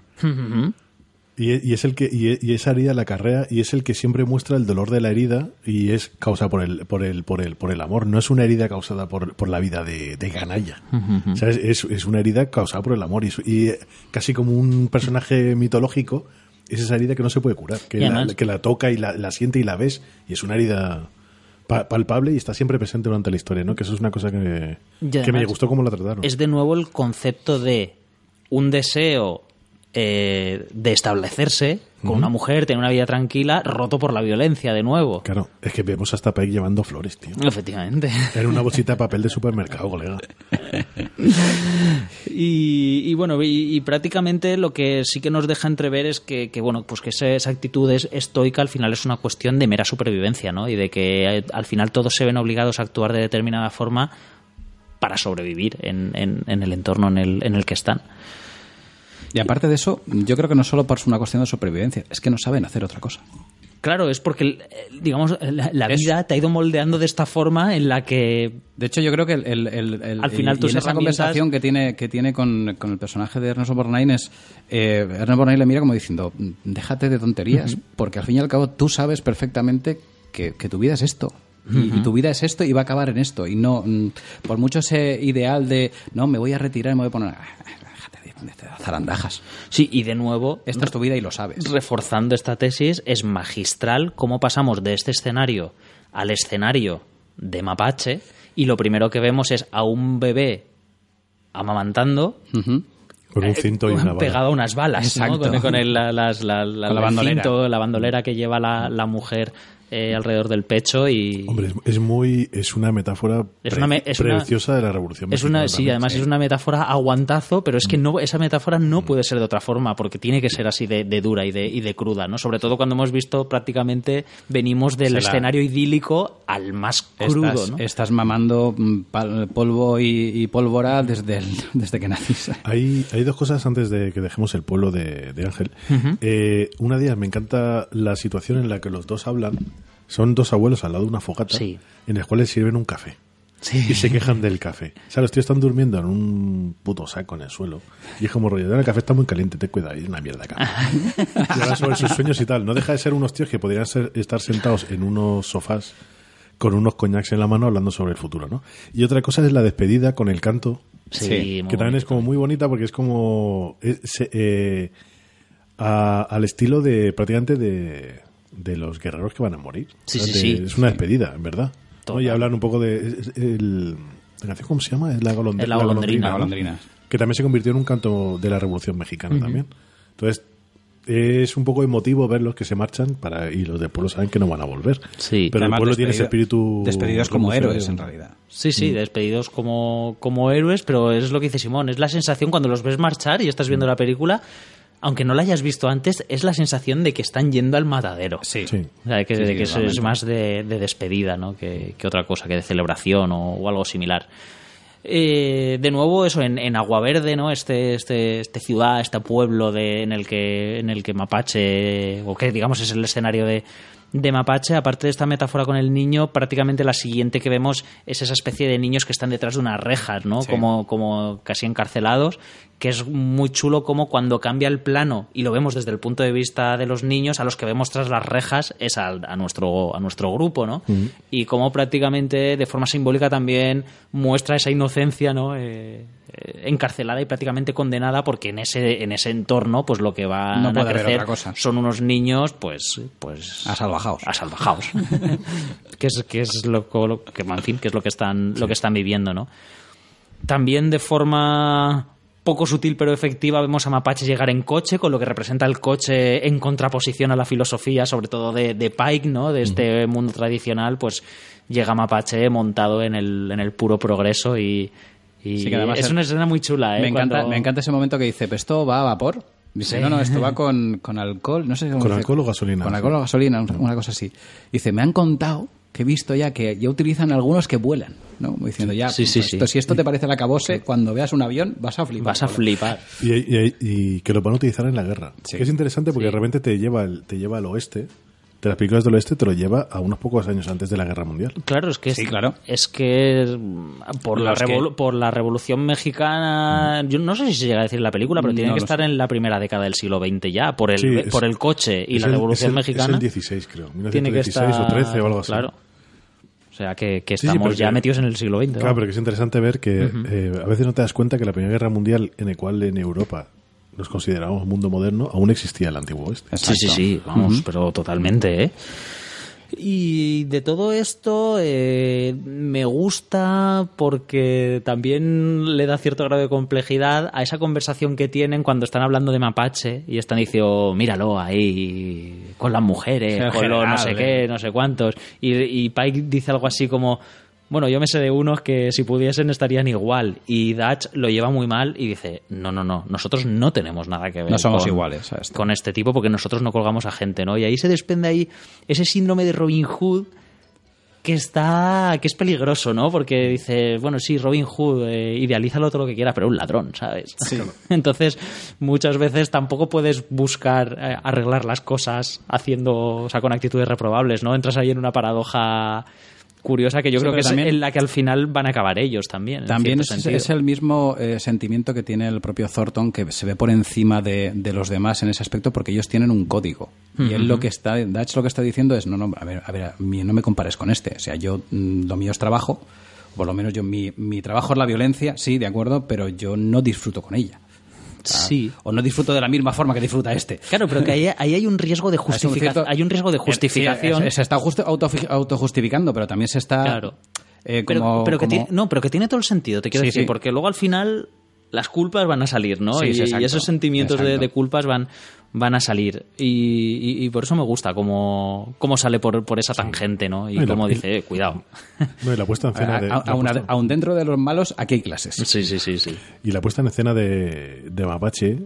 Y, e- y es el que y, e- y esa herida la carrea y es el que siempre muestra el dolor de la herida y es causada por el por el por el por el amor. No es una herida causada por, por la vida de, de canalla. O sea, es, es, es una herida causada por el amor y, su- y eh, casi como un personaje mitológico es esa herida que no se puede curar, que, Y la, además- que la toca y la, la siente y la ves y es una herida pa- palpable y está siempre presente durante la historia, ¿no? Que eso es una cosa que, Y que me además gustó cómo la trataron. Es de nuevo el concepto de un deseo eh, de establecerse con Uh-huh. una mujer, tener una vida tranquila, roto por la violencia de nuevo. Claro, es que vemos hasta Pike llevando flores, tío. Efectivamente. Era una bolsita de papel de supermercado, colega. Y, y bueno, y, y prácticamente lo que sí que nos deja entrever es que, que bueno, pues que esa, esa actitud es estoica al final es una cuestión de mera supervivencia, ¿no? Y de que eh, al final todos se ven obligados a actuar de determinada forma para sobrevivir en, en, en el entorno en el, en el que están. Y aparte de eso, yo creo que no solo por una cuestión de supervivencia, es que no saben hacer otra cosa. Claro, es porque, digamos, la, la Es- vida te ha ido moldeando de esta forma en la que... De hecho, yo creo que el, el- el- el- Al final y tus en esa herramientas- conversación que tiene que tiene con, con el personaje de Ernest Borgnine es eh, Ernest Borgnine le mira como diciendo, déjate de tonterías, porque al fin y al cabo tú sabes perfectamente que, que tu vida es esto. Y, y tu vida es esto y va a acabar en esto. Y no, mm, por mucho ese ideal de, no, me voy a retirar y me voy a poner... Déjate de, de zarandajas. Sí, y de nuevo... Esta es tu vida y lo sabes. Reforzando esta tesis, es magistral cómo pasamos de este escenario al escenario de Mapache y lo primero que vemos es a un bebé amamantando Ujú. Con un cinto y una bala. pegado a unas balas, ¿no? Exacto. con, con el, la, las- la- la- Con la el bandolera. cinto, la bandolera que lleva la, la mujer eh, alrededor del pecho y... Hombre, es, es muy... Es una metáfora Es pre- una me- es una- preciosa de la Revolución Es una, Mexicana sí, también. además es una metáfora aguantazo, pero es que no, esa metáfora no puede ser de otra forma, porque tiene que ser así de, de dura y de, y de cruda, ¿no? Sobre todo cuando hemos visto prácticamente, venimos del Se la- escenario idílico al más crudo, Estás, ¿no? estás mamando mm, pal- polvo y, y pólvora desde, el- desde que naciste. Hay, hay dos cosas antes de que dejemos el pueblo de, de Ángel. Eh, una de ellas me encanta la situación en la que los dos hablan. Son dos abuelos al lado de una fogata Sí. en los cuales sirven un café. Y se quejan del café. O sea, los tíos están durmiendo en un puto saco en el suelo. Y es como rollo, el café está muy caliente, te cuida, y es una mierda acá. Y hablan sobre sus sueños y tal. No deja de ser unos tíos que podrían ser, estar sentados en unos sofás con unos coñacs en la mano hablando sobre el futuro, ¿no? Y otra cosa es la despedida con el canto, Sí, Sí, muy que también bonito. es como muy bonita porque es como es, se- eh, a- al estilo de prácticamente de, de los guerreros que van a morir. Sí, O sea, sí, de- sí. es una despedida, en verdad. ¿no? Total. Y hablan un poco de es- es el, la canción, ¿cómo se llama? Es la, golondr- Es la golondrina, ¿no? La golondrina. Que también se convirtió en un canto de la Revolución Mexicana también. Entonces es un poco emotivo ver los que se marchan para y los del pueblo saben que no van a volver. Sí. Pero Además, el pueblo tiene ese despedido- espíritu Despedidos como revolucionario. héroes, en realidad. Sí, sí, despedidos como, como héroes, pero es lo que dice Simón, es la sensación cuando los ves marchar y estás viendo la película, aunque no la hayas visto antes, es la sensación de que están yendo al matadero. Sí. Sí. O sea, que, Sí, de sí, que es, totalmente. es más de, de despedida, ¿no? Que, que otra cosa, que de celebración o, o algo similar. Eh, de nuevo, eso, en, en Agua Verde, ¿no? Este, este, este ciudad, este pueblo de, en el que, en el que Mapache, o que digamos es el escenario de, de Mapache, aparte de esta metáfora con el niño, prácticamente la siguiente que vemos es esa especie de niños que están detrás de unas rejas, ¿no? Sí. Como, como casi encarcelados, que es muy chulo como cuando cambia el plano y lo vemos desde el punto de vista de los niños, a los que vemos tras las rejas es a, a nuestro, a nuestro grupo, ¿no? Y como prácticamente de forma simbólica también muestra esa inocencia, ¿no? Eh, eh, encarcelada y prácticamente condenada porque en ese, en ese entorno pues lo que va No a puede haber crecer otra cosa. son unos niños pues, pues Asalvajaos. asalvajaos. que es, que es lo, lo que, en fin, que es lo que están, lo que están viviendo, ¿no? También de forma poco sutil pero efectiva vemos a Mapache llegar en coche, con lo que representa el coche en contraposición a la filosofía, sobre todo de, de Pike, ¿no? De este mundo tradicional, pues llega Mapache montado en el, en el puro progreso y, y Sí, que además es es- una escena muy chula, ¿eh? Me encanta, Cuando- me encanta ese momento que dice, ¿pero esto va a vapor? Dice, Sí. no, no, esto va con, con alcohol, no sé cómo ¿Con dice. alcohol o gasolina? Con alcohol o gasolina, una cosa así. Dice, me han contado que he visto ya que ya utilizan algunos que vuelan, ¿no? Como diciendo, ya, Sí, sí, pues sí. esto- si esto te parece el acabose, cuando veas un avión vas a flipar. Vas a flipar. Y, y- y que lo van a utilizar en la guerra. Sí. Que es interesante porque Sí. de repente te lleva, el- te lleva al oeste, de las películas del oeste te lo lleva a unos pocos años antes de la Guerra Mundial. Claro, es que Sí, es, claro. es que mm, por la, Los que- revolu- por la Revolución Mexicana, yo no sé si se llega a decir en la película, pero tiene No que lo estar en la primera década del siglo veinte ya, por el, Sí, es- por el coche y Es la el- Revolución es el- Mexicana. Es el dieciséis, creo. Tiene que mil novecientos dieciséis estar o trece o algo así. Claro. O sea, que, que Sí, sí, estamos pero ya que- metidos en el siglo veinte. Claro, ¿no? pero que es interesante ver que eh, a veces no te das cuenta que la Primera Guerra Mundial, en el cual en Europa nos considerábamos mundo moderno, aún existía el antiguo oeste. Sí, sí, sí, vamos, pero totalmente, ¿eh? Y de todo esto eh, me gusta porque también le da cierto grado de complejidad a esa conversación que tienen cuando están hablando de mapache y están diciendo, míralo ahí con las mujeres, En con general, los no sé eh. qué, no sé cuántos. Y, y Pike dice algo así como, bueno, yo me sé de unos que si pudiesen estarían igual. Y Dutch lo lleva muy mal y dice, no, no, no, nosotros no tenemos nada que ver No somos con, iguales a esto. con este tipo porque nosotros no colgamos a gente, ¿no? Y ahí se desprende ahí ese síndrome de Robin Hood que está que es peligroso, ¿no? Porque dice, bueno, sí, Robin Hood, eh, idealízalo todo lo que quiera, pero un ladrón, ¿sabes? Sí. Entonces, muchas veces tampoco puedes buscar eh, arreglar las cosas haciendo, o sea, con actitudes reprobables, ¿no? Entras ahí en una paradoja curiosa que yo Sí, creo que pero es también- en la que al final van a acabar ellos también. en También cierto es, sentido. es el mismo eh, sentimiento que tiene el propio Thornton, que se ve por encima de, de los demás en ese aspecto porque ellos tienen un código. Y él lo que está, Dutch lo que está diciendo es, no, no, a ver, a ver, a mí no me compares con este. O sea, yo, mm, lo mío es trabajo, o por lo menos yo, mi, mi trabajo es la violencia, sí, de acuerdo, pero yo no disfruto con ella. Sí. O no disfruto de la misma forma que disfruta este. Claro, pero que ahí, ahí hay un riesgo de Es un justificación. cierto- Hay un riesgo de justificación. Sí, se está justo auto, autojustificando, pero también se está... Claro. eh, Pero, como- pero que como- tiene, no, pero que tiene todo el sentido, te quiero Sí, decir, sí. porque luego al final las culpas van a salir, ¿no? Sí, y, sí, exacto. y esos sentimientos de, Exacto. de culpas van, van a salir. Y, y- y por eso me gusta cómo, cómo sale por, por esa tangente, ¿no? Y Bueno, cómo y- dice, eh, cuidado. No, y la puesta en escena a- de, a- la aún, puesta- aún dentro de los malos, aquí hay clases. Sí, sí, sí, sí. y la puesta en escena de, de Mapache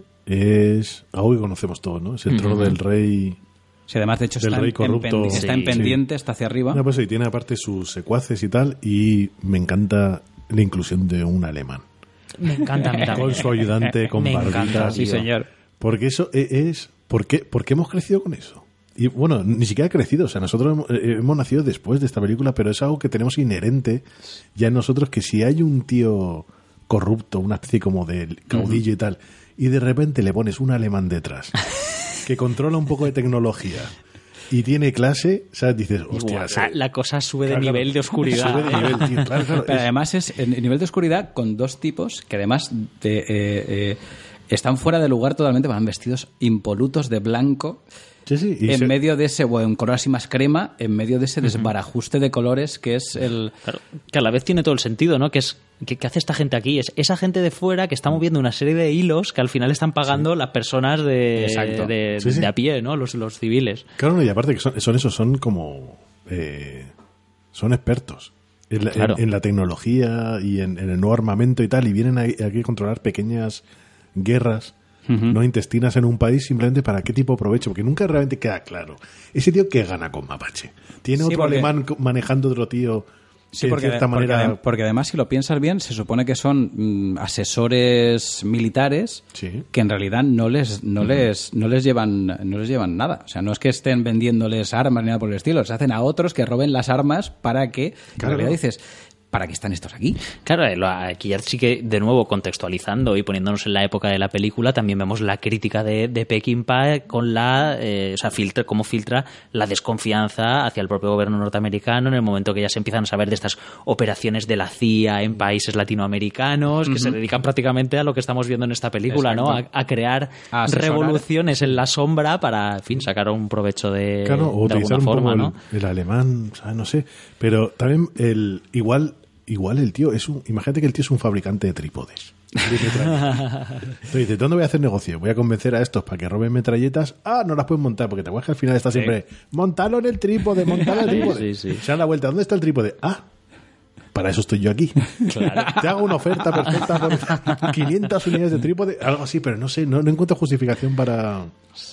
es algo que conocemos todos, ¿no? Es el trono del rey. Si además, de hecho, Del está, en, rey en corrupto. pendi- está en Sí. pendiente, está hacia arriba. No, pues, y tiene aparte sus secuaces y tal, y me encanta la inclusión de un alemán. Me encanta a mí también. Con su ayudante, con Me barbita. encanta, Sí, tío. señor. Porque eso e- es... ¿por qué, ¿Por qué hemos crecido con eso? Y bueno, ni siquiera ha crecido. O sea, nosotros hemos, eh, hemos nacido después de esta película, pero es algo que tenemos inherente ya en nosotros, que si hay un tío corrupto, una especie como de caudillo y tal, y de repente le pones un alemán detrás, que controla un poco de tecnología y tiene clase, ¿sabes? Dices, hostia, Buah, sí. la, la cosa sube Claro, de claro. nivel de oscuridad. Sube de nivel, tío. Claro, claro. Pero Es- además es en el nivel de oscuridad con dos tipos que además de, eh, eh, están fuera de lugar totalmente, van vestidos impolutos de blanco. sí, sí, y en se- medio de ese, bueno, un color así más crema, en medio de ese desbarajuste de colores que es el... Claro, que a la vez tiene todo el sentido, ¿no? Que es ¿qué, qué hace esta gente aquí? Es esa gente de fuera que está moviendo una serie de hilos que al final están pagando las personas de, Exacto. de, Sí, sí. de a pie, ¿no? Los, los civiles. Claro, no, y aparte que son, son esos, son como... eh, son expertos en la, Claro. en- en la tecnología y en, en el nuevo armamento y tal, y vienen ahí- aquí a controlar pequeñas guerras no intestinas en un país simplemente para qué tipo de provecho, porque nunca realmente queda claro. Ese tío que gana con Mapache. Tiene Sí, otro porque- alemán co- manejando otro tío Sí, que porque, de cierta porque manera... adem- porque además, si lo piensas bien, se supone que son mm, asesores militares Sí. que en realidad no les no les no les llevan no les llevan nada. O sea, no es que estén vendiéndoles armas ni nada por el estilo. Se hacen a otros que roben las armas para que, Claro. en realidad dices, ¿para qué están estos aquí? Claro, eh, lo- aquí ya sí que, de nuevo, contextualizando y poniéndonos en la época de la película, también vemos la crítica de, de Peckinpah con la, eh, o sea, filtra, cómo filtra la desconfianza hacia el propio gobierno norteamericano en el momento que ya se empiezan a saber de estas operaciones de la C I A en países latinoamericanos que se dedican prácticamente a lo que estamos viendo en esta película, ¿no? A, Exacto. a crear A asesorar. revoluciones en la sombra para, en fin, sacar un provecho de, Claro, o de utilizar alguna un forma, poco ¿no? el, el alemán, ¿sabes? No sé. Pero también el igual igual el tío es un... Imagínate que el tío es un fabricante de trípodes. De metralletas. Entonces dice, ¿dónde voy a hacer negocio? Voy a convencer a estos para que roben metralletas. Ah, no las pueden montar, porque te acuerdas que al final está siempre... Montalo en el trípode, montalo en el trípode. Sí, sí. Se dan la vuelta. ¿Dónde está el trípode? Ah, para eso estoy yo aquí. Te hago una oferta perfecta por quinientas unidades de trípode. Algo así, pero no sé, no, no encuentro justificación para...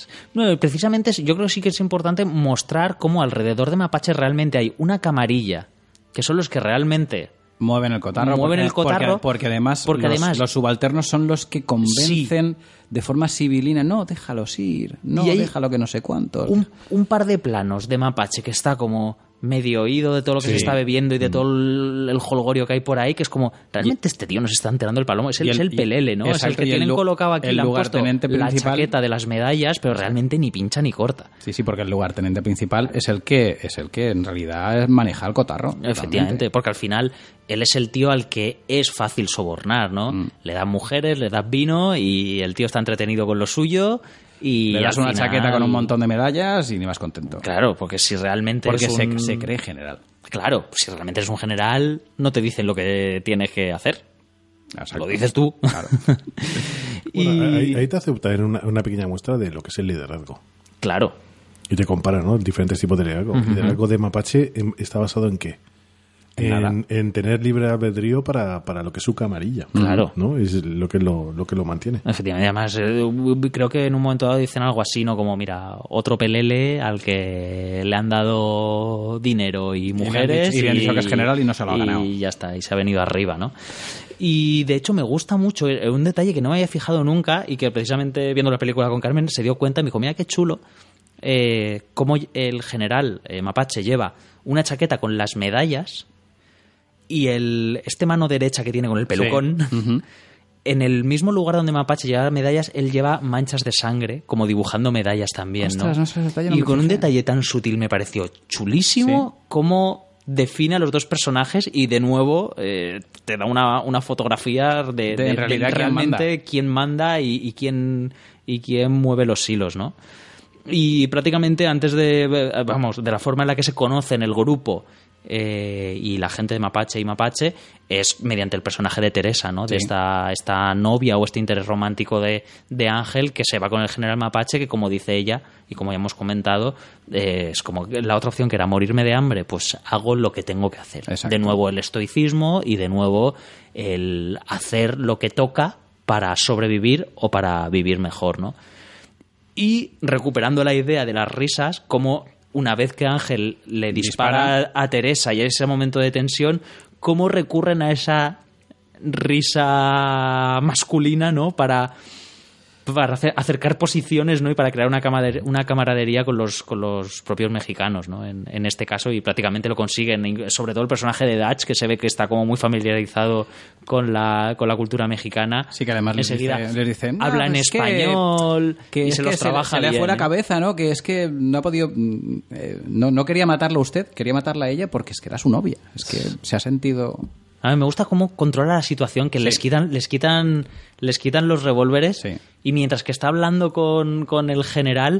No, precisamente es- yo creo que sí que es importante mostrar cómo alrededor de Mapache realmente hay una camarilla, que son los que realmente... Mueven el cotarro. Mueven porque, el cotarro, Porque, porque además, porque los, además- los subalternos son los que convencen de forma civilina. No, déjalos ir. No, Y hay déjalo que no sé cuántos. Un, un par de planos de Mapache que está como medio oído de todo lo que Sí. se está bebiendo y de Mm. todo el, el jolgorio que hay por ahí, que es como, realmente este tío nos está enterando el palomo, es el, y el- es el pelele, ¿no? y- Es el exacto, que y el tienen lu- colocado aquí, el le han puesto lugarteniente la principal- chaqueta de las medallas, pero realmente ni pincha ni corta. Sí, sí, porque el lugarteniente principal es el que es el que en realidad maneja el cotarro. Efectivamente, totalmente. porque al final él es el tío al que es fácil sobornar, ¿no? Mm. Le das mujeres, le das vino y el tío está entretenido con lo suyo Y le das al una final- chaqueta con un montón de medallas y ni más contento. Claro, porque si realmente Porque es se, un... se cree general. Claro, si realmente eres un general, no te dicen lo que tienes que hacer. Exacto. Lo dices tú. Claro. Bueno, Y- ahí, ahí te hace obtener una, una pequeña muestra de lo que es el liderazgo. Claro. Y te compara, ¿no? Diferentes tipos de liderazgo. El liderazgo de Mapache em, está basado en qué? En nada. En, en tener libre albedrío para, para lo que es su camarilla. Claro. ¿No? Es lo que lo, lo que lo mantiene. Efectivamente, además eh, creo que en un momento dado dicen algo así, ¿no? Como, mira, otro pelele al que le han dado dinero y le han mujeres dicho- y le han dicho que es general y no se lo ha ganado. Y ya está, y se ha venido arriba, ¿no? Y de hecho me gusta mucho eh, un detalle que no me había fijado nunca y que precisamente viendo la película con Carmen se dio cuenta y me dijo, mira qué chulo, eh, cómo el general eh, Mapache lleva una chaqueta con las medallas y el este mano derecha que tiene con el pelucón, Ujú. en el mismo lugar donde Mapache lleva medallas, él lleva manchas de sangre, como dibujando medallas también, Ostras, ¿no? no sé, ese detalle no y me con un fijé. detalle tan sutil me pareció chulísimo cómo define a los dos personajes y de nuevo eh, te da una, una fotografía de, De, en realidad, quién realmente manda. quién manda y, y quién y quién mueve los hilos, ¿no? Y prácticamente antes de, vamos, de la forma en la que se conocen el grupo eh, y la gente de Mapache y Mapache es mediante el personaje de Teresa, ¿no? De Sí. esta, esta novia o este interés romántico de, de Ángel que se va con el general Mapache, que como dice ella y como ya hemos comentado, eh, es como que la otra opción que era morirme de hambre, pues hago lo que tengo que hacer. Exacto. De nuevo el estoicismo y de nuevo el hacer lo que toca para sobrevivir o para vivir mejor, ¿no? Y recuperando la idea de las risas, como una vez que Ángel le dispara, Dispara. a Teresa y ese momento de tensión, cómo recurren a esa risa masculina, ¿no? Para, para hacer- acercar posiciones, ¿no? Y para crear una camaradería, una camaradería con los, con los propios mexicanos, ¿no? En, en este caso, y prácticamente lo consiguen. Sobre todo el personaje de Dutch, que se ve que está como muy familiarizado con la, con la cultura mexicana. Sí, que además les Enseguida dice- les dicen, "No, habla en es que- español que y es se que los trabaja se le bien, fue la ¿eh? cabeza, ¿no? Que es que no ha podido... mm, eh, no, no quería matarlo usted, quería matarla a ella porque es que era su novia. Es que se ha sentido... A mí me gusta cómo controla la situación, que Sí. les quitan, les quitan, les quitan los revólveres Sí. y mientras que está hablando con, con el general,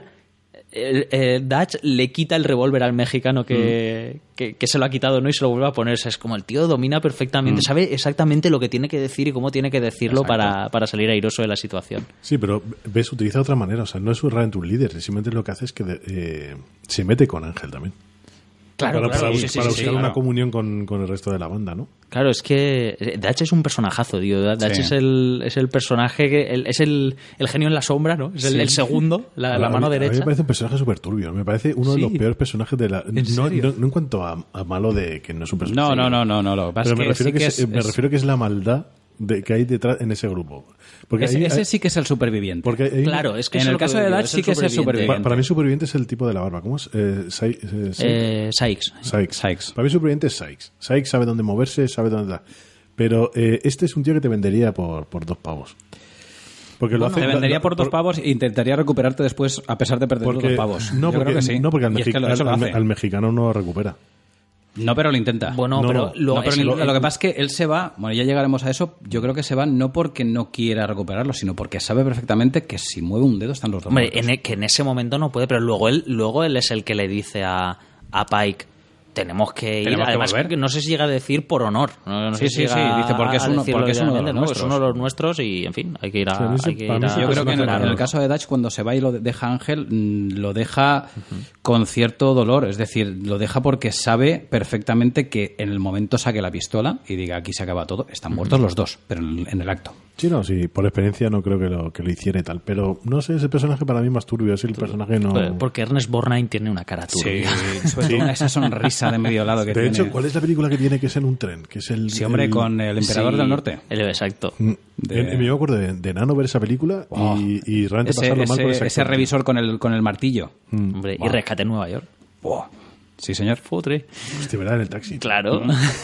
el, el Dutch le quita el revólver al mexicano que, Mm. que, que se lo ha quitado, ¿no? Y se lo vuelve a poner. O sea, es como el tío domina perfectamente, sabe exactamente lo que tiene que decir y cómo tiene que decirlo Mm. Exacto. para, para salir airoso de la situación. Sí, pero ves, utiliza de otra manera. O sea, no es realmente un líder. Simplemente lo que hace es que de- eh, se mete con Ángel también. Claro, para claro, para, sí, bus- sí, para sí, buscar sí, una claro. comunión con, con el resto de la banda, ¿no? Claro, es que Dutch es un personajazo, tío. Dutch Sí. es, el, es el personaje, que el- es el, el genio en la sombra, ¿no? Es el, Sí. el segundo, la, A la mí- mano A mí derecha. me parece un personaje súper turbio. Me parece uno Sí. de los peores personajes de la... No, serio? no, no en cuanto a, a malo de que no es un personaje. No, no, no, no, no. Lo que pasa Pero me, es que refiero sí que que es, es- me es- refiero que es la maldad de, que hay detrás en ese grupo. Porque ese, ahí- ese hay- sí que es el superviviente. porque hay- Claro, es que En eso el es lo que caso de digo, Dutch es sí que es el superviviente. para, para mí superviviente es el tipo de la barba. ¿Cómo es? Eh, Sai- eh, Sai- Eh, Sykes. Sykes. Sykes. Para mí superviviente es Sykes. Sykes sabe dónde moverse, sabe dónde... da. Pero eh, este es un tío que te vendería por, por dos pavos. Porque lo hace... Te vendería lo- por dos pavos e intentaría recuperarte después a pesar de perder los Porque, dos pavos. no, Yo porque, creo que sí. no, porque al, Y es que mexi- lo- eso lo al- hace. al mexicano no lo recupera. No, pero lo intenta. Bueno, No, pero, no. lo, No, pero es- ni- lo, que pasa es que él se va, bueno, ya llegaremos a eso, yo creo que se va no porque no quiera recuperarlo, sino porque sabe perfectamente que si mueve un dedo están los dos hombre, muertos. en e- que en ese momento no puede, pero luego él, luego él es el que le dice a, a Pike, tenemos que ir. Tenemos que Además, volver. que no sé si llega a decir por honor. No, no Sí, sé si sí, llega sí, dice porque es a uno- decirlo porque es uno de los literalmente, ¿no? nuestros. Es uno de los nuestros y, en fin, hay que ir a... Sí, a mí sí- hay que para ir mí a- sí Yo creo que en el, claro. en el caso de Dutch, cuando se va y lo de- deja a Ángel, mm, lo deja con cierto dolor. Es decir, lo deja porque sabe perfectamente que en el momento saque la pistola y diga aquí se acaba todo, están muertos los dos, pero en, en el acto. Sí, no, sí, por experiencia no creo que lo, que lo hiciera y tal. Pero no sé, ese personaje para mí más turbio. Es el personaje no... Pues, Porque Ernest Borgnine tiene una cara turbia. sobre todo esa sonrisa de medio lado que De tiene. hecho, ¿cuál es la película que tiene que ser un tren? Que es el, Sí, hombre, el- con el emperador Sí, del norte. el- exacto. Mm, de- en- me acuerdo de, de Nano ver esa película Oh. y, y realmente Ese, pasarlo mal con ese- ese ese actor. revisor con el, con el martillo. Hombre, y Rescate en Nueva York. Buah. Sí, señor. Futre. Hostia, ¿verdad? En el taxi. Claro.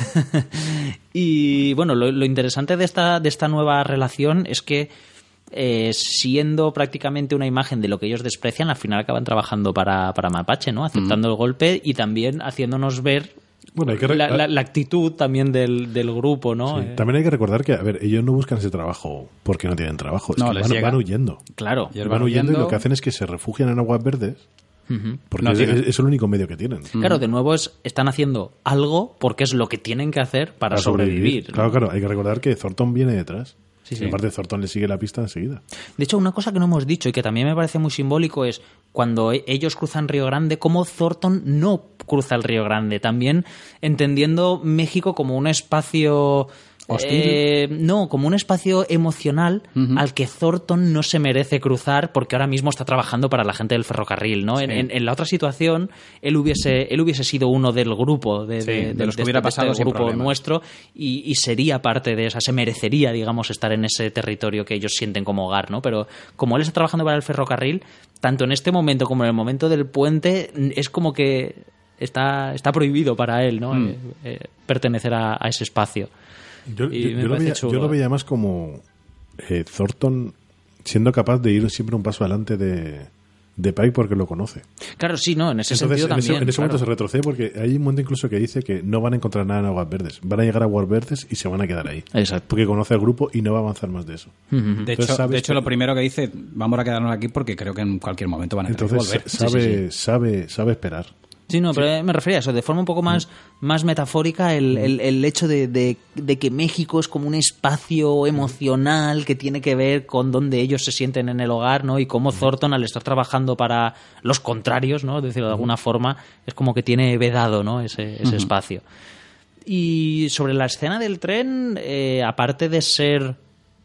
Y bueno, lo, lo interesante de esta, de esta nueva relación es que eh, siendo prácticamente una imagen de lo que ellos desprecian, al final acaban trabajando para, para Mapache, ¿no? Aceptando el golpe y también haciéndonos ver Bueno, hay que re- la, la, la actitud también del, del grupo, ¿no? Sí. Eh, También hay que recordar que, a ver, ellos no buscan ese trabajo porque no tienen trabajo. Es No, que les van, llega. van huyendo. claro. Y ellos Van van huyendo y huyendo. lo que hacen es que se refugian en aguas verdes Ujú. porque No es, tienen. es- es el único medio que tienen. Claro, de nuevo es, están haciendo algo porque es lo que tienen que hacer para, sobrevivir. ¿no? Claro, claro. Hay que recordar que Thornton viene detrás. Sí, Y sí. aparte, Thornton le sigue la pista enseguida. De hecho, una cosa que no hemos dicho y que también me parece muy simbólico es cuando e- ellos cruzan Río Grande, cómo Thornton no cruza el Río Grande. También entendiendo México como un espacio... ¿Hostil? eh, no, como un espacio emocional al que Thornton no se merece cruzar porque ahora mismo está trabajando para la gente del ferrocarril, ¿no? En, en- en la otra situación, él hubiese, él hubiese sido uno del grupo, de, Sí, de- de de- los que de hubiera este- de este pasado sin grupo problemas. nuestro y, y sería parte de esa, se merecería, digamos, estar en ese territorio que ellos sienten como hogar, ¿no? Pero como él está trabajando para el ferrocarril, tanto en este momento como en el momento del puente, es como que está, está prohibido para él, ¿no? Mm. Eh, eh, pertenecer a, a ese espacio. Yo, Y yo- me yo lo parece veía, chulo. yo lo veía más como eh, Thornton siendo capaz de ir siempre un paso adelante de, de Pike porque lo conoce. Claro, sí, ¿no? En ese Entonces, sentido en ese, también. en ese claro. momento se retrocede porque hay un momento incluso que dice que no van a encontrar nada en aguas verdes. Van a llegar a aguas verdes y se van a quedar ahí. Exacto. Porque conoce al grupo y no va a avanzar más de eso. De Entonces, hecho, sabes de hecho que- lo primero que dice, vamos a quedarnos aquí porque creo que en cualquier momento van a entrar y Entonces volver. sabe, Sí, sí, sabe, sabe esperar. Sí, no, pero me refería a eso, de forma un poco más, más metafórica, el, el, el hecho de, de, de que México es como un espacio emocional que tiene que ver con donde ellos se sienten en el hogar, ¿no? Y cómo Thornton, al estar trabajando para los contrarios, ¿no? Es decir, de alguna forma, es como que tiene vedado, ¿no? Ese, ese espacio. Y sobre la escena del tren, eh, aparte de ser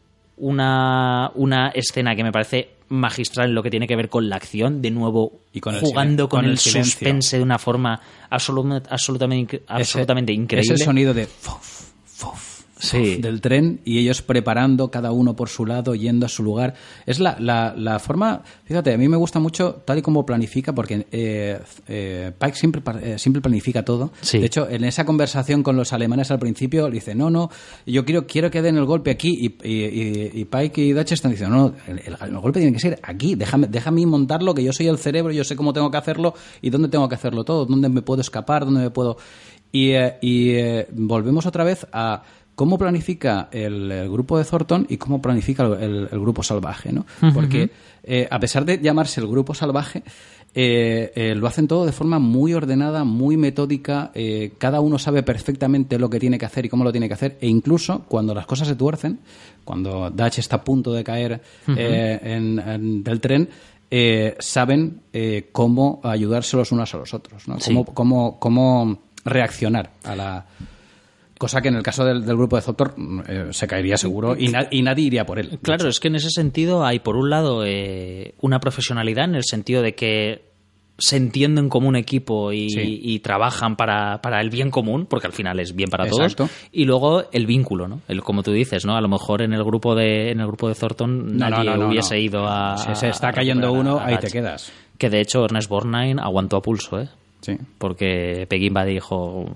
una, una escena que me parece magistral en lo que tiene que ver con la acción, de nuevo Y con el jugando silen- con, con el, el silencio. suspense de una forma absolut- absolutamente, Ese- absolutamente increíble. Ese sonido de fof, fof, Sí. fof del tren y ellos preparando cada uno por su lado, yendo a su lugar. Es la, la, la forma, fíjate, a mí me gusta mucho tal y como planifica, porque eh, eh, Pike siempre, pa- eh, siempre planifica todo. Sí. De hecho, en esa conversación con los alemanes al principio, le dice, no, no, yo quiero, quiero que den el golpe aquí, y, y, y- y Pike y Dutch están diciendo, no, el, el- el golpe tiene que ser aquí, déjame, déjame montarlo, que yo soy el cerebro, yo sé cómo tengo que hacerlo y dónde tengo que hacerlo todo, dónde me puedo escapar, dónde me puedo... Y, eh, y eh, volvemos otra vez a cómo planifica el, el grupo de Thornton y cómo planifica el, el- el grupo salvaje, ¿no? Porque eh, a pesar de llamarse el grupo salvaje, eh, eh, lo hacen todo de forma muy ordenada, muy metódica, eh, cada uno sabe perfectamente lo que tiene que hacer y cómo lo tiene que hacer, e incluso cuando las cosas se tuercen, cuando Dutch está a punto de caer eh, en- en- del tren, eh, saben eh, cómo ayudarse los unos a los otros, ¿no? Sí. Cómo, cómo, cómo reaccionar a la... Cosa que en el caso del, del grupo de Thornton eh, se caería seguro y, na- y nadie iría por él. Claro, es que en ese sentido hay, por un lado, eh, una profesionalidad en el sentido de que se entienden como un equipo y, Sí. y trabajan para, para el bien común, porque al final es bien para Exacto. todos. Y luego el vínculo, ¿no? El, como tú dices, ¿no? A lo mejor en el grupo de en el grupo de Thornton No, no, nadie no, no, hubiese no. ido a... Si se está a cayendo recuperar uno, a ahí Dutch. te quedas. Que de hecho Ernest Borgnine aguantó a pulso, ¿eh? Sí. Porque Pegimba dijo...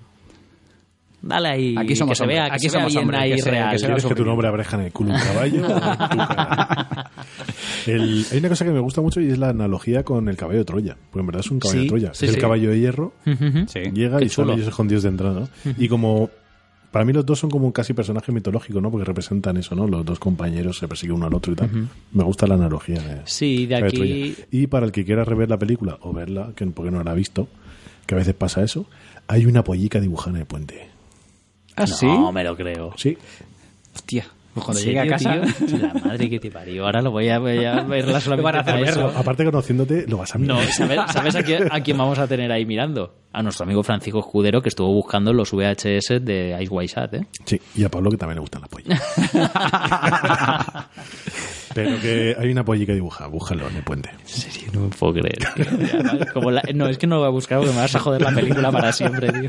Dale ahí, Aquí somos que se vea, hombres, que aquí se vea somos bien hombres, ahí que se- real. que se vea ¿Quieres que tu sufrimiento. nombre abreja en el culo un caballo? o en tu cara? El- hay una cosa que me gusta mucho y es la analogía con el caballo de Troya. Porque en verdad es un caballo Sí, de Troya. sí, es sí. el caballo de hierro. Ujú. Sí. Llega Qué y sale chulo. ellos escondidos de entrada, ¿no? Y como... Para mí los dos son como casi personajes mitológicos, ¿no? Porque representan eso, ¿no? Los dos compañeros se persiguen uno al otro y tal. Me gusta la analogía. De, Sí, de Caballo aquí... Troya. Y para el que quiera rever la película o verla, que porque no la ha visto, que a veces pasa eso, hay una pollica dibujada en el puente. ¿Ah, sí? No me lo creo. Sí. Hostia. Pues cuando ¿En llegue a serio, casa... tío? La madre que te parió. Ahora lo voy a, voy a verla solamente Van a hacer para eso. verlo. Aparte conociéndote, lo vas a mirar. No, ¿sabes, ¿sabes a, quién, a quién vamos a tener ahí mirando? A nuestro amigo Francisco Escudero, que estuvo buscando los V H S de Ice White Shad, ¿eh? Sí, y a Pablo que también le gustan las pollas. Pero que hay una pollica dibujada, búscalo en el puente. En serio, no me puedo creer. tío. Como la- no, es que no lo voy a buscar porque me vas a joder la película para siempre, tío.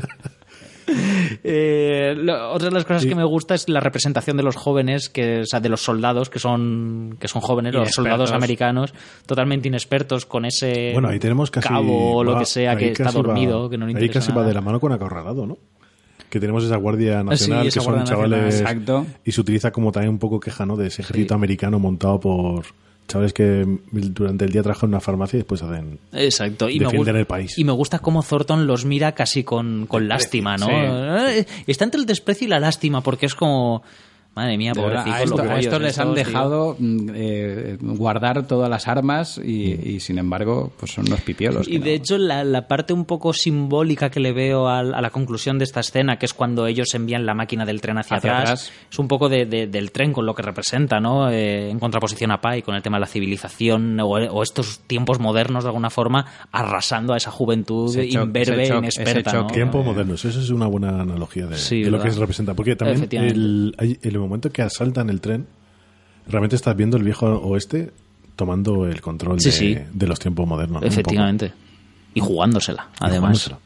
Eh, lo- otra de las cosas Sí. que me gusta es la representación de los jóvenes, que, o sea, de los soldados que son que son jóvenes, los Inexpertos. soldados americanos, totalmente inexpertos con ese Bueno, ahí tenemos casi... cabo o lo va- que sea ahí que está casi va- dormido, que no le Ahí interesa casi va nada. de la mano con Acorralado, ¿no? Que tenemos esa Guardia sí, Nacional, esa que son Guardia chavales... Nacional, exacto. Y se utiliza como también un poco queja, ¿no? De ese ejército Sí. americano montado por chavales que durante el día trabajan en una farmacia y después hacen... Exacto. Y defienden me gusta, el país. Y me gusta cómo Thornton los mira casi con, con lástima, ¿no? Sí. Está entre el desprecio y la lástima, porque es como... Madre mía, De verdad, pobrecito. a esto, los a esto pollos les han estos, tío. dejado eh, guardar todas las armas y, y sin embargo pues son unos pipiolos. Y que de no- hecho la, la parte un poco simbólica que le veo al- a, la conclusión de esta escena, que es cuando ellos envían la máquina del tren hacia, Hacia atrás, atrás. es un poco de, de- del tren con lo que representa, ¿no? Eh, en contraposición a Pai con el tema de la civilización o, o estos tiempos modernos de alguna forma arrasando a esa juventud Ese choque- imberbe ese e choque- inexperta, ese ¿no? choque. Tiempos modernos, eso es una buena analogía de, Sí, de lo ¿verdad? que se representa. Porque también Efectivamente. el, hay- en el momento que asaltan el tren, realmente estás viendo el viejo oeste tomando el control Sí, de, sí. de los tiempos modernos. ¿no? Un Efectivamente. Y jugándosela, Y además. jugándosela.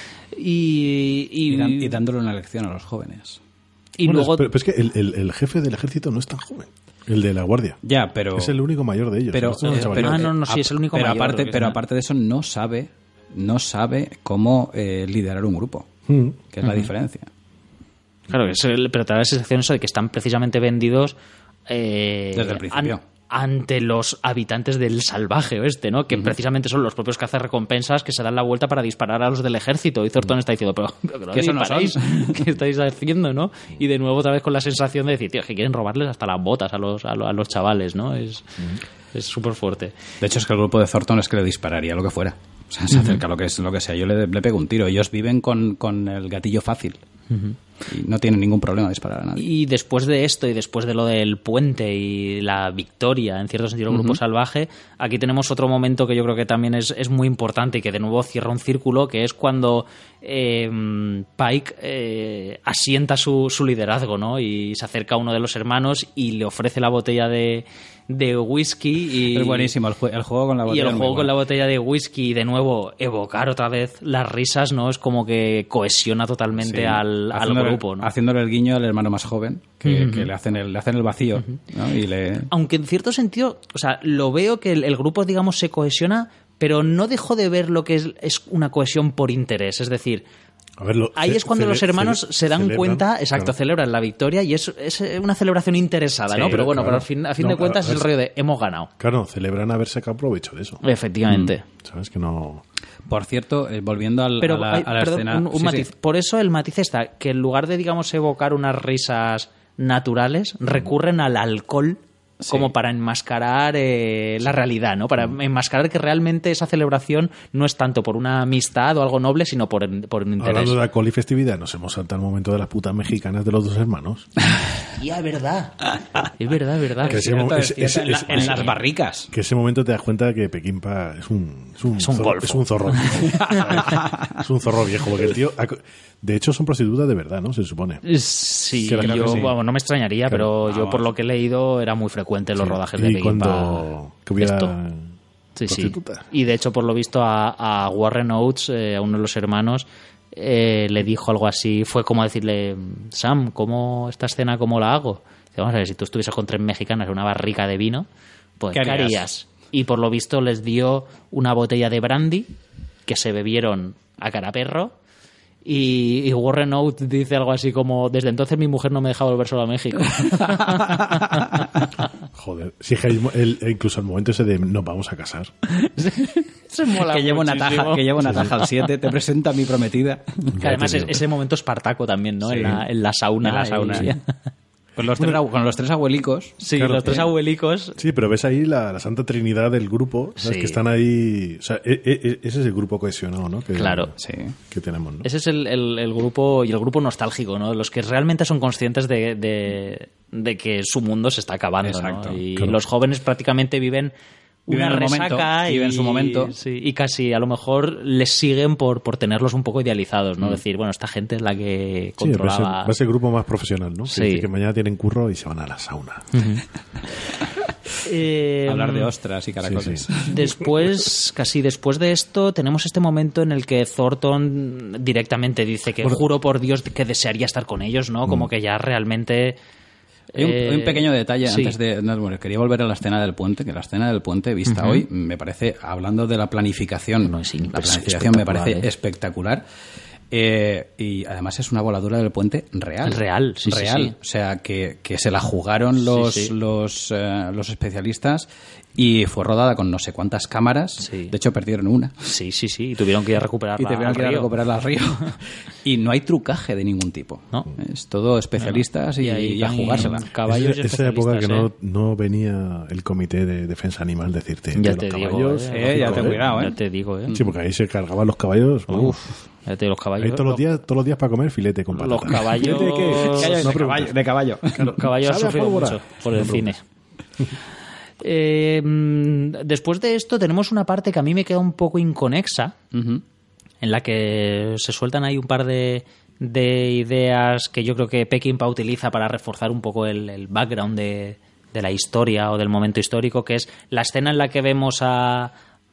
Y, y, y, dan- y dándole una lección a los jóvenes. y Bueno, luego... es- pero, pero es que el, el- el jefe del ejército no es tan joven. El de la guardia. Ya, pero Es el único mayor de ellos. pero, Estos son eh, chavales. pero Ah, no, no, sí, eh, es el único pero mayor, aparte creo que pero es, ¿no? aparte de eso no sabe no sabe cómo eh, liderar un grupo, Mm. que es la diferencia. Claro, es el- pero te da la sensación eso de que están precisamente vendidos eh, Desde el principio. an- ante los habitantes del salvaje oeste, ¿no? Que precisamente son los propios cazarrecompensas que se dan la vuelta para disparar a los del ejército. Y Thornton está diciendo, pero, pero que no Que eso no disparéis, son. ¿qué estáis haciendo, no? Y de nuevo otra vez con la sensación de decir, tío, que quieren robarles hasta las botas a los, a los, a los chavales, ¿no? Es es súper fuerte. De hecho, es que el grupo de Thornton es que le dispararía lo que fuera. O sea, se acerca a lo que, es, lo que sea. Yo le, le pego un tiro. Ellos viven con, con el gatillo fácil. Y no tienen ningún problema de disparar a nadie. Y después de esto y después de lo del puente y la victoria, en cierto sentido, del grupo salvaje, aquí tenemos otro momento que yo creo que también es, es muy importante y que de nuevo cierra un círculo, que es cuando eh, Pike eh, asienta su, su liderazgo, ¿no? Y se acerca a uno de los hermanos y le ofrece la botella de, de whisky. Y, Es buenísimo. El, jue- el juego con la y botella. el es muy juego con bueno. la botella de whisky y de nuevo evocar otra vez las risas, ¿no? Es como que cohesiona totalmente Sí. al, al Haciéndole- grupo, ¿no? Haciéndole el guiño al hermano más joven, que, que le, hacen el, le hacen el vacío. ¿no? Y le... Aunque en cierto sentido, o sea, lo veo que el, el grupo, digamos, se cohesiona, pero no dejo de ver lo que es, es una cohesión por interés. Es decir, A ver, lo- ahí ce- es cuando cele- los hermanos cele- se dan celebran, cuenta, exacto, claro. celebran la victoria y es, es una celebración interesada, Sí, ¿no? Pero bueno, claro. pero al fin, a fin No, de cuentas a ver, es el rollo de hemos ganado. Claro, celebran haber sacado provecho de eso. Efectivamente. ¿Sabes? Que no... Por cierto, eh, volviendo al, Pero a la, hay- a la perdón, escena... un, un Sí, matiz. sí. Por eso el matiz está que en lugar de, digamos, evocar unas risas naturales, recurren al alcohol Sí. como para enmascarar eh, la realidad, ¿no? Para enmascarar que realmente esa celebración no es tanto por una amistad o algo noble, sino por, por un interés. Hablando de alcohol y festividad, nos hemos saltado el momento de las putas mexicanas de los dos hermanos. Ya, es verdad. Es verdad, es verdad. Que ese Cierto, mo- es es- cierto, es- en, la- es- en las barricas. Que ese momento te das cuenta que Peckinpah es un, es un, Es un zorro, golfo. es un zorro viejo. ¿sabes? Es un zorro viejo, porque el tío... De hecho, son prostitutas de verdad, ¿no? Se supone. Sí, Creo que yo sí. vamos, no me extrañaría, pero yo Vamos. por lo que he leído era muy frecuente en los Sí. rodajes de Y Peckinpah. cuando que hubiera esto. Sí, sí. prostitutas. Y de hecho, por lo visto, a, a Warren Oates, eh, a uno de los hermanos, eh, le dijo algo así. Fue como decirle, Sam, ¿cómo esta escena cómo la hago? Dice, vamos a ver, si tú estuvieses con tres mexicanas en una barrica de vino, pues ¿Qué ¿qué harías? harías? Y por lo visto les dio una botella de brandy que se bebieron a cara perro. Y, y Warren Oates dice algo así como, desde entonces mi mujer no me deja volver solo a México. Joder. Sí, es que el- el- incluso el momento ese de nos vamos a casar. Se mola Que lleva una muchísimo. taja, que lleva una taja al siete, te presenta a mi prometida. Que además Ya es, te digo. ese momento Espartaco también, ¿no? Sí. En, la, en la sauna. En la sauna. y- Con los, tres, abu- con los tres abuelicos. Sí, Claro. los tres abuelicos. Sí, pero ves ahí la, la santa trinidad del grupo, ¿sabes? Sí. Que están ahí... O sea, e- e- ese es el grupo cohesionado, ¿no? Que, Claro. Sí. Que tenemos, ¿no? Ese es el, el- el grupo y el grupo nostálgico, ¿no? Los que realmente son conscientes de, de, de que su mundo se está acabando, Exacto. ¿no? Y Claro. los jóvenes prácticamente viven Viven una el momento, resaca y viven su momento. sí, y casi a lo mejor les siguen por, por tenerlos un poco idealizados, ¿no? Decir, bueno, esta gente es la que Sí, va a ser- controlaba. va a ser el grupo más profesional, ¿no? Que Sí. dice que mañana tienen curro y se van a la sauna. Eh, Hablar de ostras y caracoles. Sí, sí. Después, casi después de esto, tenemos este momento en el que Thornton directamente dice que juro por Dios que desearía estar con ellos, ¿no? Como que ya realmente... Hay un, eh, hay un pequeño detalle sí. antes de... no, bueno, quería volver a la escena del puente, que la escena del puente vista hoy me parece, hablando de la planificación, No, es la imp- planificación me espectacular, parece ¿eh? espectacular. Eh, y además es una voladura del puente real. Real, sí, sí, Real. sí. O sea, que, que se la jugaron los, sí. Los, eh, los especialistas y fue rodada con no sé cuántas cámaras. Sí. De hecho, perdieron una. Sí, sí, sí. Y tuvieron que ir a recuperarla. Y tuvieron que ir a al río. recuperarla al río. Y no hay trucaje de ningún tipo. ¿No? Es todo especialistas y, Y ahí y a van jugársela. Caballos y Esa, esa época que especialistas, no, no venía el comité de defensa animal decirte Ya que te los digo, caballos... eh, Eh, ya lógico, ten cuidado, Ya ¿eh? te digo, ¿eh? Sí, porque ahí se cargaban los caballos. vamos. Uf, ya te digo, los caballos. Ahí todos los días, todos los días para comer filete con Los patatas. caballos- ¿Filete de qué? Caballo- No de, preguntes. caballo, de caballo. Los caballos han ¿Sabe a sufrido pólvora? mucho por el No cine. Eh, mm, después de esto tenemos una parte que a mí me queda un poco inconexa, Ujú. en la que se sueltan ahí un par de, de ideas que yo creo que Peckinpah utiliza para reforzar un poco el, el background de, de la historia o del momento histórico, que es la escena en la que vemos a,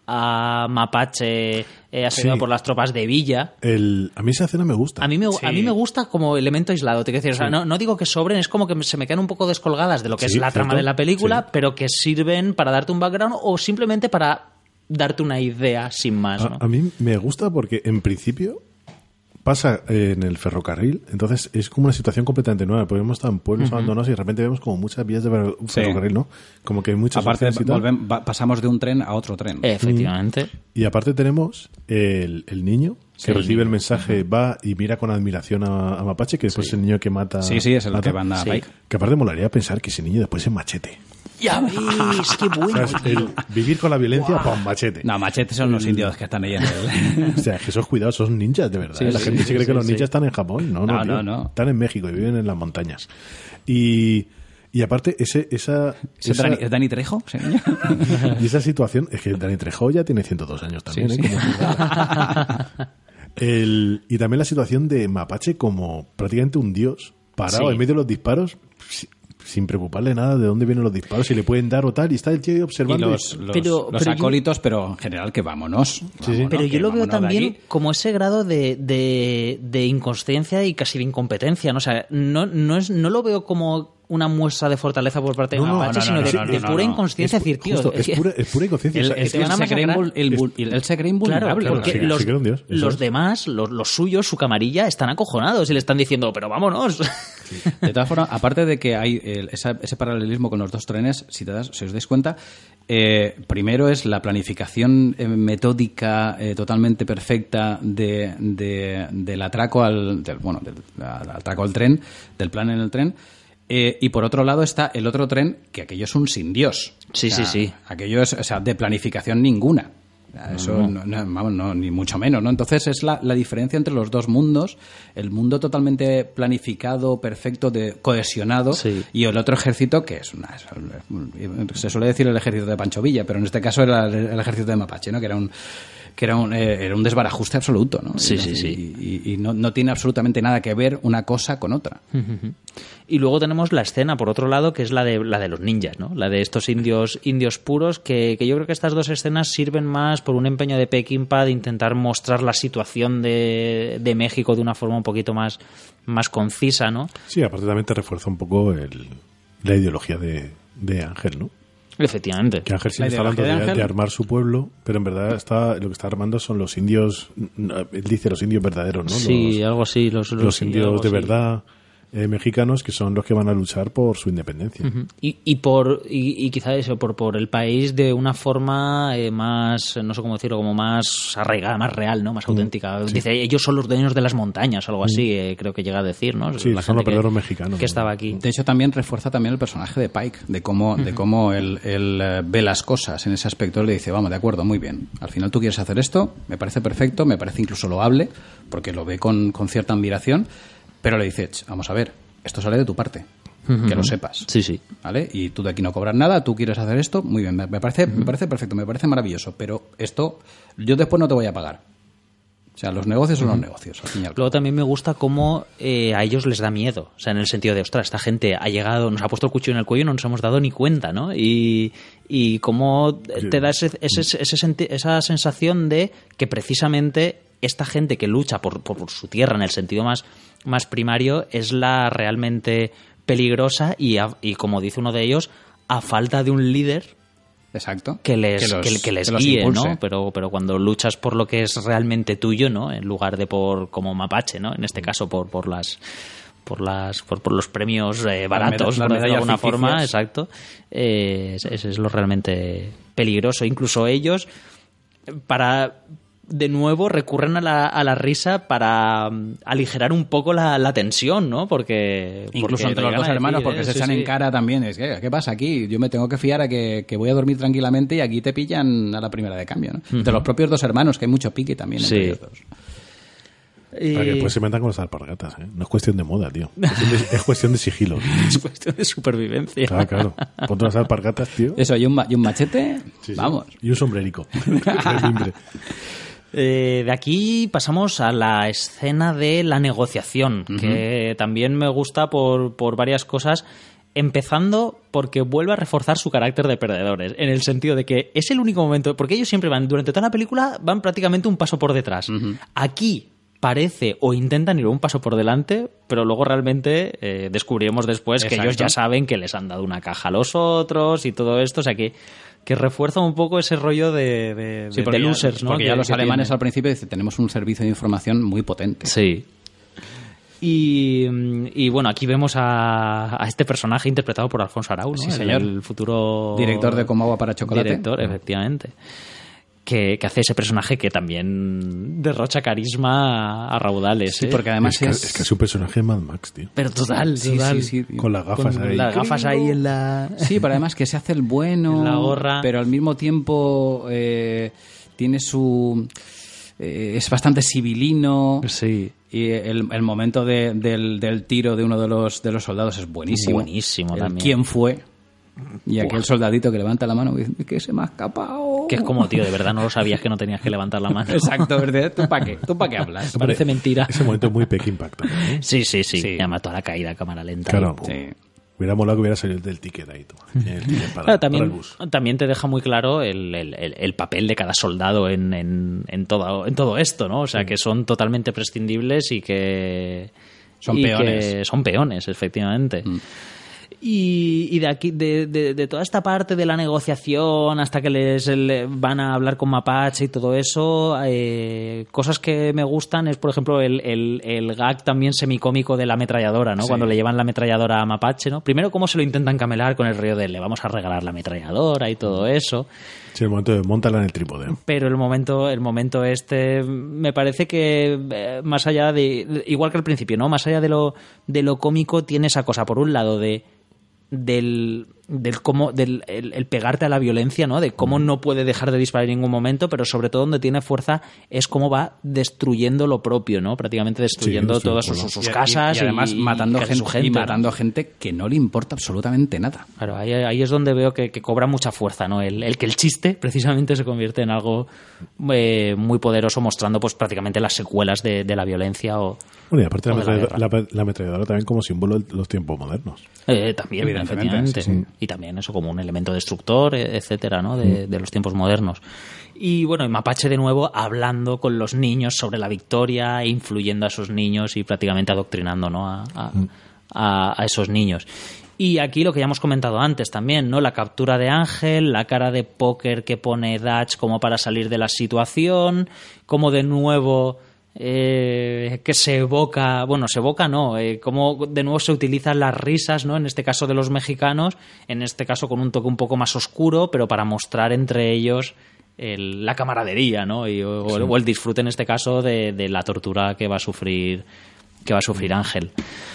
a Mapache eh, asediado Sí. por las tropas de Villa. El, a mí esa escena me gusta. A mí me, Sí. a mí me gusta como elemento aislado, te quiero decir, o sea, no, no digo que sobren, es como que se me quedan un poco descolgadas de lo que Sí, es la trama cierto. de la película, Sí. pero que sirven para darte un background o simplemente para darte una idea sin más, ¿no? A, a mí me gusta porque en principio pasa eh, en el ferrocarril, entonces es como una situación completamente nueva, porque hemos estado en pueblos abandonados y de repente vemos como muchas vías de fer- ferrocarril, ¿no? Como que hay muchas Aparte, opciones y tal. volvem- va- pasamos de un tren a otro tren. Efectivamente. Y aparte tenemos el, el niño que Sí, el recibe el, niño. mensaje, va y mira con admiración a, a Mapache, que después es el niño que mata... Sí, sí, es el mata. que manda a Sí. Pike. Que aparte molaría pensar que ese niño después es Machete. Ya ves, qué bueno. ¿Sabes? El vivir con la violencia, ¡pum! Machete. No, machetes son los indios que están ahí en el... O sea, que esos cuidados son ninjas, de verdad. Sí, la sí, gente sí, se cree sí, que los sí. ninjas están en Japón. No, no, No, tío. no, no. Están en México y viven en las montañas. Y, y aparte, ese, esa, ¿Es esa, Dani, ¿es Dani Trejo? Sí. y esa situación, es que Dani Trejo ya tiene ciento dos años también. Sí, ¿eh? sí. Como- El, y también la situación de Mapache como prácticamente un dios, parado Sí. en medio de los disparos, si- sin preocuparle nada de dónde vienen los disparos, si le pueden dar o tal, y está el tío ahí Y observando. los, los, Pero- los pero yo- acólitos, pero en general que vámonos. vámonos, Pero que yo lo veo vámonos de también aquí. como ese grado de, de, de inconsciencia y casi de incompetencia, ¿no? O sea, no, no, es, no lo veo como una muestra de fortaleza por parte de No, no, Mapache, no, sino no, de, no, no, de no, pura no. inconsciencia, Es, decir, tío, justo, es, que- pura, es pura inconsciencia. Él, O sea, es te que van a él se cree masacrar. invul- el vul- él se cree Claro, invulnerable. porque Sí, sí, los, sí que era un dios, eso los es. demás, los, los suyos, su camarilla, están acojonados y le están diciendo, pero vámonos. De todas formas, aparte de que hay el- esa- ese paralelismo con los dos trenes, si, te das, si os dais cuenta, eh, primero es la planificación eh, metódica eh, totalmente perfecta de, de- del atraco al del, bueno del, al atraco al tren, del plan en el tren. Eh, y por otro lado está el otro tren, que aquello es un sin Dios. Sí, O sea, sí, sí. Aquello es, o sea, de planificación ninguna. O sea, Eso, no, no, vamos, no, ni mucho menos, ¿no? Entonces es la, la diferencia entre los dos mundos, el mundo totalmente planificado, perfecto, de, cohesionado, Sí. y el otro ejército que es una... es- se suele decir el ejército de Pancho Villa, pero en este caso era el, el ejército de Mapache, ¿no? Que era un que era un, eh, era un desbarajuste absoluto, ¿no? Sí, y, sí, y- sí. Y, y no, no tiene absolutamente nada que ver una cosa con otra. Y luego tenemos la escena, por otro lado, que es la de la de los ninjas, ¿no? La de estos indios indios puros, que, que yo creo que estas dos escenas sirven más por un empeño de Peckinpah de intentar mostrar la situación de, de México de una forma un poquito más, más concisa, ¿no? Sí, aparte también te refuerza un poco el, la ideología de, de Ángel, ¿no? Efectivamente. Que Ángel La sigue está hablando ideología de de, Ángel. de armar su pueblo, pero en verdad está lo que está armando son los indios, él dice los indios verdaderos, ¿no? Sí, los, algo así. Los, los- los sí, indios algo de así. verdad eh, mexicanos que son los que van a luchar por su independencia. Ujú. Y, y por y, y quizá eso por por el país de una forma eh, más, no sé cómo decirlo, como más arraigada, más real, no, más auténtica. Dice, ellos son los dueños de las montañas, algo así, eh, creo que llega a decir, ¿no? Sí, La son los gente que- verdaderos mexicanos, que ¿no? estaba aquí. De hecho, también refuerza también el personaje de Pike, de cómo, de cómo él, él, eh, ve las cosas en ese aspecto. Él le dice, vamos, de acuerdo, muy bien. Al final tú quieres hacer esto, me parece perfecto, me parece incluso loable, porque lo ve con, con cierta admiración, pero le dice, "Ch, vamos a ver, esto sale de tu parte, que lo sepas. Sí, sí. ¿Vale? Y tú de aquí no cobras nada, tú quieres hacer esto, muy bien, me me parece, me parece perfecto, me parece maravilloso, pero esto yo después no te voy a pagar. O sea, los negocios son los negocios, al fin y al cabo. Luego también me gusta cómo eh, a ellos les da miedo. O sea, en el sentido de, ostras, esta gente ha llegado, nos ha puesto el cuchillo en el cuello y no nos hemos dado ni cuenta, ¿no? Y, y cómo te da ese, ese, ese senti- esa sensación de que precisamente esta gente que lucha por, por su tierra en el sentido más, más primario es la realmente peligrosa y, a- y, como dice uno de ellos, a falta de un líder Exacto. que les, los- que, que les que los guíe, impulse. ¿no? Pero, pero cuando luchas por lo que es realmente tuyo, ¿no? En lugar de por como mapache, ¿no? En este caso por, por las por las por, por los premios eh, baratos, la por decirlo de alguna ficticias. forma, exacto. Eh, ese es lo realmente peligroso. Incluso ellos, para de nuevo recurren a la, a la risa para um, aligerar un poco la, la tensión, ¿no? Porque incluso porque entre los dos decir, hermanos, ¿eh? porque se Sí, echan sí. en cara también. Es que, ¿qué pasa aquí? Yo me tengo que fiar a que, que voy a dormir tranquilamente y aquí te pillan a la primera de cambio, ¿no? Uh-huh. Entre los propios dos hermanos, que hay mucho pique también entre Sí. ellos dos. Y... Para que después se metan con las alpargatas, ¿eh? No es cuestión de moda, tío. Es cuestión de, es cuestión de sigilo. es cuestión de supervivencia. Claro, claro. Ponte unas alpargatas, tío. Eso, y un, ma- y un machete, Sí, sí. vamos. Y un sombrerico. Remimbre. Eh, de aquí pasamos a la escena de la negociación, uh-huh. que también me gusta por, por varias cosas, empezando porque vuelve a reforzar su carácter de perdedores, en el sentido de que es el único momento, porque ellos siempre van, durante toda la película, van prácticamente un paso por detrás. Uh-huh. Aquí parece o intentan ir un paso por delante, pero luego realmente eh, descubriremos después Exacto. que ellos ya saben que les han dado una caja a los otros y todo esto, o sea que que refuerza un poco ese rollo de, de, sí, de losers, ya, ¿no? Porque que, ya los que alemanes tienen. Al principio dicen, tenemos un servicio de información muy potente. Sí. Y, y bueno, aquí vemos a, a este personaje interpretado por Alfonso Arau, ¿no? Sí, señor. El, el futuro... Director de Como agua para chocolate. Director, efectivamente. Que, que hace ese personaje que también derrocha carisma a, a raudales. Sí, ¿eh? porque además es, que, es... es que es un personaje de Mad Max, tío. Pero total, sí, total. Sí, sí, con las gafas con ahí. las gafas ahí en la... Sí, pero además que se hace el bueno, en la gorra. Pero al mismo tiempo eh, tiene su... Eh, es bastante civilino. Sí. Y el, el momento de, del, del tiro de uno de los, de los soldados es buenísimo. Buenísimo el también. ¿Quién fue? Y Buah. Aquel soldadito que levanta la mano y dice que se me ha escapado. Que es como, tío, de verdad no lo sabías que no tenías que levantar la mano. Exacto, ¿verdad? ¿Tú para qué? ¿Tú para qué hablas? Parece mentira. Ese momento es muy Peck Impact, ¿no? Sí, sí, sí. Sí. Y además toda la caída a cámara lenta. Claro. Y, Sí. Hubiera molado que hubiera salido del ticket ahí, toma. El ticket para, Claro, también, para el bus. también te deja muy claro el, el, el, el papel de cada soldado en, en, en, todo, en todo esto, ¿no? O sea, que son totalmente prescindibles y que... Son y peones. Que son peones, efectivamente. Mm. Y, y de aquí de, de, de toda esta parte de la negociación hasta que les le van a hablar con Mapache y todo eso, eh, cosas que me gustan es, por ejemplo, el, el, el gag también semicómico de la ametralladora, ¿no? Sí. Cuando le llevan la ametralladora a Mapache, ¿no? Primero cómo se lo intentan camelar con el río de le vamos a regalar la ametralladora y todo eso. Sí, el momento de montala en el trípode. Pero el momento, el momento este me parece que eh, más allá de, igual que al principio, ¿no? Más allá de lo de lo cómico tiene esa cosa por un lado de del del cómo del el, el pegarte a la violencia, ¿no? De cómo no puede dejar de disparar en ningún momento, pero sobre todo donde tiene fuerza es cómo va destruyendo lo propio, ¿no? Prácticamente destruyendo Sí, todas sí, sus, sus Y- y- casas y, además y, matando, casi gente, su gente, y ¿no? matando a gente que no le importa absolutamente nada. Claro, ahí, ahí es donde veo que, que cobra mucha fuerza, ¿no? El, el que el chiste precisamente se convierte en algo eh, muy poderoso, mostrando pues prácticamente las secuelas de, de la violencia o, Bueno, y aparte la, o de la ametralladora, guerra. la, la ametralladora también como símbolo de los tiempos modernos. Eh, también, Evidentemente, efectivamente. sí, sí. Y también eso como un elemento destructor, eh, etcétera, ¿no? De, de los tiempos modernos. Y bueno, y Mapache de nuevo hablando con los niños sobre la victoria, e influyendo a esos niños y prácticamente adoctrinando, ¿no? a, a, a, a esos niños. Y aquí lo que ya hemos comentado antes también, ¿no? La captura de Ángel, la cara de póker que pone Dutch como para salir de la situación, como de nuevo eh, que se evoca, bueno, se evoca no, eh, como de nuevo se utilizan las risas, ¿no? En este caso de los mexicanos, en este caso con un toque un poco más oscuro, pero para mostrar entre ellos el, la camaradería, ¿no? Y, o, sí. o el disfrute en este caso de, de la tortura que va a sufrir que va a sufrir Ángel.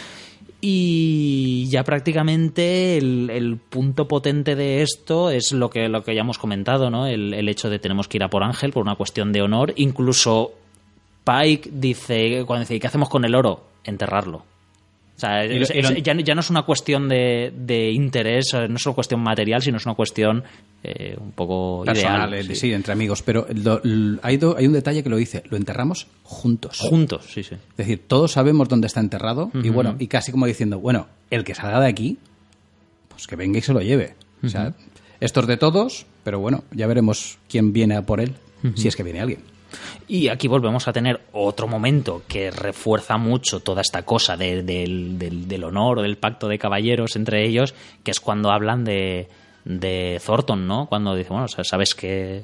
Y ya prácticamente el, el punto potente de esto es lo que, lo que ya hemos comentado, ¿no? El, el hecho de tenemos que ir a por Ángel por una cuestión de honor. Incluso Pike dice, cuando dice, ¿qué hacemos con el oro? Enterrarlo. O sea, y lo, es, y lo... es, ya, ya no es una cuestión de, de interés, no es una cuestión material, sino es una cuestión eh, un poco personal, ideal. Sí. Sí. sí, entre amigos. Pero lo, lo, hay, do, hay un detalle que lo dice, lo enterramos juntos. Juntos, sí, sí. Es decir, todos sabemos dónde está enterrado uh-huh. y bueno, y casi como diciendo, bueno, el que salga de aquí, pues que venga y se lo lleve. Uh-huh. O sea, esto es de todos, pero bueno, ya veremos quién viene a por él, uh-huh. si es que viene alguien. Y aquí volvemos a tener otro momento que refuerza mucho toda esta cosa de, de, del, del honor o del pacto de caballeros entre ellos, que es cuando hablan de, de Thornton, ¿no? Cuando dice, bueno, sabes que,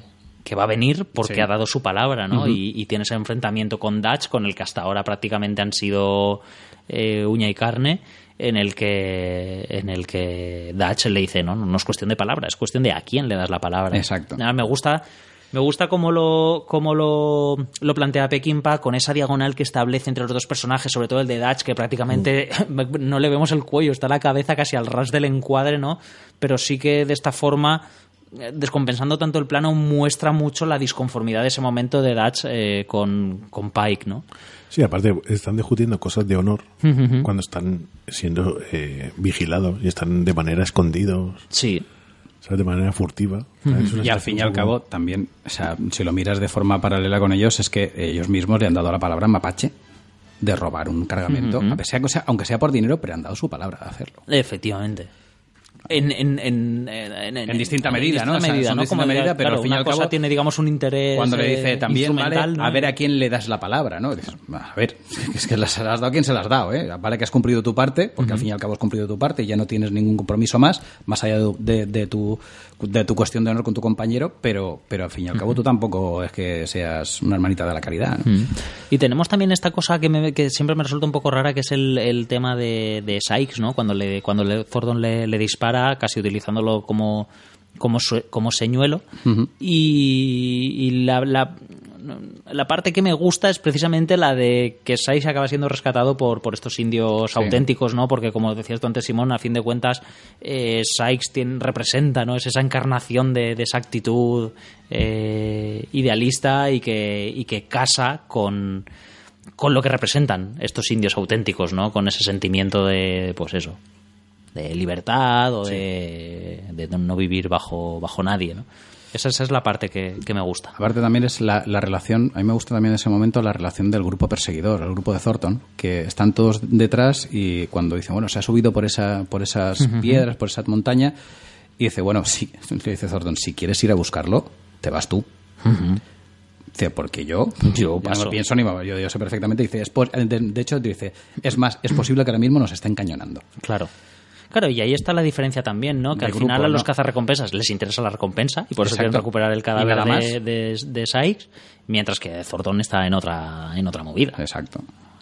que va a venir porque Sí. ha dado su palabra, ¿no? Uh-huh. y, y tiene ese enfrentamiento con Dutch, con el que hasta ahora prácticamente han sido eh, uña y carne, en el que en el que Dutch le dice, no, no, no es cuestión de palabra, es cuestión de a quién le das la palabra. Exacto. Nada, me gusta me gusta cómo lo cómo lo, lo plantea Peckinpah con esa diagonal que establece entre los dos personajes, sobre todo el de Dutch, que prácticamente mm. no le vemos el cuello, está la cabeza casi al ras del encuadre, ¿no? Pero sí que de esta forma, descompensando tanto el plano, muestra mucho la disconformidad de ese momento de Dutch eh, con, con Pike, ¿no? Sí, aparte están discutiendo cosas de honor Uh-huh. cuando están siendo eh, vigilados y están de manera escondidos, Sí. ¿sabes? De manera furtiva. Uh-huh. Es una Y al fin y al situación cabo, como- también, o sea, si lo miras de forma paralela con ellos, es que ellos mismos le han dado la palabra mapache de robar un cargamento, Uh-huh. a pesar que sea- aunque sea por dinero, pero han dado su palabra de hacerlo. Efectivamente. En, en, en, en, En distinta medida, en ¿no? O sea, medida, son ¿no? distinta Como medida, diga, pero claro, al fin y una al cosa cabo, tiene, digamos, un interés Cuando le dice eh, también, vale, instrumental, ¿no? a ver a quién le das la palabra, ¿no? Y dices, a ver, es que se la has dado a quien se la has dado, ¿eh? Vale que has cumplido tu parte, porque al fin y al cabo has cumplido tu parte y ya no tienes ningún compromiso más, más allá de, de- de tu, de tu cuestión de honor con tu compañero, pero, pero al fin y al cabo tú tampoco es que seas una hermanita de la caridad, ¿no? Mm. Y tenemos también esta cosa que, me- que siempre me resulta un poco rara, que es el, el tema de, de Sykes, ¿no? Cuando le cuando le, Thornton le, le dispara, casi utilizándolo como como, sue- como señuelo. Ujú. Y, y la, la, la parte que me gusta es precisamente la de que Sykes acaba siendo rescatado por, por estos indios Sí. auténticos, ¿no? Porque, como decías tú antes, Simón, a fin de cuentas, eh, Sykes tiene, representa, ¿no? Es esa encarnación de, de esa actitud eh, idealista y que, y que casa con, con lo que representan estos indios auténticos, ¿no? Con ese sentimiento de, pues eso, de libertad o de, de no vivir bajo, bajo nadie, ¿no? Esa, esa es la parte que, que me gusta. Aparte también es la, la relación, a mí me gusta también en ese momento la relación del grupo perseguidor, el grupo de Thornton, que están todos detrás y cuando dicen, bueno, se ha subido por esa por esas piedras, por esa montaña, y dice, bueno, sí, le dice Thornton, si quieres ir a buscarlo, te vas tú. Dice, porque yo, Yo ya paso. no pienso ni yo, yo sé perfectamente. Dice, es por- de, de hecho, dice, es más, es posible que ahora mismo nos estén cañonando. Claro. Claro, y ahí está la diferencia también, ¿no? Que Del al final grupo, a los ¿no? cazarrecompensas les interesa la recompensa y por eso Exacto. quieren recuperar el Y cadáver nada más. de, de, de Sykes, mientras que Thornton está en otra, en otra movida. Exacto.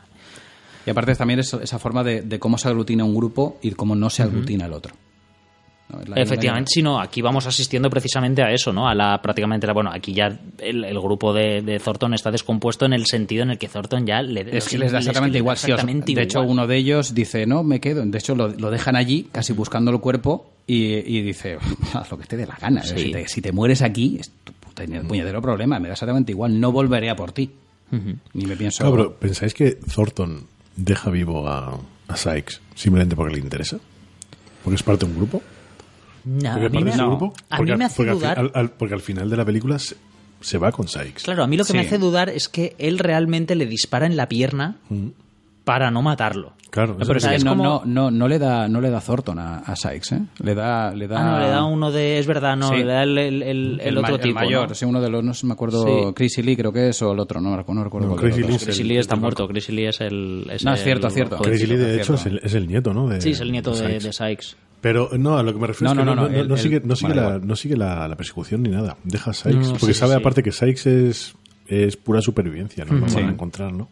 Y aparte también es esa forma de, de cómo se aglutina un grupo y cómo no se aglutina el otro. ¿No? Es la- Efectivamente, sí, no, aquí vamos asistiendo precisamente a eso, ¿no? A la prácticamente, la, bueno, aquí ya el, el grupo de, de Thornton está descompuesto en el sentido en el que Thornton ya le Es que les da exactamente igual. Sí, o sea, de hecho, uno de ellos dice, no, me quedo. De hecho, lo, lo dejan allí, casi buscando el cuerpo, y, y dice, haz lo que te dé la gana. Sí. Si, te, si te mueres aquí, es tu puta- puñetero problema. Me da exactamente igual. No volveré a por ti. Ni me pienso... Claro, pero ¿pensáis que Thornton deja vivo a, a Sykes simplemente porque le interesa? ¿Porque es parte de un grupo? No, a ¿Porque es mí parte me, de ese no. grupo? A Porque mí al- me hace porque al dudar. fi- al- al- porque al final de la película se, se va con Sykes. Claro, a mí lo que me Sí. hace dudar es que él realmente le dispara en la pierna para no matarlo. Claro, No, eso pero es O sea, que es no, como- no, no, no le da no le da Thornton a, a Sykes, ¿eh? Le da... Le da Ah, no, le da uno de... Es verdad, no, Sí. le da el, el, el- el otro ma- tipo, mayor, ¿no? sí, uno de los, no sé, me acuerdo, Sí. Chrissy Lee creo que es, o el otro, no, me recu- no recuerdo No, cuál de los Chrissy dos. Lee es Chrissy el- Lee está el muerto. loco. Chrissy Lee es el... es No, es cierto, el es cierto. jovencito. Crazy Lee, de cierto, hecho, es cierto. el, es el nieto, ¿no? De- Sí, es el nieto de de, Sykes. de Sykes. Pero no, a lo que me refiero No, es que no, no, no, no, el- no el- sigue, no sigue, vale, la, vale. no sigue la, la persecución ni nada. Deja a Sykes. No, no, porque sí, sabe sí, aparte que Sykes es, es pura supervivencia, no lo Sí. van a encontrar, ¿no?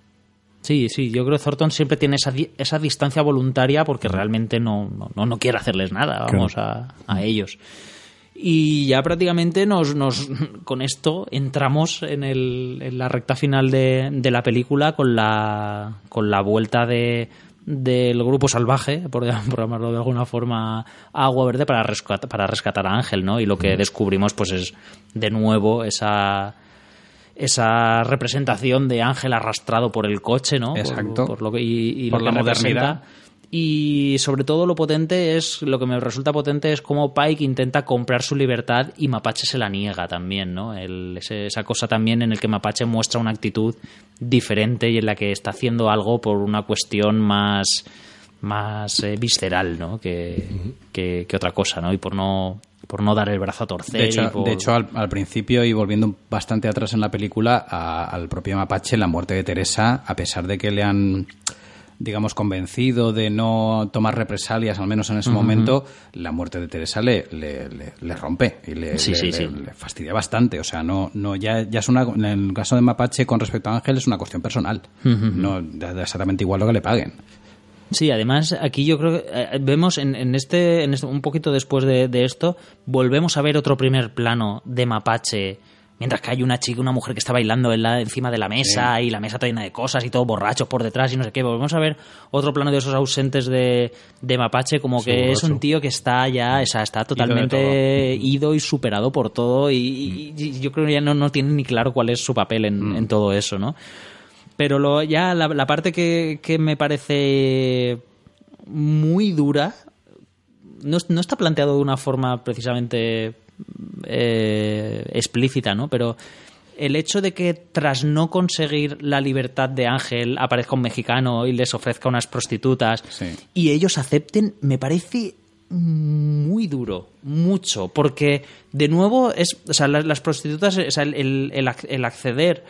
Sí, sí, yo creo que Thornton siempre tiene esa, di- esa distancia voluntaria porque realmente no, no, no, no quiere hacerles nada, vamos, a, a ellos. Y ya prácticamente nos, nos con esto entramos en, el, en la recta final de, de la película con la, con la vuelta de del grupo salvaje, por, por llamarlo de alguna forma, a Agua Verde para rescatar, para rescatar a Ángel, ¿no? Y lo que descubrimos pues es de nuevo esa esa representación de Ángel arrastrado por el coche, ¿no? Por- Exacto. Por, lo que, y, y Por lo la que representa. modernidad. Y sobre todo lo potente es, lo que me resulta potente es cómo Pike intenta comprar su libertad y Mapache se la niega también, ¿no? El- ese- esa cosa también en el que Mapache muestra una actitud diferente y en la que está haciendo algo por una cuestión más más eh, visceral, ¿no? Que, que, que otra cosa, ¿no? Y por no por no dar el brazo a torcer. De hecho, y por- de hecho al, al principio, y volviendo bastante atrás en la película, a- al propio Mapache, la muerte de Teresa, a pesar de que le han digamos, convencido de no tomar represalias, al menos en ese uh-huh. momento, la muerte de Teresa le, le, le, le rompe y le, sí, le, sí, le, sí. le fastidia bastante. O sea, no, no ya, ya es una, en el caso de Mapache con respecto a Ángel es una cuestión personal. Uh-huh. No da exactamente igual lo que le paguen. Sí, además aquí yo creo que eh, vemos en, en, este, en este, un poquito después de, de esto, volvemos a ver otro primer plano de Mapache, mientras que hay una chica, una mujer que está bailando en la, encima de la mesa sí. y la mesa está llena de cosas y todos borrachos por detrás y no sé qué. Volvemos a ver otro plano de esos ausentes de, de Mapache, como sí, que borracho. Es un tío que está ya, o sea, está totalmente ido y superado por todo y, mm. y, y yo creo que ya no, no tiene ni claro cuál es su papel en, mm. en todo eso, ¿no? Pero lo, ya la, la parte que, que me parece muy dura no, no está planteado de una forma precisamente eh, explícita, ¿no? Pero el hecho de que tras no conseguir la libertad de Ángel aparezca un mexicano y les ofrezca unas prostitutas sí. y ellos acepten, me parece muy duro, mucho, porque de nuevo es, o sea, las, las prostitutas, o sea, el, el, el acceder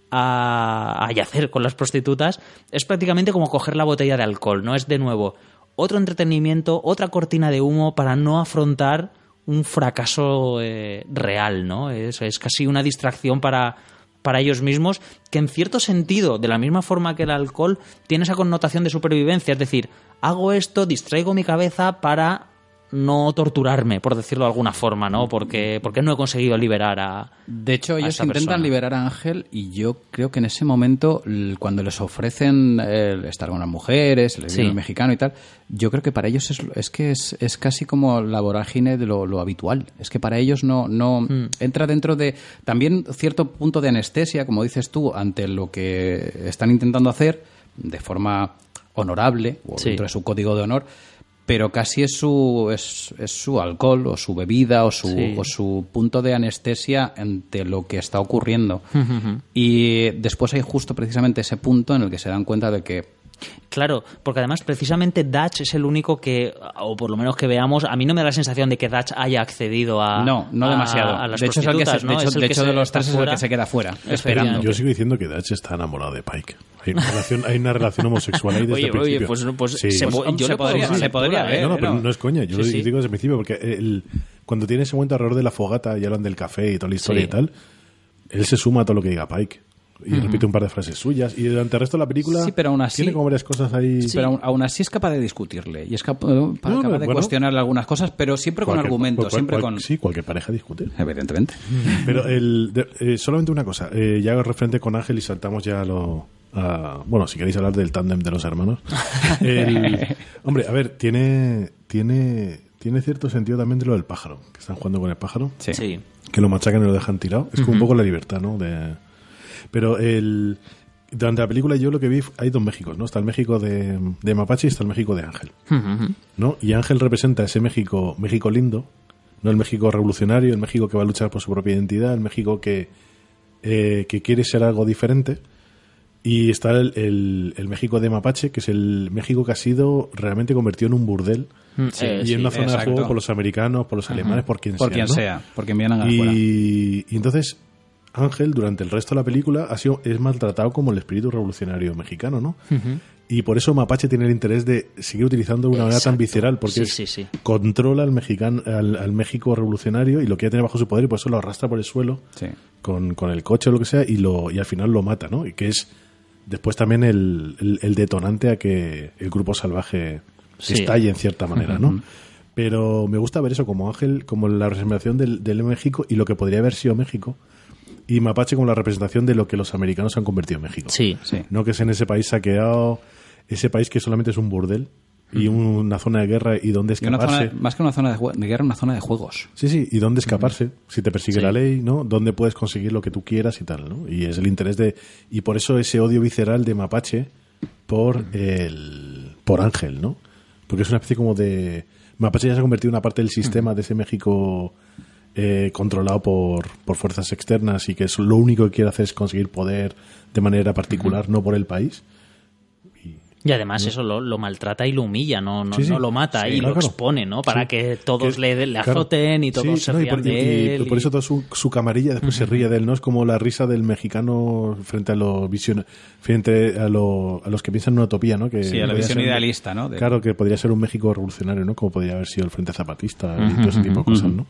A, a yacer con las prostitutas es prácticamente como coger la botella de alcohol, ¿no? Es de nuevo otro entretenimiento, otra cortina de humo para no afrontar un fracaso eh, real, ¿no? Es, es casi una distracción para, para ellos mismos, que en cierto sentido, de la misma forma que el alcohol, tiene esa connotación de supervivencia, es decir, hago esto, distraigo mi cabeza para no torturarme, por decirlo de alguna forma, ¿no? Porque, porque no he conseguido liberar a De hecho, ellos intentan persona. liberar a Ángel y yo creo que en ese momento, cuando les ofrecen eh, estar con las mujeres, el sí. mexicano y tal, yo creo que para ellos es, es que es, es casi como la vorágine de lo, lo habitual. Es que para ellos no, no mm. entra dentro de también cierto punto de anestesia, como dices tú, ante lo que están intentando hacer de forma honorable o sí. dentro de su código de honor. Pero casi es su es, es su alcohol o su bebida o su, sí. o su punto de anestesia ante lo que está ocurriendo. Uh-huh. Y después hay justo precisamente ese punto en el que se dan cuenta de que... Claro, porque además precisamente Dutch es el único que, o por lo menos que veamos, a mí no me da la sensación de que Dutch haya accedido a... No, no demasiado. A, a las de hecho, es el que se, ¿no? de hecho, es el de, que hecho de los tres fuera. Es el que se queda fuera, esperando. Yo sigo diciendo que Dutch está enamorado de Pike. Hay una relación, hay una relación homosexual ahí desde oye, el principio. Oye, pues, pues sí. se, pues, yo se podría, se podría ver. No, no, pero no. no es coña. Yo sí, sí. digo desde el principio porque el, cuando tiene ese momento alrededor de la fogata y hablan del café y toda la historia sí. y tal, él se suma a todo lo que diga Pike. Y uh-huh. repite un par de frases suyas. Y durante el resto de la película sí, pero aún así, tiene como varias cosas ahí. Sí, pero aún, aún así es capaz de discutirle. Y es capaz, no, capaz no, de bueno, cuestionarle algunas cosas, pero siempre con argumentos. Cual, cual, siempre cual, con... Sí, cualquier pareja discute. Evidentemente. Pero el, de, eh, solamente una cosa. Eh, ya hago referente con Ángel y saltamos ya a lo... A, bueno, si queréis hablar del tándem de los hermanos. El, hombre, a ver, tiene, tiene, tiene cierto sentido también de lo del pájaro. Que están jugando con el pájaro. Sí. sí. Que lo machacan y lo dejan tirado. Es como uh-huh. un poco la libertad, ¿no? De... Pero el, durante la película yo lo que vi, hay dos Méxicos, ¿no? Está el México de, de Mapache y está el México de Ángel, uh-huh. ¿no? Y Ángel representa ese México, México lindo, no el México revolucionario, el México que va a luchar por su propia identidad, el México que, eh, que quiere ser algo diferente. Y está el, el, el México de Mapache, que es el México que ha sido realmente convertido en un burdel. Sí, y sí, en una zona exacto. de juego por los americanos, por los alemanes, uh-huh. por quien por sea. Quien ¿no? sea, por quien vienen a y, afuera. Y entonces... Ángel, durante el resto de la película, ha sido, es maltratado como el espíritu revolucionario mexicano, ¿no? Uh-huh. Y por eso Mapache tiene el interés de seguir utilizando de una manera tan visceral, porque sí, es, sí, sí. controla al, mexicano, al, al México revolucionario y lo quiere tener bajo su poder y por eso lo arrastra por el suelo sí. con, con el coche o lo que sea y, lo, y al final lo mata, ¿no? Y que es después también el, el, el detonante a que el grupo salvaje sí. estalle en cierta manera, ¿no? Uh-huh. Pero me gusta ver eso como Ángel, como la representación del, del México y lo que podría haber sido México. Y Mapache como la representación de lo que los americanos han convertido en México. Sí, sí. No que es en ese país saqueado, ese país que solamente es un burdel y un, una zona de guerra y donde escaparse. Una zona, más que una zona de, de guerra, una zona de juegos. Sí, sí, y dónde escaparse, uh-huh. si te persigue sí. la ley, ¿no? Dónde puedes conseguir lo que tú quieras y tal, ¿no? Y es el interés de... Y por eso ese odio visceral de Mapache por el por Ángel, ¿no? Porque es una especie como de... Mapache ya se ha convertido en una parte del sistema uh-huh. de ese México... Eh, controlado por, por fuerzas externas y que es, lo único que quiere hacer es conseguir poder de manera particular, uh-huh. no por el país. Y, Y además eso lo, lo maltrata y lo humilla, no, no, Sí, sí. no lo mata Sí, y claro, lo claro. expone, ¿no? Para Sí. que todos Que- le, le claro. azoten y todos Sí, se no, y rían por, de y- él. y por y- eso toda su, su camarilla después se ríe de él, ¿no? Es como la risa del mexicano frente a los vision, frente a, lo- a los que piensan en una utopía, ¿no? Que Sí, a la podría visión ser- idealista, ¿no? De- Claro, que podría ser un México revolucionario, ¿no? Como podría haber sido el Frente Zapatista y todo ese tipo de cosas, ¿no?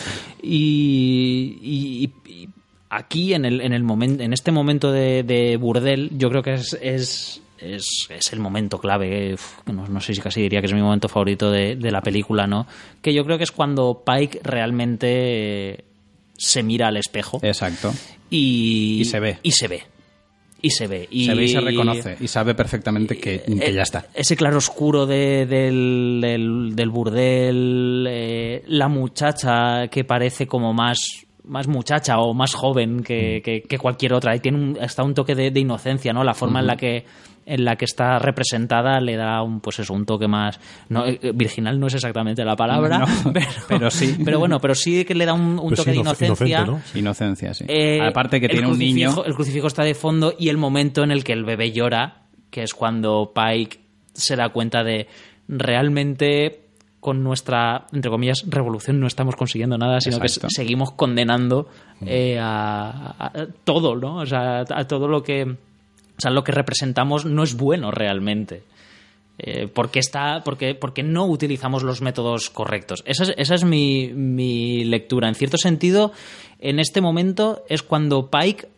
Y, y- y aquí, en el, en el momento, en este momento de, de burdel, yo creo que es, es, es, es el momento clave. Uf, no, no sé si casi diría que es mi momento favorito de, de la película, ¿no? Que yo creo que es cuando Pike realmente eh, se mira al espejo Exacto. y, Y se ve. Y se ve. Y se ve. Y, Se ve y se reconoce y sabe perfectamente que, que ya está. Ese claroscuro de, del, del, del burdel, eh, la muchacha que parece como más, más muchacha o más joven que, que, que cualquier otra. Y tiene un, hasta un toque de, de inocencia, ¿no? La forma uh-huh. en la que en la que está representada le da un, pues eso, un toque más... No, eh, virginal no es exactamente la palabra, no, pero, pero sí. Pero bueno, pero sí que le da un, un pues toque sí, de inocencia. ¿no? Sí. Inocencia, sí. Eh, Aparte que tiene un niño... El crucifijo está de fondo y el momento en el que el bebé llora, que es cuando Pike se da cuenta de realmente con nuestra, entre comillas, revolución no estamos consiguiendo nada, sino Exacto. que seguimos condenando eh, a, a, a todo, ¿no? O sea, a todo lo que... O sea, lo que representamos no es bueno realmente. Eh, porque, está, porque, porque no utilizamos los métodos correctos. Esa es, esa es mi, mi lectura. En cierto sentido, en este momento es cuando Pike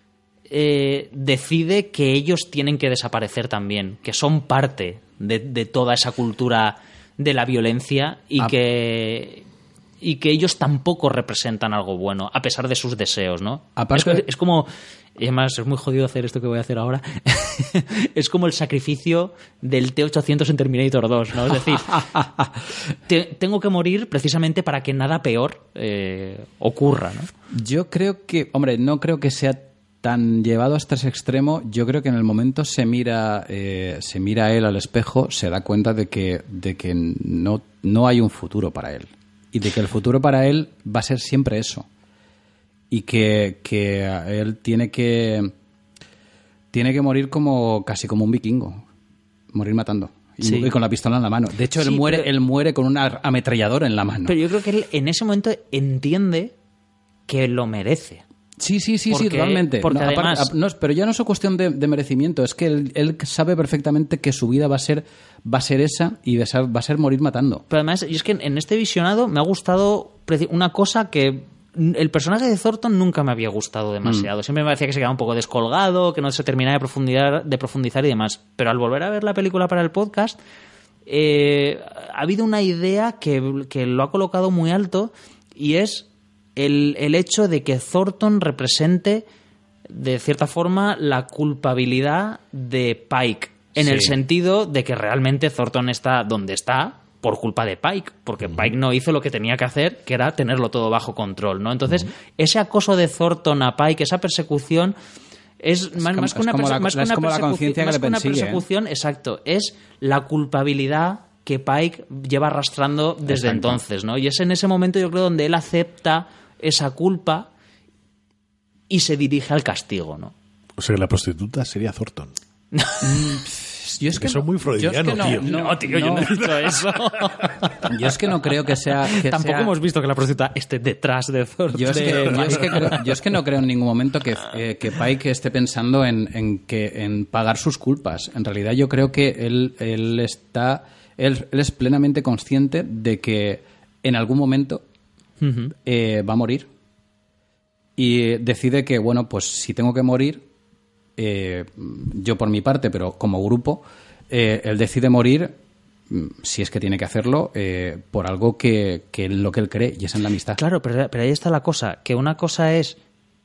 eh, decide que ellos tienen que desaparecer también, que son parte de, de toda esa cultura de la violencia y ah. que... y que ellos tampoco representan algo bueno, a pesar de sus deseos, ¿no? Aparte... Es, es como... Y además es muy jodido hacer esto que voy a hacer ahora. Es como el sacrificio del T ochocientos en Terminator dos, ¿no? Es decir, te, tengo que morir precisamente para que nada peor eh, ocurra, ¿no? Yo creo que... Hombre, no creo que sea tan llevado hasta ese extremo. Yo creo que en el momento se mira eh, se mira a él al espejo, se da cuenta de que, de que no, no hay un futuro para él. Y de que el futuro para él va a ser siempre eso. Y que, que él tiene que tiene que morir como casi como un vikingo. Morir matando. Y, sí. y con la pistola en la mano. De hecho, sí, él muere pero, él muere con una ametralladora en la mano. Pero yo creo que él en ese momento entiende que lo merece. Sí, sí, sí, porque, sí, totalmente. Porque no, además... aparte, no, pero ya no es cuestión de, de merecimiento, es que él, él sabe perfectamente que su vida va a ser va a ser esa y va a ser morir matando. Pero además, yo es que en este visionado me ha gustado una cosa que el personaje de Thornton nunca me había gustado demasiado. Mm. Siempre me parecía que se quedaba un poco descolgado, que no se terminaba de profundizar, de profundizar y demás. Pero al volver a ver la película para el podcast, eh, ha habido una idea que, que lo ha colocado muy alto y es el, el hecho de que Thornton represente, de cierta forma, la culpabilidad de Pike. En sí. el sentido de que realmente Thornton está donde está por culpa de Pike, porque Pike no hizo lo que tenía que hacer, que era tenerlo todo bajo control, ¿no? Entonces, uh-huh. ese acoso de Thornton a Pike, esa persecución, es, es más, como, más que una, perse- la, más que una como persecución, más que que una persigue, persecución ¿eh? exacto, es la culpabilidad que Pike lleva arrastrando desde exacto. entonces, ¿no? Y es en ese momento, yo creo, donde él acepta esa culpa y se dirige al castigo, ¿no? O sea, que la prostituta sería Thornton. Yo es que eso es muy freudiano, es que no, tío. No, no, tío, yo no he dicho eso. Yo es que no creo que sea... Que Tampoco sea... hemos visto que la prostituta esté detrás de Thornton. Yo es que, yo es que, creo, yo es que no creo en ningún momento que, eh, que Pike esté pensando en, en, que, en pagar sus culpas. En realidad yo creo que él, él está... Él, él es plenamente consciente de que en algún momento uh-huh. eh, va a morir. Y decide que, bueno, pues si tengo que morir... Eh, yo por mi parte, pero como grupo, eh, él decide morir, si es que tiene que hacerlo, eh, por algo que, que lo que él cree, y es en la amistad. Claro, pero, pero ahí está la cosa, que una cosa es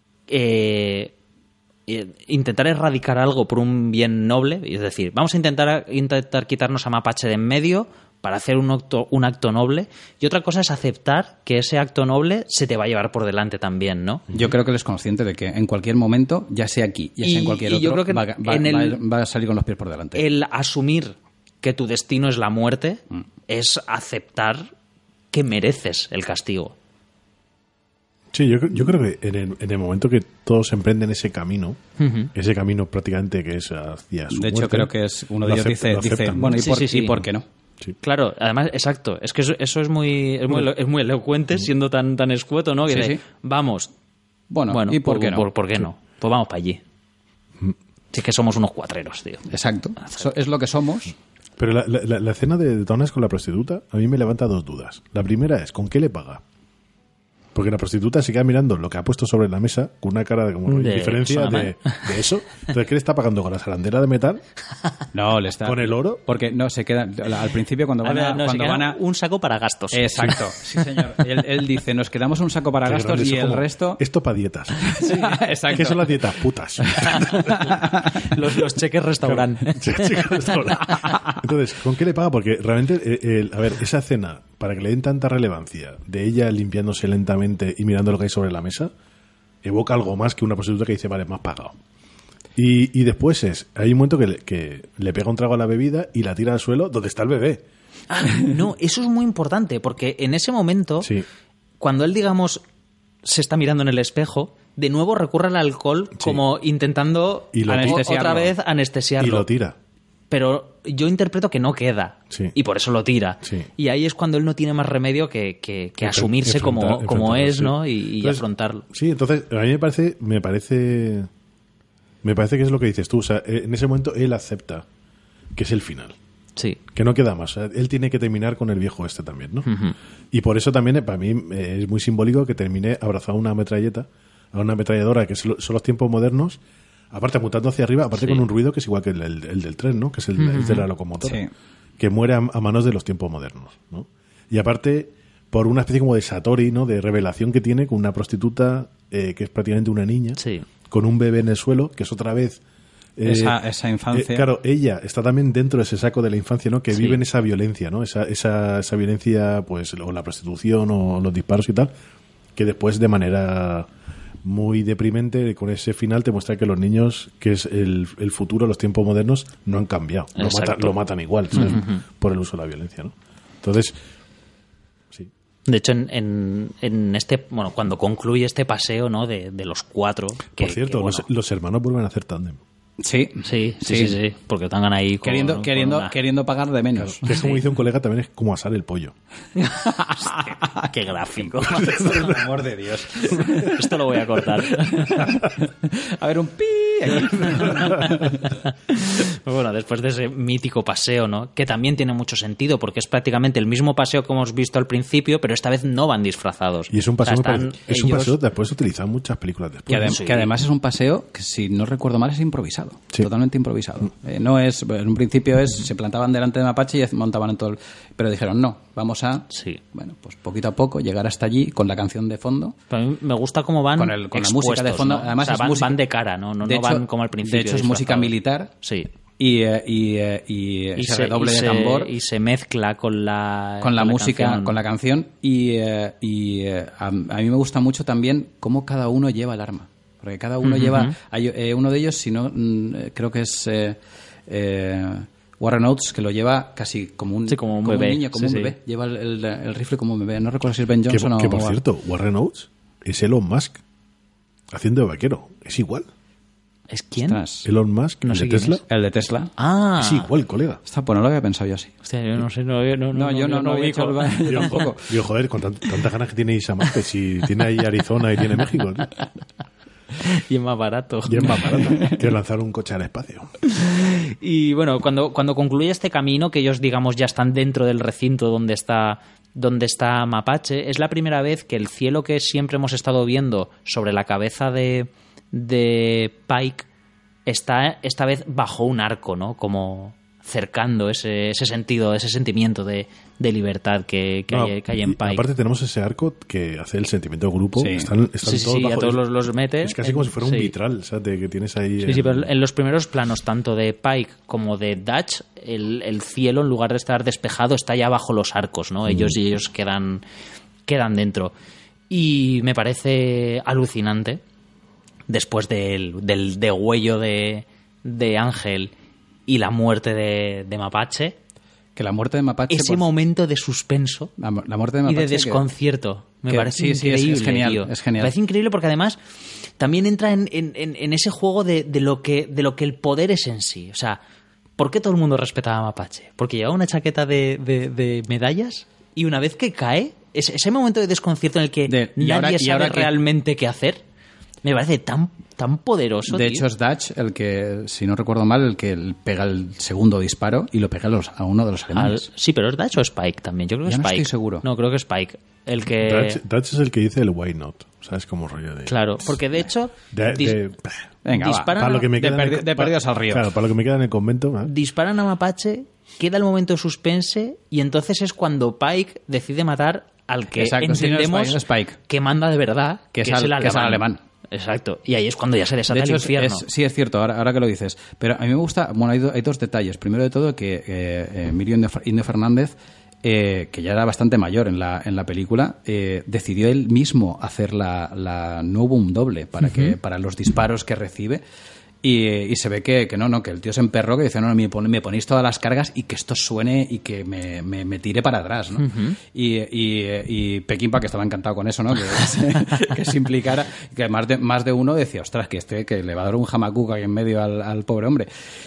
eh, intentar erradicar algo por un bien noble, es decir, vamos a intentar, intentar quitarnos a Mapache de en medio para hacer un acto, un acto noble, y otra cosa es aceptar que ese acto noble se te va a llevar por delante también, ¿no? Yo creo que él es consciente de que en cualquier momento, ya sea aquí, ya sea y, en cualquier otro, yo creo que va, va, en el, va, va a salir con los pies por delante. El asumir que tu destino es la muerte mm. es aceptar que mereces el castigo. Sí, yo, yo creo que en el, en el momento que todos emprenden ese camino, Uh-huh. ese camino prácticamente que es hacia su De hecho, muerte, creo que es uno de lo ellos aceptan- dice, lo dice aceptan, ¿no? bueno, ¿y, Sí, por, sí, sí. ¿y por qué no? Sí. Claro, además, exacto. Es que eso, eso es muy es muy, es muy elocuente siendo tan tan escueto, ¿no? Que Sí, dice, sí. vamos, Bueno, bueno, ¿y por pues, qué no? ¿por, por qué no? Pues vamos para allí. Si es que somos unos cuatreros, tío. Exacto. So- es lo que somos. Pero la, la, la escena de Donas con la prostituta a mí me levanta dos dudas. La primera es, ¿con qué le paga? Porque la prostituta se queda mirando lo que ha puesto sobre la mesa con una cara de como De indiferencia Sonama. de, de eso. Entonces, ¿qué le está pagando? ¿Con la sarandera de metal? No, le está... ¿Con el oro? Porque no, se queda... Al principio cuando A van ver, a... no, se cuando queda van a... un saco para gastos. Exacto, sí señor. Él, él dice, nos quedamos un saco para Qué gastos grande, y eso el como, resto... Esto para dietas. Exacto. ¿Qué son las dietas? Putas. los, los cheques restaurante. Sí, sí, entonces, ¿con qué le paga? Porque realmente, eh, el- a ver, esa escena, para que le den tanta relevancia de ella limpiándose lentamente y mirando lo que hay sobre la mesa, evoca algo más que una prostituta que dice, vale, me has pagado. Y, y después es, hay un momento que le, que le pega un trago a la bebida y la tira al suelo donde está el bebé. Ah, no, eso es muy importante, porque en ese momento, Sí. cuando él, digamos, se está mirando en el espejo, de nuevo recurre al alcohol como intentando Y lo- o- Anestesiarlo. otra vez anestesiarlo. Y lo tira. Pero yo interpreto que no queda. Sí. Y por eso lo tira. Sí. Y ahí es cuando él no tiene más remedio que, que- que Enfren- asumirse como, enfrentar- como enfrentarlo, es, sí. ¿no? Y, y Entonces, afrontarlo. Sí, entonces a mí me parece, me parece, me parece que es lo que dices tú. O sea, en ese momento él acepta que es el final, Sí. que no queda más. O sea, él tiene que terminar con el viejo este también, ¿no? Ujú. Y por eso también eh, para mí eh, es muy simbólico que termine abrazado a una metralleta, a una ametralladora, que es lo- son los tiempos modernos. Aparte apuntando hacia arriba, aparte Sí. con un ruido que es igual que el, el- el del tren, ¿no? Que es el, el de la locomotora. Sí. Que muere a, a manos de los tiempos modernos, ¿no? Y aparte, por una especie como de satori, ¿no? De revelación que tiene con una prostituta eh, que es prácticamente una niña, Sí. con un bebé en el suelo, que es otra vez... eh, Esa- esa infancia. eh, claro, ella está también dentro de ese saco de la infancia, ¿no? Que Sí. vive en esa violencia, ¿no? Esa, esa, esa violencia, pues, o la prostitución o los disparos y tal, que después de manera muy deprimente, con ese final te muestra que los niños, que es el, el futuro, los tiempos modernos, no han cambiado. Lo, Exacto. matan, lo matan igual, ¿sabes? Por el uso de la violencia, ¿no? Entonces, sí. De hecho, en, en, en este, bueno, cuando concluye este paseo, ¿no? De, de los cuatro. Que, Por cierto, que, bueno, los, los hermanos vuelven a hacer tándem. Sí. Sí, sí, sí, sí, porque están ahí con, Queriendo, con queriendo, una- queriendo pagar de menos. Que es como dice un colega, también es como asar el pollo. Qué gráfico. Por el amor de Dios. Esto lo voy a cortar. A ver, un pi. Bueno, después de ese mítico paseo, ¿no? Que también tiene mucho sentido, porque es prácticamente el mismo paseo que hemos visto al principio, pero esta vez no van disfrazados. Y es un O sea, paseo, muy están pare- es un ellos- paseo después utilizado en muchas películas después. Que, adem- Sí. que además es un paseo que, si no recuerdo mal, es improvisado. Sí. Totalmente improvisado. Eh, no es, en un principio es, se plantaban delante de Mapache y montaban en todo el... Pero dijeron, no, vamos a, Sí. bueno, pues poquito a poco llegar hasta allí con la canción de fondo. A mí me gusta cómo van Con el- con la música de expuestos, fondo. ¿no? Además O sea, es van, música- van de cara, ¿no? No, de no hecho- van como al principio. De hecho, es música disfrazados. militar Sí. y, eh, y, eh, y, eh, Y ese se, redoble y de se- tambor y se mezcla con la con la, música, canción. con la canción y, eh, y eh, a, a mí me gusta mucho también cómo cada uno lleva el arma. Porque cada uno Ujú. lleva... Hay, eh, uno de ellos, si no, mm, eh, creo que es eh, eh, Warren Oates, que lo lleva casi como un, Sí, como un bebé. niño, como Sí, un sí. bebé. Lleva el, el- el rifle como un bebé. No recuerdo si es Ben Que, Johnson que, o... por o- cierto, Warren Oates es Elon Musk haciendo de vaquero. Es igual. ¿Es quién? Ostras, Elon Musk, No el sé de quién Tesla, es. el de Tesla. Ah. es igual, colega. Está, pues no lo había pensado yo así. Hostia, yo no sé, no, yo no, No, yo no, no había ubico. hecho el- Digo, tampoco. digo, joder, con tant- tantas ganas que tiene Isaac, que si tiene ahí Arizona y tiene México, tío. Y es más barato. Y es más barato que lanzar un coche al espacio. Y bueno, cuando, cuando concluye este camino, que ellos, digamos, ya están dentro del recinto donde está, donde está Mapache, es la primera vez que el cielo que siempre hemos estado viendo sobre la cabeza de, de Pike está esta vez bajo un arco, ¿no? Como cercando ese, ese sentido, ese sentimiento de, de libertad que, que, No, hay, que hay y en Pike. aparte tenemos ese arco que hace el sentimiento de grupo. Sí. Están, están Sí, sí, todos sí, bajo- a todos los, los mete. Es casi en- como si fuera un sí. vitral, ¿sabes? De que tienes ahí... Sí, el- sí, pero en los primeros planos, tanto de Pike como de Dutch, el, el cielo, en lugar de estar despejado, está ya bajo los arcos, ¿no? Ellos y ellos quedan, quedan dentro. Y me parece alucinante, después del, del degüello de, de Ángel y la muerte de, de Mapache, Que la muerte de Mapache... ese pues, momento de suspenso la, la muerte de Mapache, y de desconcierto. Que, me que, parece sí, sí, increíble, es, es genial, tío. es genial. Me parece increíble porque además también entra en, en, en ese juego de, de, lo que, de lo que el poder es en sí. O sea, ¿por qué todo el mundo respetaba a Mapache? Porque llevaba una chaqueta de, de, de medallas y una vez que cae, ese, ese momento de desconcierto en el que de, nadie ahora, sabe ahora realmente que... qué hacer, me parece tan, tan poderoso. De tío. hecho, es Dutch el que, si no recuerdo mal, el que pega el segundo disparo y lo pega a, los, a uno de los alemanes. Al, sí, pero es Dutch o Spike también. Yo creo que Ya no Spike. estoy seguro. No, creo que Spike. El que... Dutch, Dutch es el que dice el why not. O sea, es como rollo de... Claro, porque de hecho... De, dis- de- Venga, va, disparan, para lo que me de queda en perdi- el- de perdidos al río. Claro, para lo que me queda en el convento. ¿eh? disparan a Mapache, queda el momento de suspense y entonces es cuando Pike decide matar al que Exacto, sí, no es entendemos Spike, es Spike. que manda de verdad, Que es es al- el que es el alemán. alemán. Exacto. Y ahí es cuando ya se desata De hecho, el es- infierno. es- sí, es cierto, ahora, ahora que lo dices. Pero a mí me gusta, bueno, hay, do- hay dos detalles. Primero de todo, que eh, eh, Emilio Inde- Inde Fernández, eh, que ya era bastante mayor en la, en la película, eh, decidió él mismo hacer la, la Novum doble para, que, para los disparos que recibe. Y, y se ve que, que no, no, que el tío se emperró, que dice, no, no, me, pon- me ponéis todas las cargas y que esto suene y que me, me, me tire para atrás, ¿no? y, y, y Peckinpah, que estaba encantado con eso, ¿no? Que, se, que se implicara, que más de, más de uno decía, ostras, que este que le va a dar un jamacuca ahí en medio al, al pobre hombre.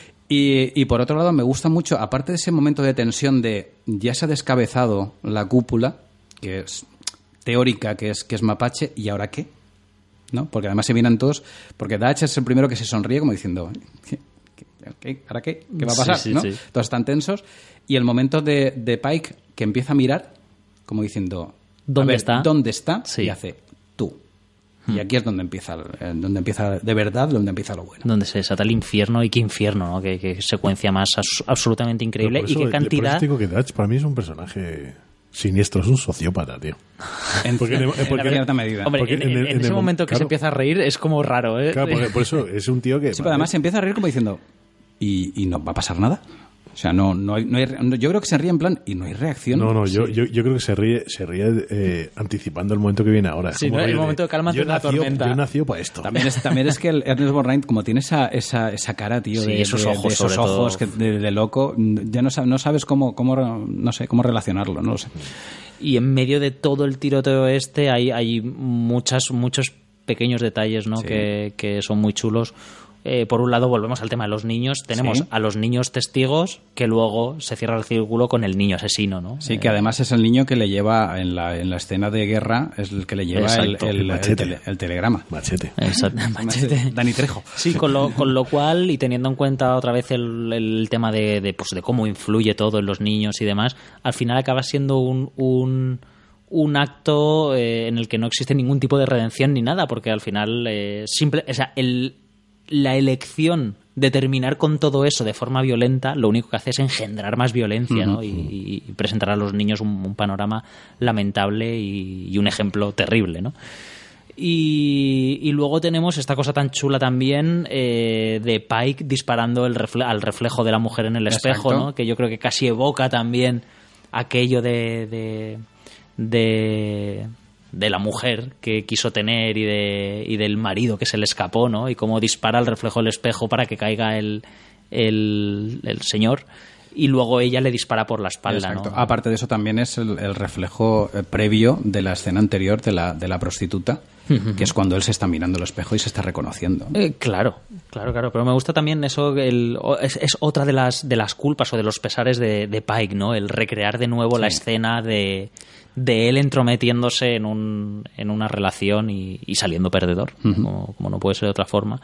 Y, y por otro lado, me gusta mucho, aparte de ese momento de tensión de ya se ha descabezado la cúpula, que es teórica, que es, que es Mapache, ¿y ahora qué? ¿No? Porque además se vienen todos, porque Dutch es el primero que se sonríe como diciendo, ¿qué? ¿Qué? ¿Ahora qué? ¿Qué va a pasar? Sí, sí, ¿no? sí. Todos están tensos y el momento de, de Pike que empieza a mirar como diciendo, ¿Dónde a ver, está? ¿dónde está? Sí. Y hace tú. Y aquí es donde empieza, el- eh, donde empieza de verdad, donde empieza lo bueno. Donde se desata el infierno y qué infierno, ¿no? Qué, qué secuencia más abs- absolutamente increíble Pero y por qué eso- por eso cantidad... digo que Dutch para mí es un personaje siniestro, es un sociópata, tío. En, Porque en el- en porque- cierta medida. Hombre, porque en, en el- en en ese el mom- momento que se claro. empieza a reír es como raro, ¿eh? Claro, por, por eso es un tío que... Sí, pero además se empieza a reír como diciendo, ¿y, y no va a pasar nada? O sea, no, no, hay, no hay, no- yo creo que se ríe en plan, y no hay reacción. No, no, yo, Sí. yo, yo creo que se ríe, se ríe eh, anticipando el momento que viene ahora. Es Sí, como ¿no? El rollo momento de cálmate yo una nació- tormenta. Yo nació para esto. También es, también es que el Ernest Borgnine, como tiene esa, esa, esa cara, tío, Sí, de, esos de- ojos, de esos sobre ojos todo. que- de, de loco, ya no, sab- no sabes cómo, cómo, no sé, cómo relacionarlo, no lo sé. Y en medio de todo el tiroteo este hay, hay muchas, muchos pequeños detalles, ¿no? Sí. que, que son muy chulos. Eh, por un lado, volvemos al tema de los niños. Tenemos Sí. a los niños testigos, que luego se cierra el círculo con el niño asesino, ¿no? Sí, que además es el niño que le lleva en la, en la escena de guerra, es el que le lleva el, Exacto. el, El el machete. tele- el telegrama. Machete. Exacto, machete. Dani Trejo. Sí, con lo, con lo cual, y teniendo en cuenta otra vez el, el tema de, de, pues, de cómo influye todo en los niños y demás, al final acaba siendo un, un, un acto eh, en el que no existe ningún tipo de redención ni nada, porque al final, eh, simple, o sea, el, la elección de terminar con todo eso de forma violenta, lo único que hace es engendrar más violencia, ¿no? Y, y presentar a los niños un, un panorama lamentable y, y un ejemplo terrible, ¿no? Y, y luego tenemos esta cosa tan chula también eh, de Pike disparando el refle- al reflejo de la mujer en el espejo, Exacto. ¿no? Que yo creo que casi evoca también aquello de, de, de, de la mujer que quiso tener y, de, y del marido que se le escapó, ¿no? Y cómo dispara al reflejo del espejo para que caiga el, el, el señor y luego ella le dispara por la espalda, Exacto. ¿no? Aparte de eso, también es el, el reflejo eh, previo de la escena anterior de la, de la prostituta, que es cuando él se está mirando el espejo y se está reconociendo. Eh, claro, claro, claro. Pero me gusta también eso, el, o- es, es otra de las, de las culpas o de los pesares de, de Pike, ¿no? El recrear de nuevo la escena de, de él entrometiéndose en, un, en una relación y, y saliendo perdedor, como, como no puede ser de otra forma.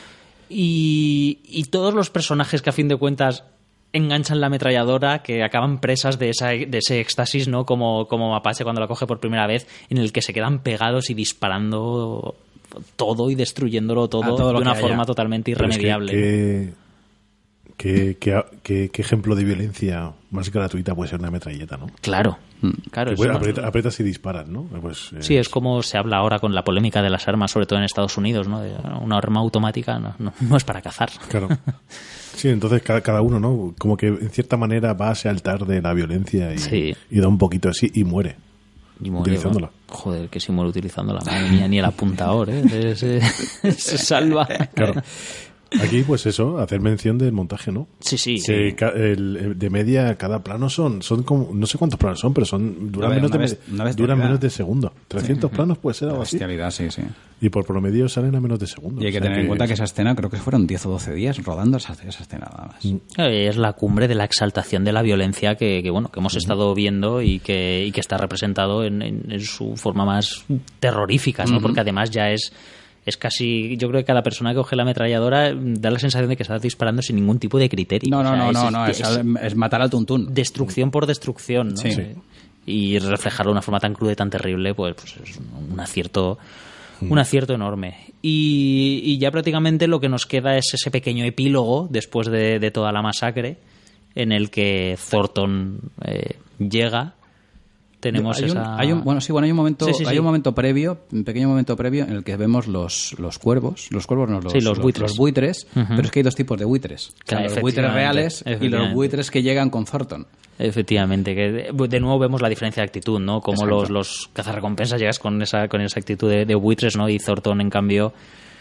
Y, y todos los personajes que a fin de cuentas enganchan la ametralladora, que acaban presas de, esa, de ese éxtasis, ¿no? Como, como Mapache cuando la coge por primera vez, en el que se quedan pegados y disparando todo y destruyéndolo todo, A todo lo de una que forma haya. totalmente Pero es que irremediable. qué- qué- qué- qué- qué ejemplo de violencia más gratuita puede ser una metralleta, ¿no? Claro, claro. Que es puede- una- aprieta- aprietas y disparas, ¿no? Pues, eh, Sí, es como se habla ahora con la polémica de las armas, sobre todo en Estados Unidos, ¿no? De, una arma automática no, no, no es para cazar. Claro. Sí, entonces cada, cada uno, ¿no? Como que en cierta manera va a ese altar de la violencia y, Sí. y da un poquito así y muere. Y muere, Utilizándola. ¿no? Joder, que si muere utilizándola. Madre mía, ni el apuntador, ¿eh? Se, se- se salva. Claro. Aquí, pues eso, hacer mención del montaje, ¿no? Sí, sí. Que ca- el- el- de media, cada plano son, son como, no sé cuántos planos son, pero son duran, Una menos, de, bes- me- una duran bestialidad. menos de segundo. trescientos planos puede ser algo así. Bestialidad, sí, sí. Y por promedio salen a menos de segundo. Y hay que O sea tener en cuenta que esa escena, creo que fueron diez o doce días rodando esa, esa escena nada más. Eh, Es la cumbre de la exaltación de la violencia que, que, bueno, que hemos estado viendo y que, y que está representado en, en- en su forma más terrorífica, ¿no? Porque además ya es, es casi... Yo creo que cada persona que coge la ametralladora da la sensación de que está disparando sin ningún tipo de criterio. No, O no, sea, no, es- no, no, es- es, es matar al tuntún. destrucción por destrucción, ¿no? Sí. Sí. Y reflejarlo de una forma tan cruda y tan terrible, pues, pues es un, un acierto un acierto enorme. Y, y ya prácticamente lo que nos queda es ese pequeño epílogo después de, de toda la masacre en el que Thornton eh, llega. Tenemos hay un, esa... hay un- bueno, sí, bueno, hay un momento, Sí, sí, hay sí. un momento previo, un pequeño momento previo en el que vemos los, los cuervos, los cuervos no, los, Sí, los buitres. los buitres, Ujú. pero es que hay dos tipos de buitres. O sea, Claro, los buitres efectivamente, reales y los efectivamente. buitres que llegan con Thornton. Efectivamente, que de, de nuevo vemos la diferencia de actitud, ¿no? Como Exacto. los, los cazarrecompensas llegas con esa, con esa actitud de, de buitres, ¿no? Y Thornton, en cambio,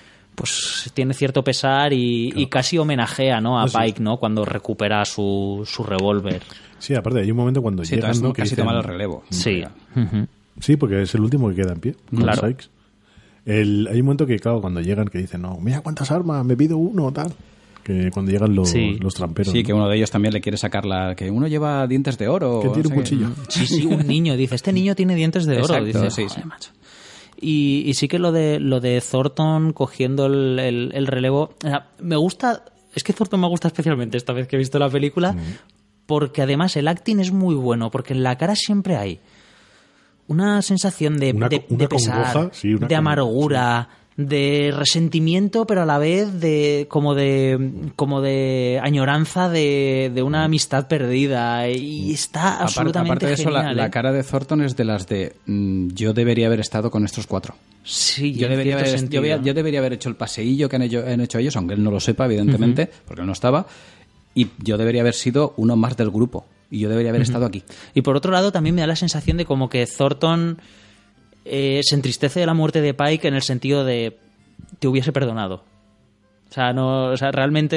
pues tiene cierto pesar y, y casi homenajea, ¿no? A No, sí. Pike, ¿no? Cuando recupera su, su revólver. Sí, aparte hay un momento cuando Sí, llegan, tras- ¿no? Que casi dicen- tomar el relevo. Sí. Ujú. Sí, porque es el último que queda en pie. con Claro. Sykes. El, hay un momento que, claro, cuando llegan, que dicen, no, mira cuántas armas, me pido uno, tal. Que cuando llegan los, Sí. los tramperos. Sí, ¿no? que uno de ellos también le quiere sacar la... Que uno lleva dientes de oro. Que tiene no un sé qué. cuchillo. Sí, sí, un niño dice, este niño tiene dientes de oro. Exacto, Dice, sí, "Joder, sí. macho". Y, y sí que lo de lo de Thornton cogiendo el, el- el relevo, o sea, me gusta, es que Thornton me gusta especialmente esta vez que he visto la película, porque además el acting es muy bueno, porque en la cara siempre hay una sensación de, Una de, co- una de pesar, congoja, sí, una de con- amargura, de resentimiento, pero a la vez de como de como de añoranza de, de una amistad perdida, y está Aparte, absolutamente aparte de eso, la, genial, la ¿eh? cara de Thornton es de las de... mm, yo debería haber estado con estos cuatro. Sí, Yo en debería, cierto haber, sentido. yo, voy a- yo debería haber hecho el paseillo que han hecho, han hecho ellos, aunque él no lo sepa, evidentemente, porque él no estaba. Y yo debería haber sido uno más del grupo. Y yo debería haber estado aquí. Y por otro lado, también me da la sensación de como que Thornton eh, se entristece de la muerte de Pike en el sentido de te hubiese perdonado. O sea, no, o sea, realmente,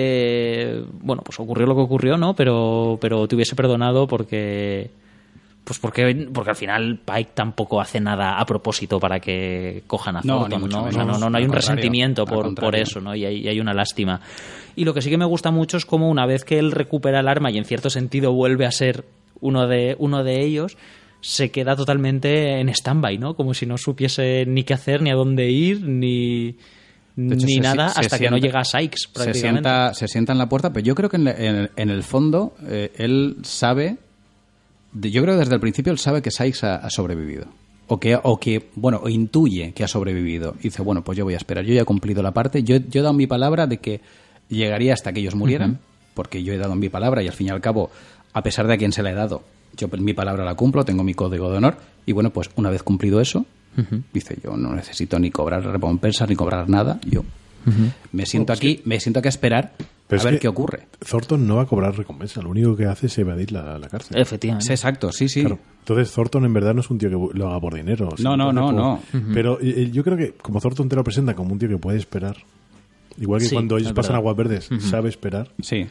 eh, bueno, pues ocurrió lo que ocurrió, ¿no? Pero, pero te hubiese perdonado porque, pues porque, porque al final Pike tampoco hace nada a propósito para que cojan a No, Thornton, ni mucho ¿no? O menos. sea, no, no, no hay Al un contrario, resentimiento al por, por contrario. eso, ¿no? Y hay, y hay una lástima. Y lo que sí que me gusta mucho es como una vez que él recupera el arma y en cierto sentido vuelve a ser uno de, uno de ellos, se queda totalmente en stand-by, ¿no? Como si no supiese ni qué hacer, ni a dónde ir, ni, De hecho, ni se- nada se hasta que no sienta- llega a Sykes, Se prácticamente. sienta, se sienta en la puerta, pero yo creo que en, en- en el fondo eh, él sabe, de- yo creo que desde el principio él sabe que Sykes ha, ha sobrevivido. O que, o que, bueno, o intuye que ha sobrevivido. Y dice, bueno, pues yo voy a esperar. Yo ya he cumplido la parte. Yo, yo he dado mi palabra de que llegaría hasta que ellos murieran, porque yo he dado mi palabra y al fin y al cabo, a pesar de a quién se la he dado, yo mi palabra la cumplo, tengo mi código de honor. Y bueno, pues una vez cumplido eso, dice, yo no necesito ni cobrar recompensas ni cobrar nada. Yo me siento aquí, me siento aquí a esperar Pero a es ver que qué ocurre. Thornton no va a cobrar recompensa, lo único que hace es evadir la, la cárcel. Efectivamente. Sí, exacto, sí, sí. Claro. Entonces Thornton en verdad no es un tío que lo haga por dinero. o sea, No, no, lo hace no, por- Pero eh, yo creo que como Thornton te lo presenta como un tío que puede esperar, igual que Sí, cuando ellos es pasan verdad. aguas verdes, sabe esperar, Sí.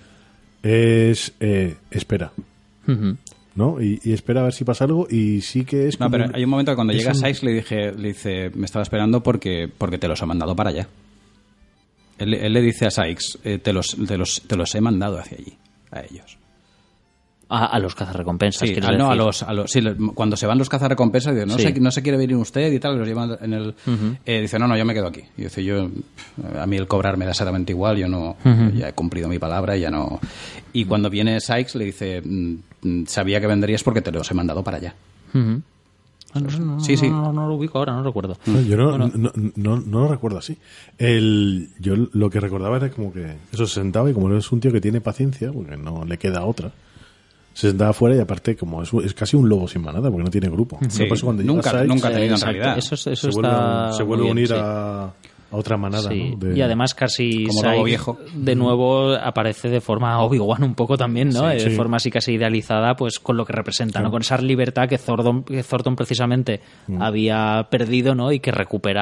es eh, espera, Ujú. ¿no? Y, y espera a ver si pasa algo y sí que es No, como pero un- hay un momento que cuando es llega un- Sykes le dije, le dice, me estaba esperando porque, porque te los ha mandado para allá. Él, él le dice a Sykes, eh, te, los, te, los, te los he mandado hacia allí, a ellos. A, a los cazarrecompensas, Sí, quieres a- no, a decir. los, a los, sí, le- cuando se van los cazarrecompensas, dice, no, Sí. se, no se quiere venir usted y tal, los llevan en el... eh, dice, no, no, yo me quedo aquí. Y dice, yo, a mí el cobrar me da exactamente igual, yo no, ya he cumplido mi palabra, ya no... Y cuando viene Sykes le dice, "Mm, mm, sabía que vendrías porque te los he mandado para allá. Ujú. Ah, no, no, no, Sí, sí. No, no, no lo ubico ahora, no recuerdo. No, yo no, no, no, no- no lo recuerdo así. El, yo lo que recordaba era como que eso se sentaba y como no es un tío que tiene paciencia, porque no le queda otra, se sentaba afuera y aparte como es, es casi un lobo sin manada porque no tiene grupo. Sí, Por eso cuando llega nunca- Sykes, nunca ha Eh, tenido en exacto. realidad. Eso, es- eso se vuelve, está se vuelve muy a bien, unir sí. a, a otra manada. Sí, ¿no? De- y además casi Como lobo Sykes viejo. de nuevo aparece de forma Obi-Wan un poco también, ¿no? Sí, de sí. forma así casi idealizada, pues con lo que representa, ¿no? Claro. Con esa libertad que Thornton, que Thornton precisamente Mm. había perdido, ¿no? Y que recupera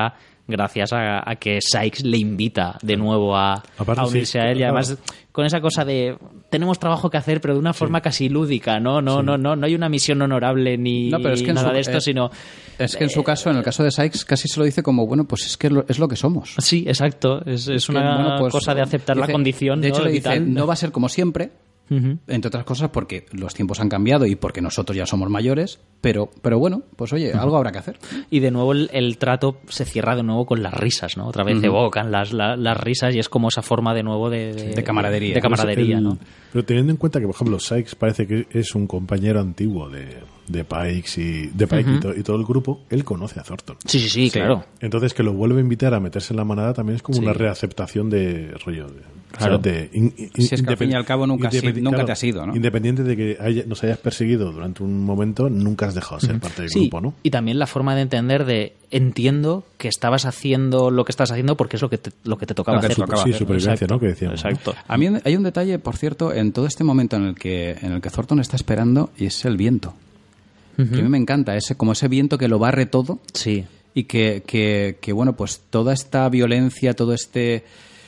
gracias a, a que Sykes le invita de nuevo a, Aparte, a unirse sí, a él, y claro. además con esa cosa de tenemos trabajo que hacer, pero de una forma casi lúdica, ¿no? No, Sí. no, no, no hay una misión honorable ni No, pero es que en nada su- de esto, eh, sino... Es que en su caso, en el caso de Sykes, casi se lo dice como, bueno, pues es que lo- es lo que somos. Sí, exacto. Es, es Que, una bueno, pues, cosa de aceptar la dice- condición, De hecho, ¿no? le dice, vital. no va a ser como siempre, Ujú. entre otras cosas porque los tiempos han cambiado y porque nosotros ya somos mayores, pero, pero bueno, pues oye, algo habrá que hacer. Y de nuevo el, el trato se cierra de nuevo con las risas, ¿no? Otra vez evocan las, la- las risas y es como esa forma de nuevo de... De camaradería. De camaradería, El- ¿no? Pero teniendo en cuenta que, por ejemplo, Sykes parece que es un compañero antiguo de, de Pikes y de Pike y, to- y todo el grupo, él conoce a Thornton. Sí, sí, sí, claro. Entonces, que lo vuelve a invitar a meterse en la manada también es como Sí. una reaceptación de rollo. De, Claro. o sea, de in- in- Si es que al independ- fin y al cabo nunca has sido- independi- nunca te has ido, ¿no? Independiente de que haya- nos hayas perseguido durante un momento, nunca has dejado de ser parte del Sí, grupo, ¿no? y también la forma de entender de entiendo que estabas haciendo lo que estás haciendo porque es lo que te, lo que te tocaba Lo que te hacer. tocaba Sí, hacer, supervivencia, Exacto, ¿no? Que decíamos, ¿no? Exacto. A mí hay un detalle, por cierto, en todo este momento en el que, en el que Thornton está esperando y es el viento. Que a mí me encanta, ese, como ese viento que lo barre todo Sí. y que, que, que, bueno, pues toda esta violencia, todo este...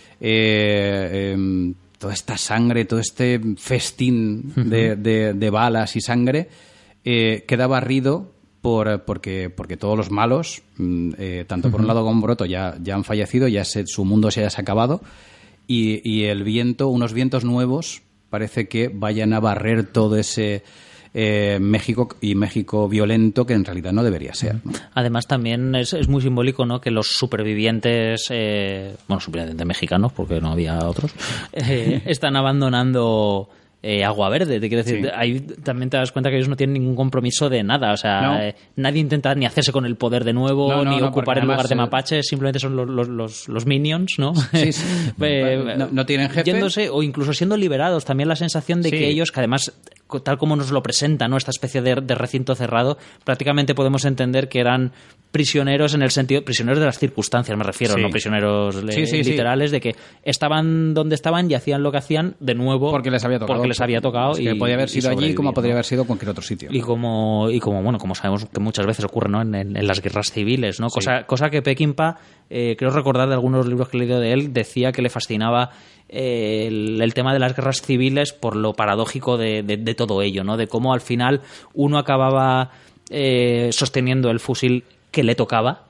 eh, em, toda esta sangre, todo este festín de, de- de balas y sangre eh, queda barrido por, porque, porque todos los malos, mm, eh, tanto por un lado como por otro, ya, ya han fallecido, ya se- su mundo se ha acabado y, y el viento, unos vientos nuevos, parece que vayan a barrer todo ese eh, México y México violento que en realidad no debería ser, ¿no? Además también es, es muy simbólico, ¿no? Que los supervivientes, eh, bueno, supervivientes mexicanos, porque no había otros, eh, están abandonando eh, Agua Verde. Te quiero decir, Sí. ahí también te das cuenta que ellos no tienen ningún compromiso de nada. O sea, No. eh, nadie intenta ni hacerse con el poder de nuevo, No, no, ni no, ocupar porque el lugar además, de eh, mapaches, simplemente son los, los, los, los minions, ¿no? Sí, sí. Eh, No- no tienen jefe. Yéndose o incluso siendo liberados. También la sensación de Sí. que ellos, que además, co- tal como nos lo presenta, ¿no? Esta especie de, de recinto cerrado, prácticamente podemos entender que eran prisioneros en el sentido, prisioneros de las circunstancias, me refiero, Sí. no prisioneros le- Sí, sí, sí. literales, de que estaban donde estaban y hacían lo que hacían de nuevo Porque les había tocado. porque les había tocado Es que y podía haber y sido allí sobrevivir, como podría ¿no? haber sido cualquier otro sitio. Y como, y como bueno, como sabemos que muchas veces ocurre, ¿no? en, en- en las guerras civiles, ¿no? Cosa, cosa que Peckinpah, eh, creo recordar de algunos libros que he leído de él, decía que le fascinaba eh, el, el tema de las guerras civiles por lo paradójico de, de- de todo ello, ¿no? De cómo al final uno acababa eh, sosteniendo el fusil que le tocaba,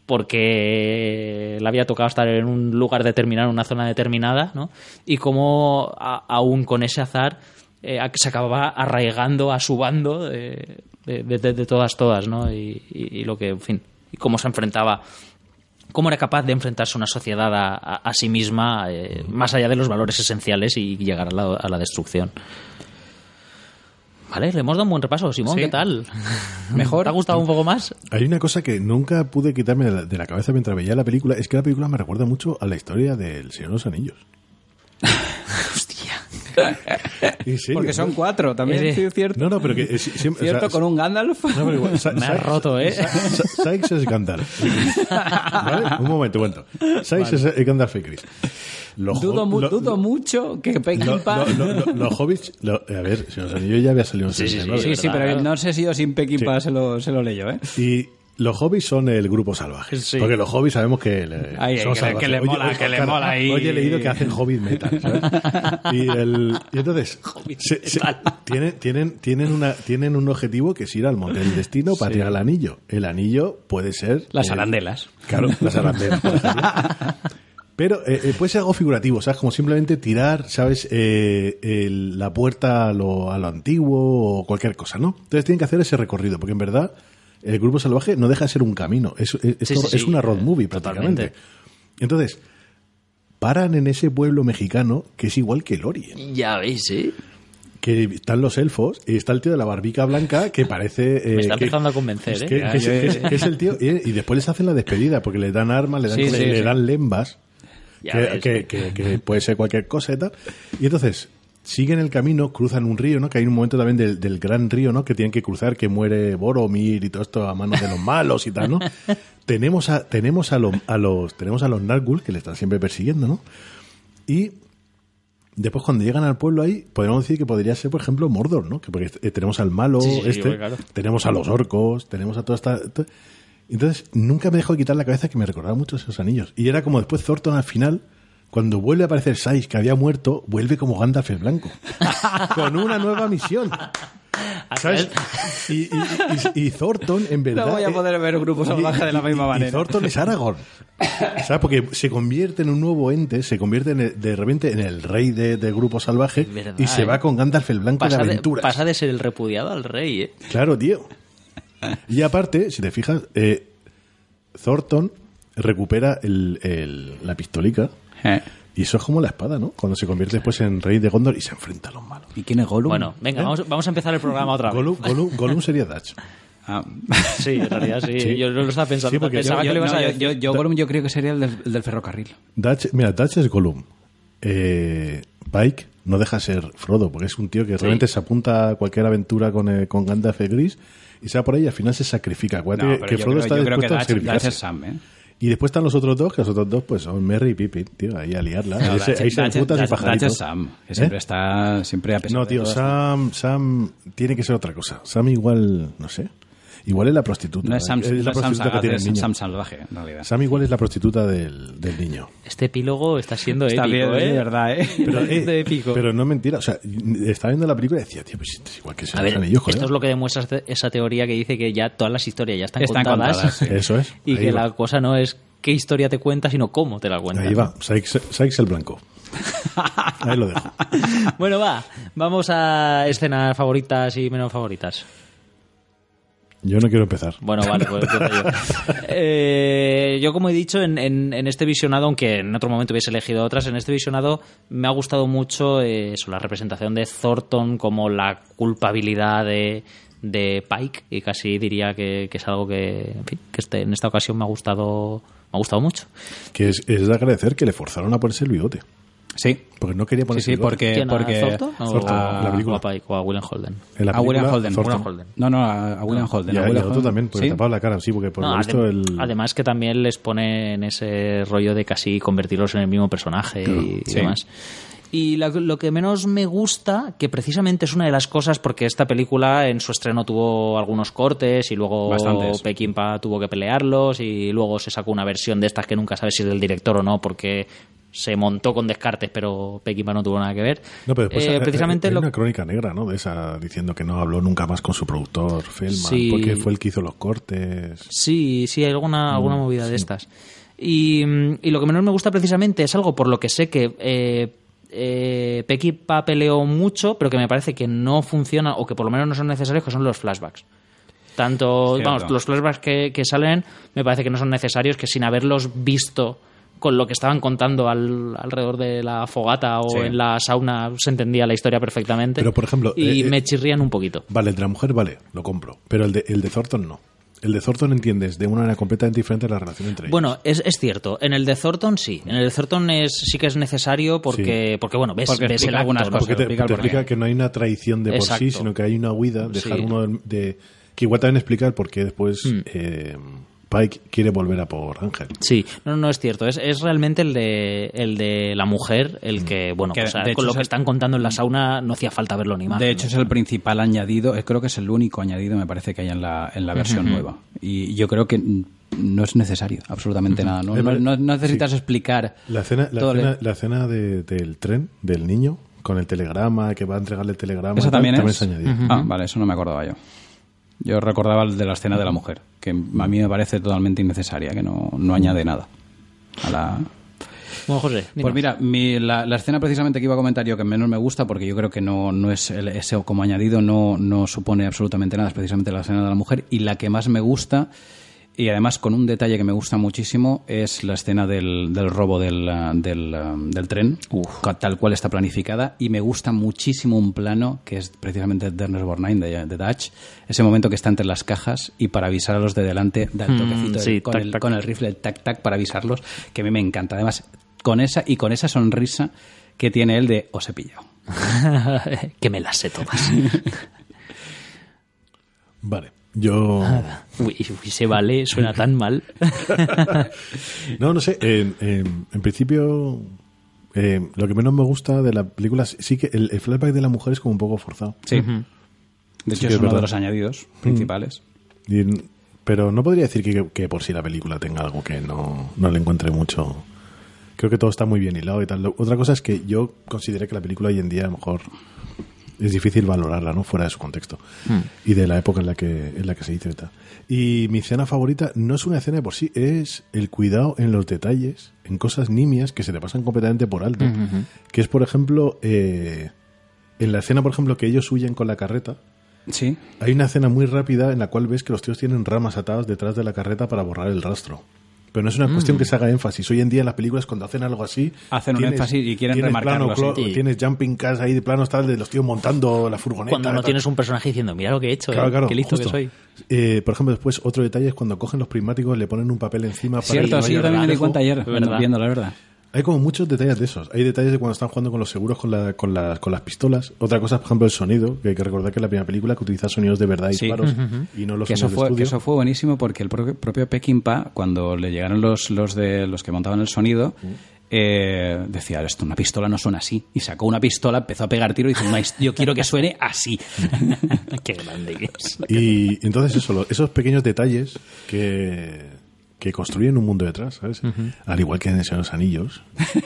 porque le había tocado estar en un lugar determinado, en una zona determinada, ¿no? Y cómo a- aún con ese azar eh, se acababa arraigando a su bando de, de- de- de todas, todas, ¿no? Y, y- y lo que, en fin, y cómo se enfrentaba, cómo era capaz de enfrentarse una sociedad a, a- a sí misma, eh, más allá de los valores esenciales y llegar a la, a la destrucción. Vale, le hemos dado un buen repaso. Simón, Sí. ¿qué tal? Mejor. ¿Te ha gustado un poco más? Hay una cosa que nunca pude quitarme de la, de la cabeza mientras veía la película, es que la película me recuerda mucho a la historia del Señor de los Anillos. Hostia. En serio, Porque son ¿no? cuatro, también Es de- es cierto. No, no, pero que es- siempre... Cierto, o sea, con un Gandalf. No, pero igual, Sa- Me has Sa- roto, ¿eh? Sa- Sa- Sykes es Gandalf. ¿Vale? Un momento, un momento. Sykes es Gandalf y Chris. Los Dudo, ho- mu- lo- dudo mucho que lo- Peckinpah... lo- lo- lo- Los hobbits... lo- a ver, si los anillos ya había salido en Sí, sí, sí, sesenta y nueve. Sí, sí, verdad, pero claro. no sé si yo sin Peckinpah Sí. se, lo, se lo leyó, ¿eh? Y los hobbits son el grupo salvaje. Sí. Porque los hobbits sabemos que, le, Ay, son que le- salvajes. que le mola, que le claro, mola ahí. Hoy he leído que hacen hobbit metal. ¿sabes? Y, el, y entonces se- se- tienen, tienen, tienen, una, tienen un objetivo que es ir al monte del destino para tirar el anillo. El anillo puede ser... Las eh, arandelas. Claro, las arandelas, por ejemplo. Pero eh, eh, puede ser algo figurativo, ¿sabes? Como simplemente tirar, ¿sabes? Eh, el- la puerta a lo, a lo antiguo o cualquier cosa, ¿no? Entonces tienen que hacer ese recorrido, porque en verdad el grupo salvaje no deja de ser un camino. Es, es, Sí, esto sí, es sí, una road eh, movie, totalmente. prácticamente. Entonces, paran en ese pueblo mexicano que es igual que Lorien. Ya veis, ¿sí? Que están los elfos y está el tío de la barbica blanca que parece... eh, Me está que- empezando a convencer, es ¿eh? que, Ya, que es, yo- que es- que es el tío y, y después les hacen la despedida porque le dan armas, le dan, Sí, cosas, sí, le sí. dan lembas Ya que, ves. que- que- que puede ser cualquier cosa y tal. Y entonces siguen el camino, cruzan un río, ¿no? Que hay un momento también del, del gran río, ¿no? Que tienen que cruzar, que muere Boromir y todo esto a manos de los malos y tal, ¿no? tenemos a tenemos a, lo- a los tenemos a los Nazgûl que le están siempre persiguiendo, ¿no? Y después cuando llegan al pueblo ahí, podríamos decir que podría ser, por ejemplo, Mordor, ¿no? Que porque eh, tenemos al malo Sí, sí, sí, este, hombre, claro. tenemos a los orcos, tenemos a toda esta... to- Entonces, nunca me dejó de quitar la cabeza que me recordaba mucho esos anillos. Y era como después Thornton al final, cuando vuelve a aparecer Sykes, que había muerto, vuelve como Gandalf el Blanco. Con una nueva misión. ¿Sabes? Y, y, y, y Thornton, en verdad... No voy a poder ver grupos salvajes de la misma manera. Y Thornton es Aragorn. ¿Sabes? Porque se convierte en un nuevo ente, se convierte en el, de repente en el rey de, de grupo salvaje verdad, y se ¿eh? va con Gandalf el Blanco pasa de aventuras. De, pasa de ser el repudiado al rey, ¿eh? Claro, tío. Y aparte, si te fijas, eh, Thornton recupera el, el, la pistolica... ¿Eh? Y eso es como la espada, ¿no? Cuando se convierte después en rey de Gondor y se enfrenta a los malos. ¿Y quién es Gollum? Bueno, venga, ¿Eh? vamos, vamos a empezar el programa otra vez. Gollum, Gollum, Gollum sería Dutch. Ah. Sí, en realidad sí. sí. Yo lo estaba pensando. Sí, porque Pensaba yo, que yo, le ibas no, a decir. Yo, yo, yo Gollum yo creo que sería el del, el del ferrocarril. Dutch, mira, Dutch es Gollum. Eh, Pike no deja de ser Frodo, porque es un tío que sí. realmente se apunta a cualquier aventura con, eh, con Gandalf el Gris y se va por ahí y al final se sacrifica. No, que Frodo creo, está yo dispuesto creo que a Dutch, sacrificarse. Dutch es Sam, ¿eh? Y después están los otros dos, que los otros dos pues son Merry y Pippin, tío, ahí a liarla. No, ahí se, ahí se putas y pajaritos. Dutch es Sam, que siempre ¿Eh? está siempre a pesar No, tío, de Sam, Sam tiene que ser otra cosa. Sam igual, no sé. Igual es la prostituta. No es Sam, es la no prostituta Sam, que tiene el niño. Sam salvaje, en realidad. Sam igual es la prostituta del, del niño. Este epílogo está siendo está épico, bien, ¿eh? De verdad, ¿eh? Pero, eh, épico. pero no es mentira. O sea, estaba viendo la película y decía, tío, pues es igual que se A ver, anillos, esto es lo que demuestra esa teoría que dice que ya todas las historias ya están, están contadas. contadas sí. Eso es. Y Ahí que va. la cosa no es qué historia te cuenta, sino cómo te la cuenta. Ahí va. Sykes, Sykes el Blanco. Ahí lo dejo. Bueno, va. Vamos a escenas favoritas y menos favoritas. Yo no quiero empezar. Bueno, vale, pues empiezo yo. eh, yo, como he dicho, en, en, en este visionado, aunque en otro momento hubiese elegido otras, en este visionado me ha gustado mucho eh, eso, la representación de Thornton como la culpabilidad de, de Pike, y casi diría que, que es algo que, en fin, que este, en esta ocasión me ha gustado, me ha gustado mucho. Que es, es de agradecer que le forzaron a ponerse el bigote. Sí. Porque no quería ponerse sí, sí, el bigote. porque, ¿Quién, porque a Thornton? Thornton, a, en la película. o a Pike, o a William Holden. En la a William película, Holden. Thornton. William Holden. No, no, a, a William Holden. Y a a, William y a otro Holden. también, porque ¿Sí? tapaba la cara, sí, porque por No, lo visto el... Además que también les pone en ese rollo de casi convertirlos en el mismo personaje claro. y, y sí. demás. Y la, lo que menos me gusta, que precisamente es una de las cosas, porque esta película en su estreno tuvo algunos cortes y luego Bastantes. Peckinpah tuvo que pelearlos y luego se sacó una versión de estas que nunca sabes si es del director o no, porque se montó con descartes, pero Peckinpah no tuvo nada que ver. No, pero después eh, hay, precisamente hay lo... una crónica negra, ¿no? De esa, diciendo que no habló nunca más con su productor, Feldman, Sí. porque fue el que hizo los cortes. Sí, sí, hay alguna, alguna movida sí. de estas. Y, y lo que menos me gusta precisamente es algo por lo que sé que eh, eh, Peckinpah peleó mucho, pero que me parece que no funciona o que por lo menos no son necesarios, que son los flashbacks. Tanto, Cierto. vamos, los flashbacks que, que salen me parece que no son necesarios, que sin haberlos visto con lo que estaban contando al, alrededor de la fogata o Sí. en la sauna se entendía la historia perfectamente. Pero, por ejemplo, y eh, me eh, chirrían un poquito. Vale, el de la mujer, vale, lo compro. Pero el de, el de Thornton no. El de Thornton entiendes de una manera completamente diferente la relación entre ellos. Bueno, es, es cierto. En el de Thornton sí. En el de Thornton es, sí que es necesario porque, Sí. porque bueno, ves, Porque ves explica el acto, algunas ¿no? cosas. Porque te, explica el te porqué. explica que no hay una traición de por Exacto. sí, sino que hay una huida, dejar Sí. uno de, de- que igual también explica el por qué después Mm. eh, Pike quiere volver a por Ángel. Sí, no, no es cierto. Es, es realmente el de, el de la mujer el que, bueno, Que, o sea, de con hecho, lo es que el- están contando en la sauna no hacía falta verlo ni más. De hecho, es el principal añadido, eh, creo que es el único añadido, me parece, que hay en la, en la versión Ujú. nueva. Y yo creo que mm, no es necesario, absolutamente nada. No, Además, no- no necesitas sí. explicar La escena, la todo el- escena, la escena de- del tren, del niño, con el telegrama, que va a entregarle el telegrama. ¿Esa y tal, también es? también se añadió. Ujú. Ah, vale, eso no me acordaba yo. Yo recordaba el de la escena de la mujer, que a mí me parece totalmente innecesaria, que no, no añade nada a la... Bueno, José, Pues dinos. mira, mi- la, la escena precisamente que iba a comentar yo que menos me gusta, porque yo creo que no, no es el, ese como añadido no, no supone absolutamente nada, es precisamente la escena de la mujer, y la que más me gusta, y además con un detalle que me gusta muchísimo, es la escena del, del robo del, uh, del, um, del tren, ca- tal cual está planificada, y me gusta muchísimo un plano que es precisamente de Ernest Borgnine, de, de Dutch, ese momento que está entre las cajas y para avisar a los de delante da el Mm, toquecito sí, del- con, tac, el, tac. con el rifle, el tac-tac para avisarlos, que a mí me encanta. Además, con esa y con esa sonrisa que tiene él de os he pillado. que me las sé todas. Vale, yo... Uy, uy, se vale, suena tan mal. No, no sé, en, en- en principio... eh, lo que menos me gusta de la película sí que el, el flashback de la mujer es como un poco forzado. Sí. Ujú. De Sí hecho, que es es uno verdad. de los añadidos principales. Y Pero no podría decir que, que por sí la película tenga algo que no, no le encuentre mucho. Creo que todo está muy bien hilado y tal. Otra cosa es que yo consideré que la película hoy en día a lo mejor es difícil valorarla, ¿no? Fuera de su contexto. Mm. Y de la época en la que, en la que se hizo y tal. Y mi escena favorita no es una escena de por sí, es el cuidado en los detalles, en cosas nimias que se te pasan completamente por alto. Mm-hmm. Que es, por ejemplo, eh, en la escena, por ejemplo, que ellos huyen con la carreta. Sí. Hay una escena muy rápida en la cual ves que los tíos tienen ramas atadas detrás de la carreta para borrar el rastro. Pero no es una mm. cuestión que se haga énfasis. Hoy en día en las películas cuando hacen algo así... Hacen un énfasis y quieren remarcarlo. Plano, sí. Tienes jumping cars ahí de planos tal de los tíos montando la furgoneta. Cuando no tal. Tienes un personaje diciendo, mira lo que he hecho, claro, eh, claro, qué listo justo. que soy. Eh, por ejemplo, después otro detalle es cuando cogen los prismáticos, le ponen un papel encima para Cierto, que sí, yo también me di cuenta ayer, viendo la verdad. Hay como muchos detalles de esos. Hay detalles de cuando están jugando con los seguros con, la, con, la, con las pistolas. Otra cosa, por ejemplo, el sonido, que hay que recordar que es la primera película que utiliza sonidos de verdad y sí. disparos uh-huh. y no los que sonidos eso fue, de estudio. Que eso fue buenísimo porque el propio, propio Peckinpah, cuando le llegaron los, los, de, los que montaban el sonido, uh-huh. eh, decía, esto, una pistola no suena así. Y sacó una pistola, empezó a pegar tiro y dice, yo quiero que suene así. Qué grande que es. Y entonces eso, esos pequeños detalles que... que construyen un mundo detrás, ¿sabes? Uh-huh. Al igual que en El Señor de los Anillos.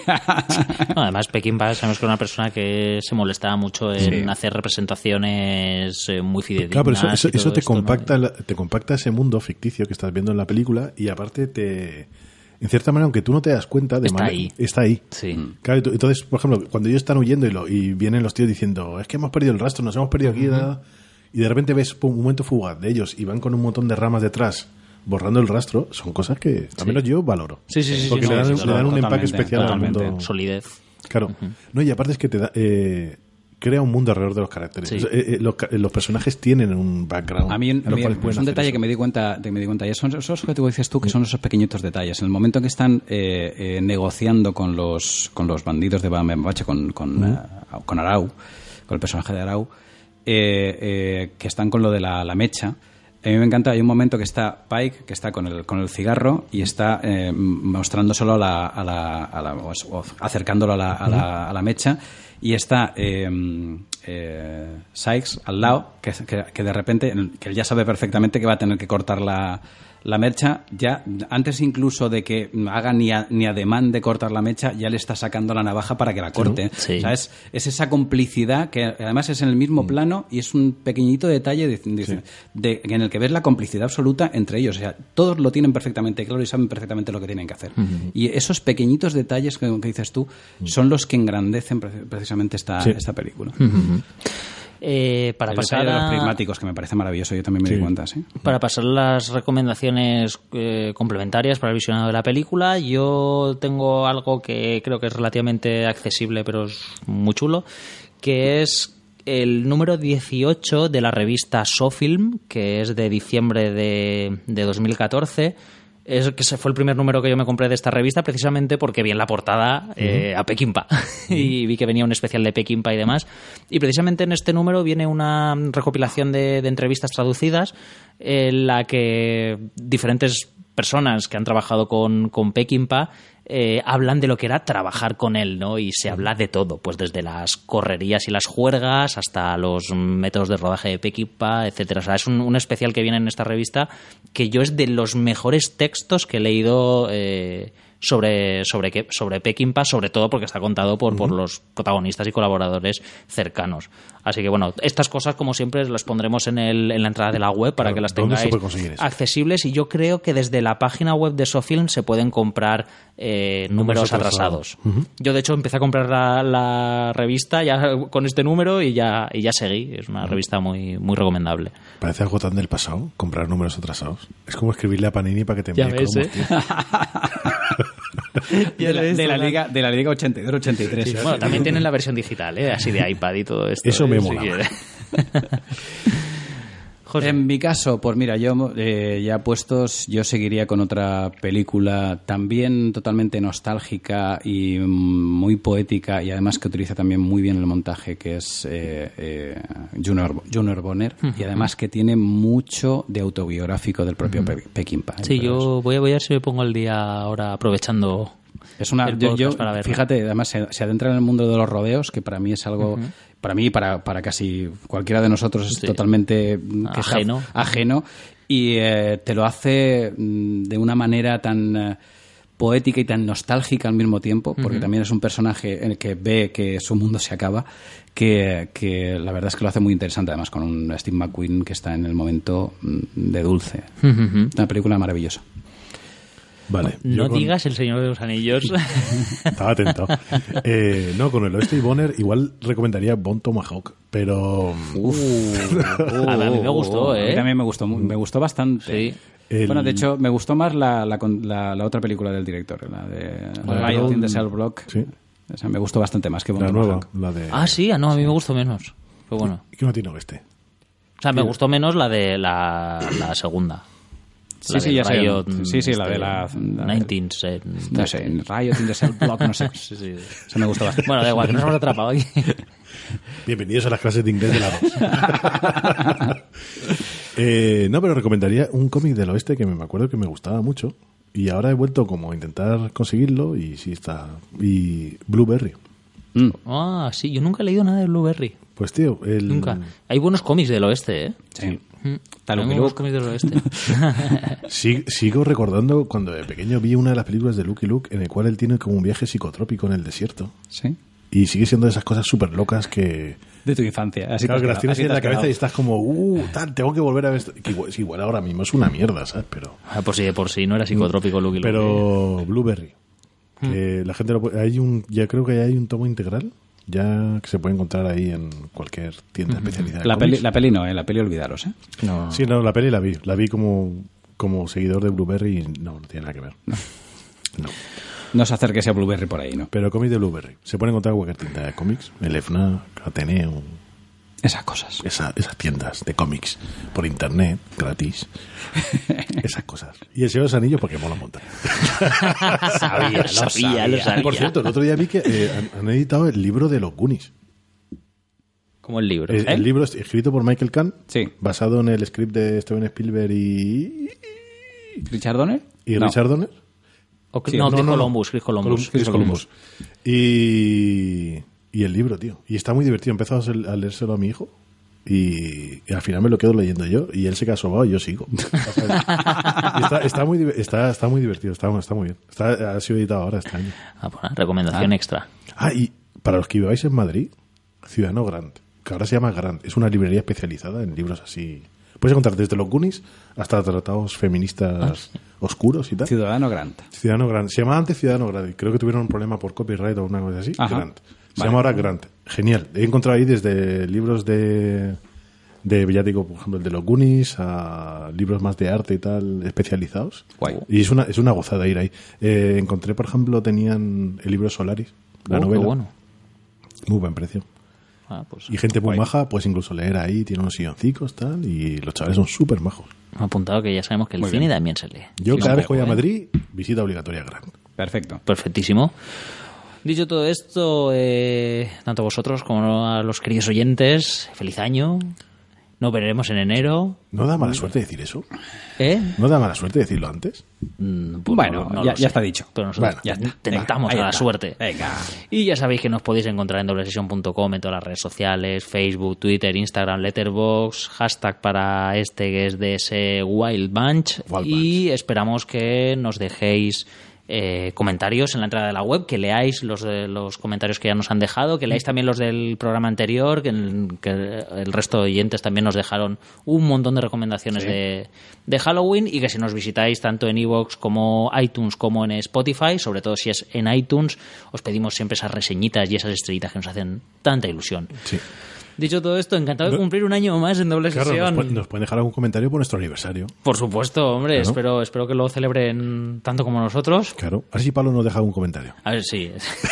No, además, Peckinpah sabemos que era una persona que se molestaba mucho en sí. hacer representaciones muy fidedignas. Claro, pero eso, eso, eso te, esto, compacta, ¿no? te compacta ese mundo ficticio que estás viendo en la película y aparte te... En cierta manera, aunque tú no te das cuenta... De está manera, ahí. Está ahí. Sí. Claro, entonces, por ejemplo, cuando ellos están huyendo y, lo, y vienen los tíos diciendo es que hemos perdido el rastro, nos hemos perdido aquí, uh-huh. nada, y de repente ves un momento fugaz de ellos y van con un montón de ramas detrás borrando el rastro, son cosas que al menos sí. yo valoro. Sí, sí, sí. Porque sí, le, dan, sí, le sí, dan un totalmente, empaque especial totalmente. al mundo. Solidez. Claro. Uh-huh. No, y aparte es que te da... Eh, crea un mundo alrededor de los caracteres. Sí. O sea, eh, eh, los, los personajes tienen un background. A mí, en, mí es un detalle eso. que me di cuenta, que me di cuenta. Y son esos que tú dices tú, que son esos pequeñitos detalles. En el momento en que están eh, eh, negociando con los con los bandidos de Bambache, con con, uh-huh. uh, con Arau, con el personaje de Arau, eh, eh, que están con lo de la, la mecha. A mí me encanta, hay un momento que está Pike, que está con el con el cigarro y está eh, mostrándoselo a la, a la, a la o, o acercándolo a la, a la, a la mecha, y está eh, eh, Sykes al lado, que, que, que de repente, que él ya sabe perfectamente que va a tener que cortar la, la mecha, ya antes incluso de que haga ni, a, ni ademán de cortar la mecha, ya le está sacando la navaja para que la corte. Sí. O sea, es, es esa complicidad que además es en el mismo mm. plano y es un pequeñito detalle de, de, sí. de, en el que ves la complicidad absoluta entre ellos. O sea, todos lo tienen perfectamente claro y saben perfectamente lo que tienen que hacer. Mm-hmm. Y esos pequeñitos detalles que, que dices tú mm. son los que engrandecen precisamente esta, sí. esta película. Mm-hmm. Eh, para el pasar detalle a... de los prismáticos, que me parece maravilloso, yo también me sí. di cuenta, ¿sí? Para pasar las recomendaciones eh, complementarias para el visionado de la película, yo tengo algo que creo que es relativamente accesible, pero es muy chulo, que es el número dieciocho de la revista SoFilm, que es de diciembre de, de dos mil catorce. Es que ese fue el primer número que yo me compré de esta revista precisamente porque vi en la portada eh, uh-huh. a Peckinpah y vi que venía un especial de Peckinpah y demás, y precisamente en este número viene una recopilación de, de entrevistas traducidas en la que diferentes personas que han trabajado con, con Peckinpah eh, hablan de lo que era trabajar con él, ¿no? Y se habla de todo, pues desde las correrías y las juergas hasta los métodos de rodaje de Peckinpah, etcétera. O sea, es un, un especial que viene en esta revista que yo es de los mejores textos que he leído eh, sobre, sobre, sobre Peckinpah, sobre todo porque está contado por, uh-huh. por los protagonistas y colaboradores cercanos. Así que, bueno, estas cosas, como siempre, las pondremos en, el, en la entrada de la web para claro, que las tengáis accesibles. Y yo creo que desde la página web de SoFilm se pueden comprar eh, números atrasados. Uh-huh. Yo, de hecho, empecé a comprar la, la revista ya con este número y ya, y ya seguí. Es una uh-huh. revista muy, muy recomendable. Parece algo tan del pasado, comprar números atrasados. Es como escribirle a Panini para que te envíe cromos, ¿eh? de, la, de, la liga, de la Liga ochenta y dos ochenta y tres. Sí, bueno, también tienen la versión digital, ¿eh? Así de iPad y todo esto. Eso me ¿eh? mola. José. En mi caso, pues mira, yo eh, ya puestos, yo seguiría con otra película también totalmente nostálgica y muy poética, y además que utiliza también muy bien el montaje, que es eh, eh, Junior, Junior Bonner, uh-huh. y además que tiene mucho de autobiográfico del propio uh-huh. Pe- Peckinpah. Sí, yo voy a, voy a ver si me pongo el día ahora aprovechando. Es una, yo, yo fíjate, además se, se adentra en el mundo de los rodeos, que para mí es algo, uh-huh. para mí y para, para casi cualquiera de nosotros es sí. totalmente ajeno. ajeno. y eh, te lo hace mm, de una manera tan eh, poética y tan nostálgica al mismo tiempo, porque uh-huh. también es un personaje en el que ve que su mundo se acaba, que, que la verdad es que lo hace muy interesante, además con un Steve McQueen que está en el momento de dulce. Uh-huh. Una película maravillosa. Vale. No con... digas El Señor de los Anillos. Estaba atento. Eh, no, con el oeste y Bonner igual recomendaría Bon Tomahawk, pero... Uf. uh, a mí me gustó, ¿eh? A mí también me gustó, me gustó bastante. Sí. El... Bueno, de hecho, me gustó más la, la, la, la otra película del director, la de la Riot de... in the Cell Block. Sí. O sea, me gustó bastante más que Bon La Tomahawk. nueva, la de... Ah, sí, no, a mí me gustó menos. Pero bueno. ¿Y qué no tiene oeste? O sea, me gustó menos la de la, la segunda. Sí, la sí, ya Riot, sé. Sí, sí, este, la de la... diecinueve, eh, no sé, Riot in the Cell Block, no sé. Sí, sí. Eso me gustó bastante. Bueno, da igual, que nos hemos atrapado aquí. Bienvenidos a las clases de inglés de la dos. eh, no, pero recomendaría un cómic del oeste que me acuerdo que me gustaba mucho y ahora he vuelto como a intentar conseguirlo y sí está... Y Blueberry. Mm. Ah, sí, yo nunca he leído nada de Blueberry. Pues tío, el... Nunca. Hay buenos cómics del oeste, ¿eh? Sí. Hay buenos cómics del oeste. Sí, sigo recordando cuando de pequeño vi una de las películas de Lucky Luke en el cual él tiene como un viaje psicotrópico en el desierto. Sí. Y sigue siendo de esas cosas súper locas que... De tu infancia. Así claro, que las tienes en la cabeza quedado. y estás como, uh, tal, tengo que volver a ver esto. Que igual, sí, igual ahora mismo es una mierda, ¿sabes? Pero... Ah, por si de por sí no era psicotrópico Lucky Luke. Pero Blueberry. Que la gente lo puede... Hay un, ya creo que hay un tomo integral ya que se puede encontrar ahí en cualquier tienda especializada. La peli, la peli no, ¿eh? La peli olvidaros, ¿eh? No. Sí, no, la peli la vi. La vi como, como seguidor de Blueberry y no, no tiene nada que ver. No. No. No os acerques a Blueberry por ahí, ¿no? Pero cómics de Blueberry. Se puede encontrar en cualquier tienda de cómics. El FNAC, Ateneo... Esas cosas. Esa, esas tiendas de cómics por internet, gratis. Esas cosas. Y el Señor de los Anillos porque mola un montón. sabía, lo sabía, lo sabía. Por cierto, el otro día vi que eh, han, han editado el libro de los Goonies. Como el libro. El, ¿eh? el libro es escrito por Michael Kahn, Sí. basado en el script de Steven Spielberg y... ¿Richard Donner? ¿Y No. Richard Donner? O, Sí, no, no, Chris no, no. Columbus, Chris Columbus. Chris Columbus. Y, y el libro, tío. Y está muy divertido. He empezado a leérselo a mi hijo y, y al final me lo quedo leyendo yo y él se queda asomado y yo sigo. Y está, está, muy, está, está muy divertido, está, está muy bien. Está, ha sido editado ahora este año. Ah, pues, recomendación Ah. extra. Ah, y para los que viváis en Madrid, Ciudadano Grant, que ahora se llama Grant, es una librería especializada en libros así. Puedes encontrar desde los Goonies hasta tratados feministas Ah, sí. oscuros y tal. Ciudadano Grant. Ciudadano Grant. Se llamaba antes Ciudadano Grant. y Creo que tuvieron un problema por copyright o una cosa así. Ajá. Grant. Se Vale. llama ahora Grant. Genial. He encontrado ahí desde libros de, de ya digo, por ejemplo, el de los Goonies a libros más de arte y tal especializados. Guay. Y es una, es una gozada ir ahí. Eh, encontré, por ejemplo, tenían el libro Solaris, la Oh, qué novela. bueno. Muy buen precio. Ah, pues, Y gente muy Guay. maja, pues incluso leer ahí, tiene unos silloncicos tal, y los chavales son súper majos. me he apuntado que ya sabemos que el Muy cine bien. también se lee. Yo Sí, cada no, vez que voy a ¿eh? Madrid, visita obligatoria Grant. Perfecto. Perfectísimo. Dicho todo esto, eh, tanto a vosotros como a los queridos oyentes, feliz año. Nos veremos en enero. ¿No da mala suerte decir eso? ¿Eh? ¿No da mala suerte decirlo antes? Mm, pues Bueno, no- no ya, lo ya sé. está dicho. Pero nosotros Bueno, ya ya está. tentamos Ahí a la está. suerte. Venga. Y ya sabéis que nos podéis encontrar en doble sesión punto com, en todas las redes sociales, Facebook, Twitter, Instagram, Letterboxd, hashtag para este que es de ese Wild Bunch. Wild y esperamos que nos dejéis eh, comentarios en la entrada de la web, que leáis los de los comentarios que ya nos han dejado, que leáis también los del programa anterior, que el, que el resto de oyentes también nos dejaron un montón de recomendaciones Sí. de, de Halloween, y que si nos visitáis tanto en iVoox como iTunes como en Spotify, sobre todo si es en iTunes, os pedimos siempre esas reseñitas y esas estrellitas que nos hacen tanta ilusión. Sí. Dicho todo esto, encantado de No- cumplir un año más en doble Claro, nos, sesión. pueden- nos pueden dejar algún comentario por nuestro aniversario. Por supuesto, hombre, Claro. espero, espero que lo celebren tanto como nosotros. Claro. A ver si Pablo nos deja algún comentario. A ver, sí.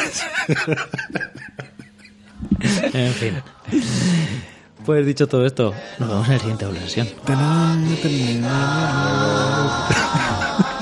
En fin. Pues dicho todo esto, nos vemos en la siguiente doble sesión. Ta-da, ta-da.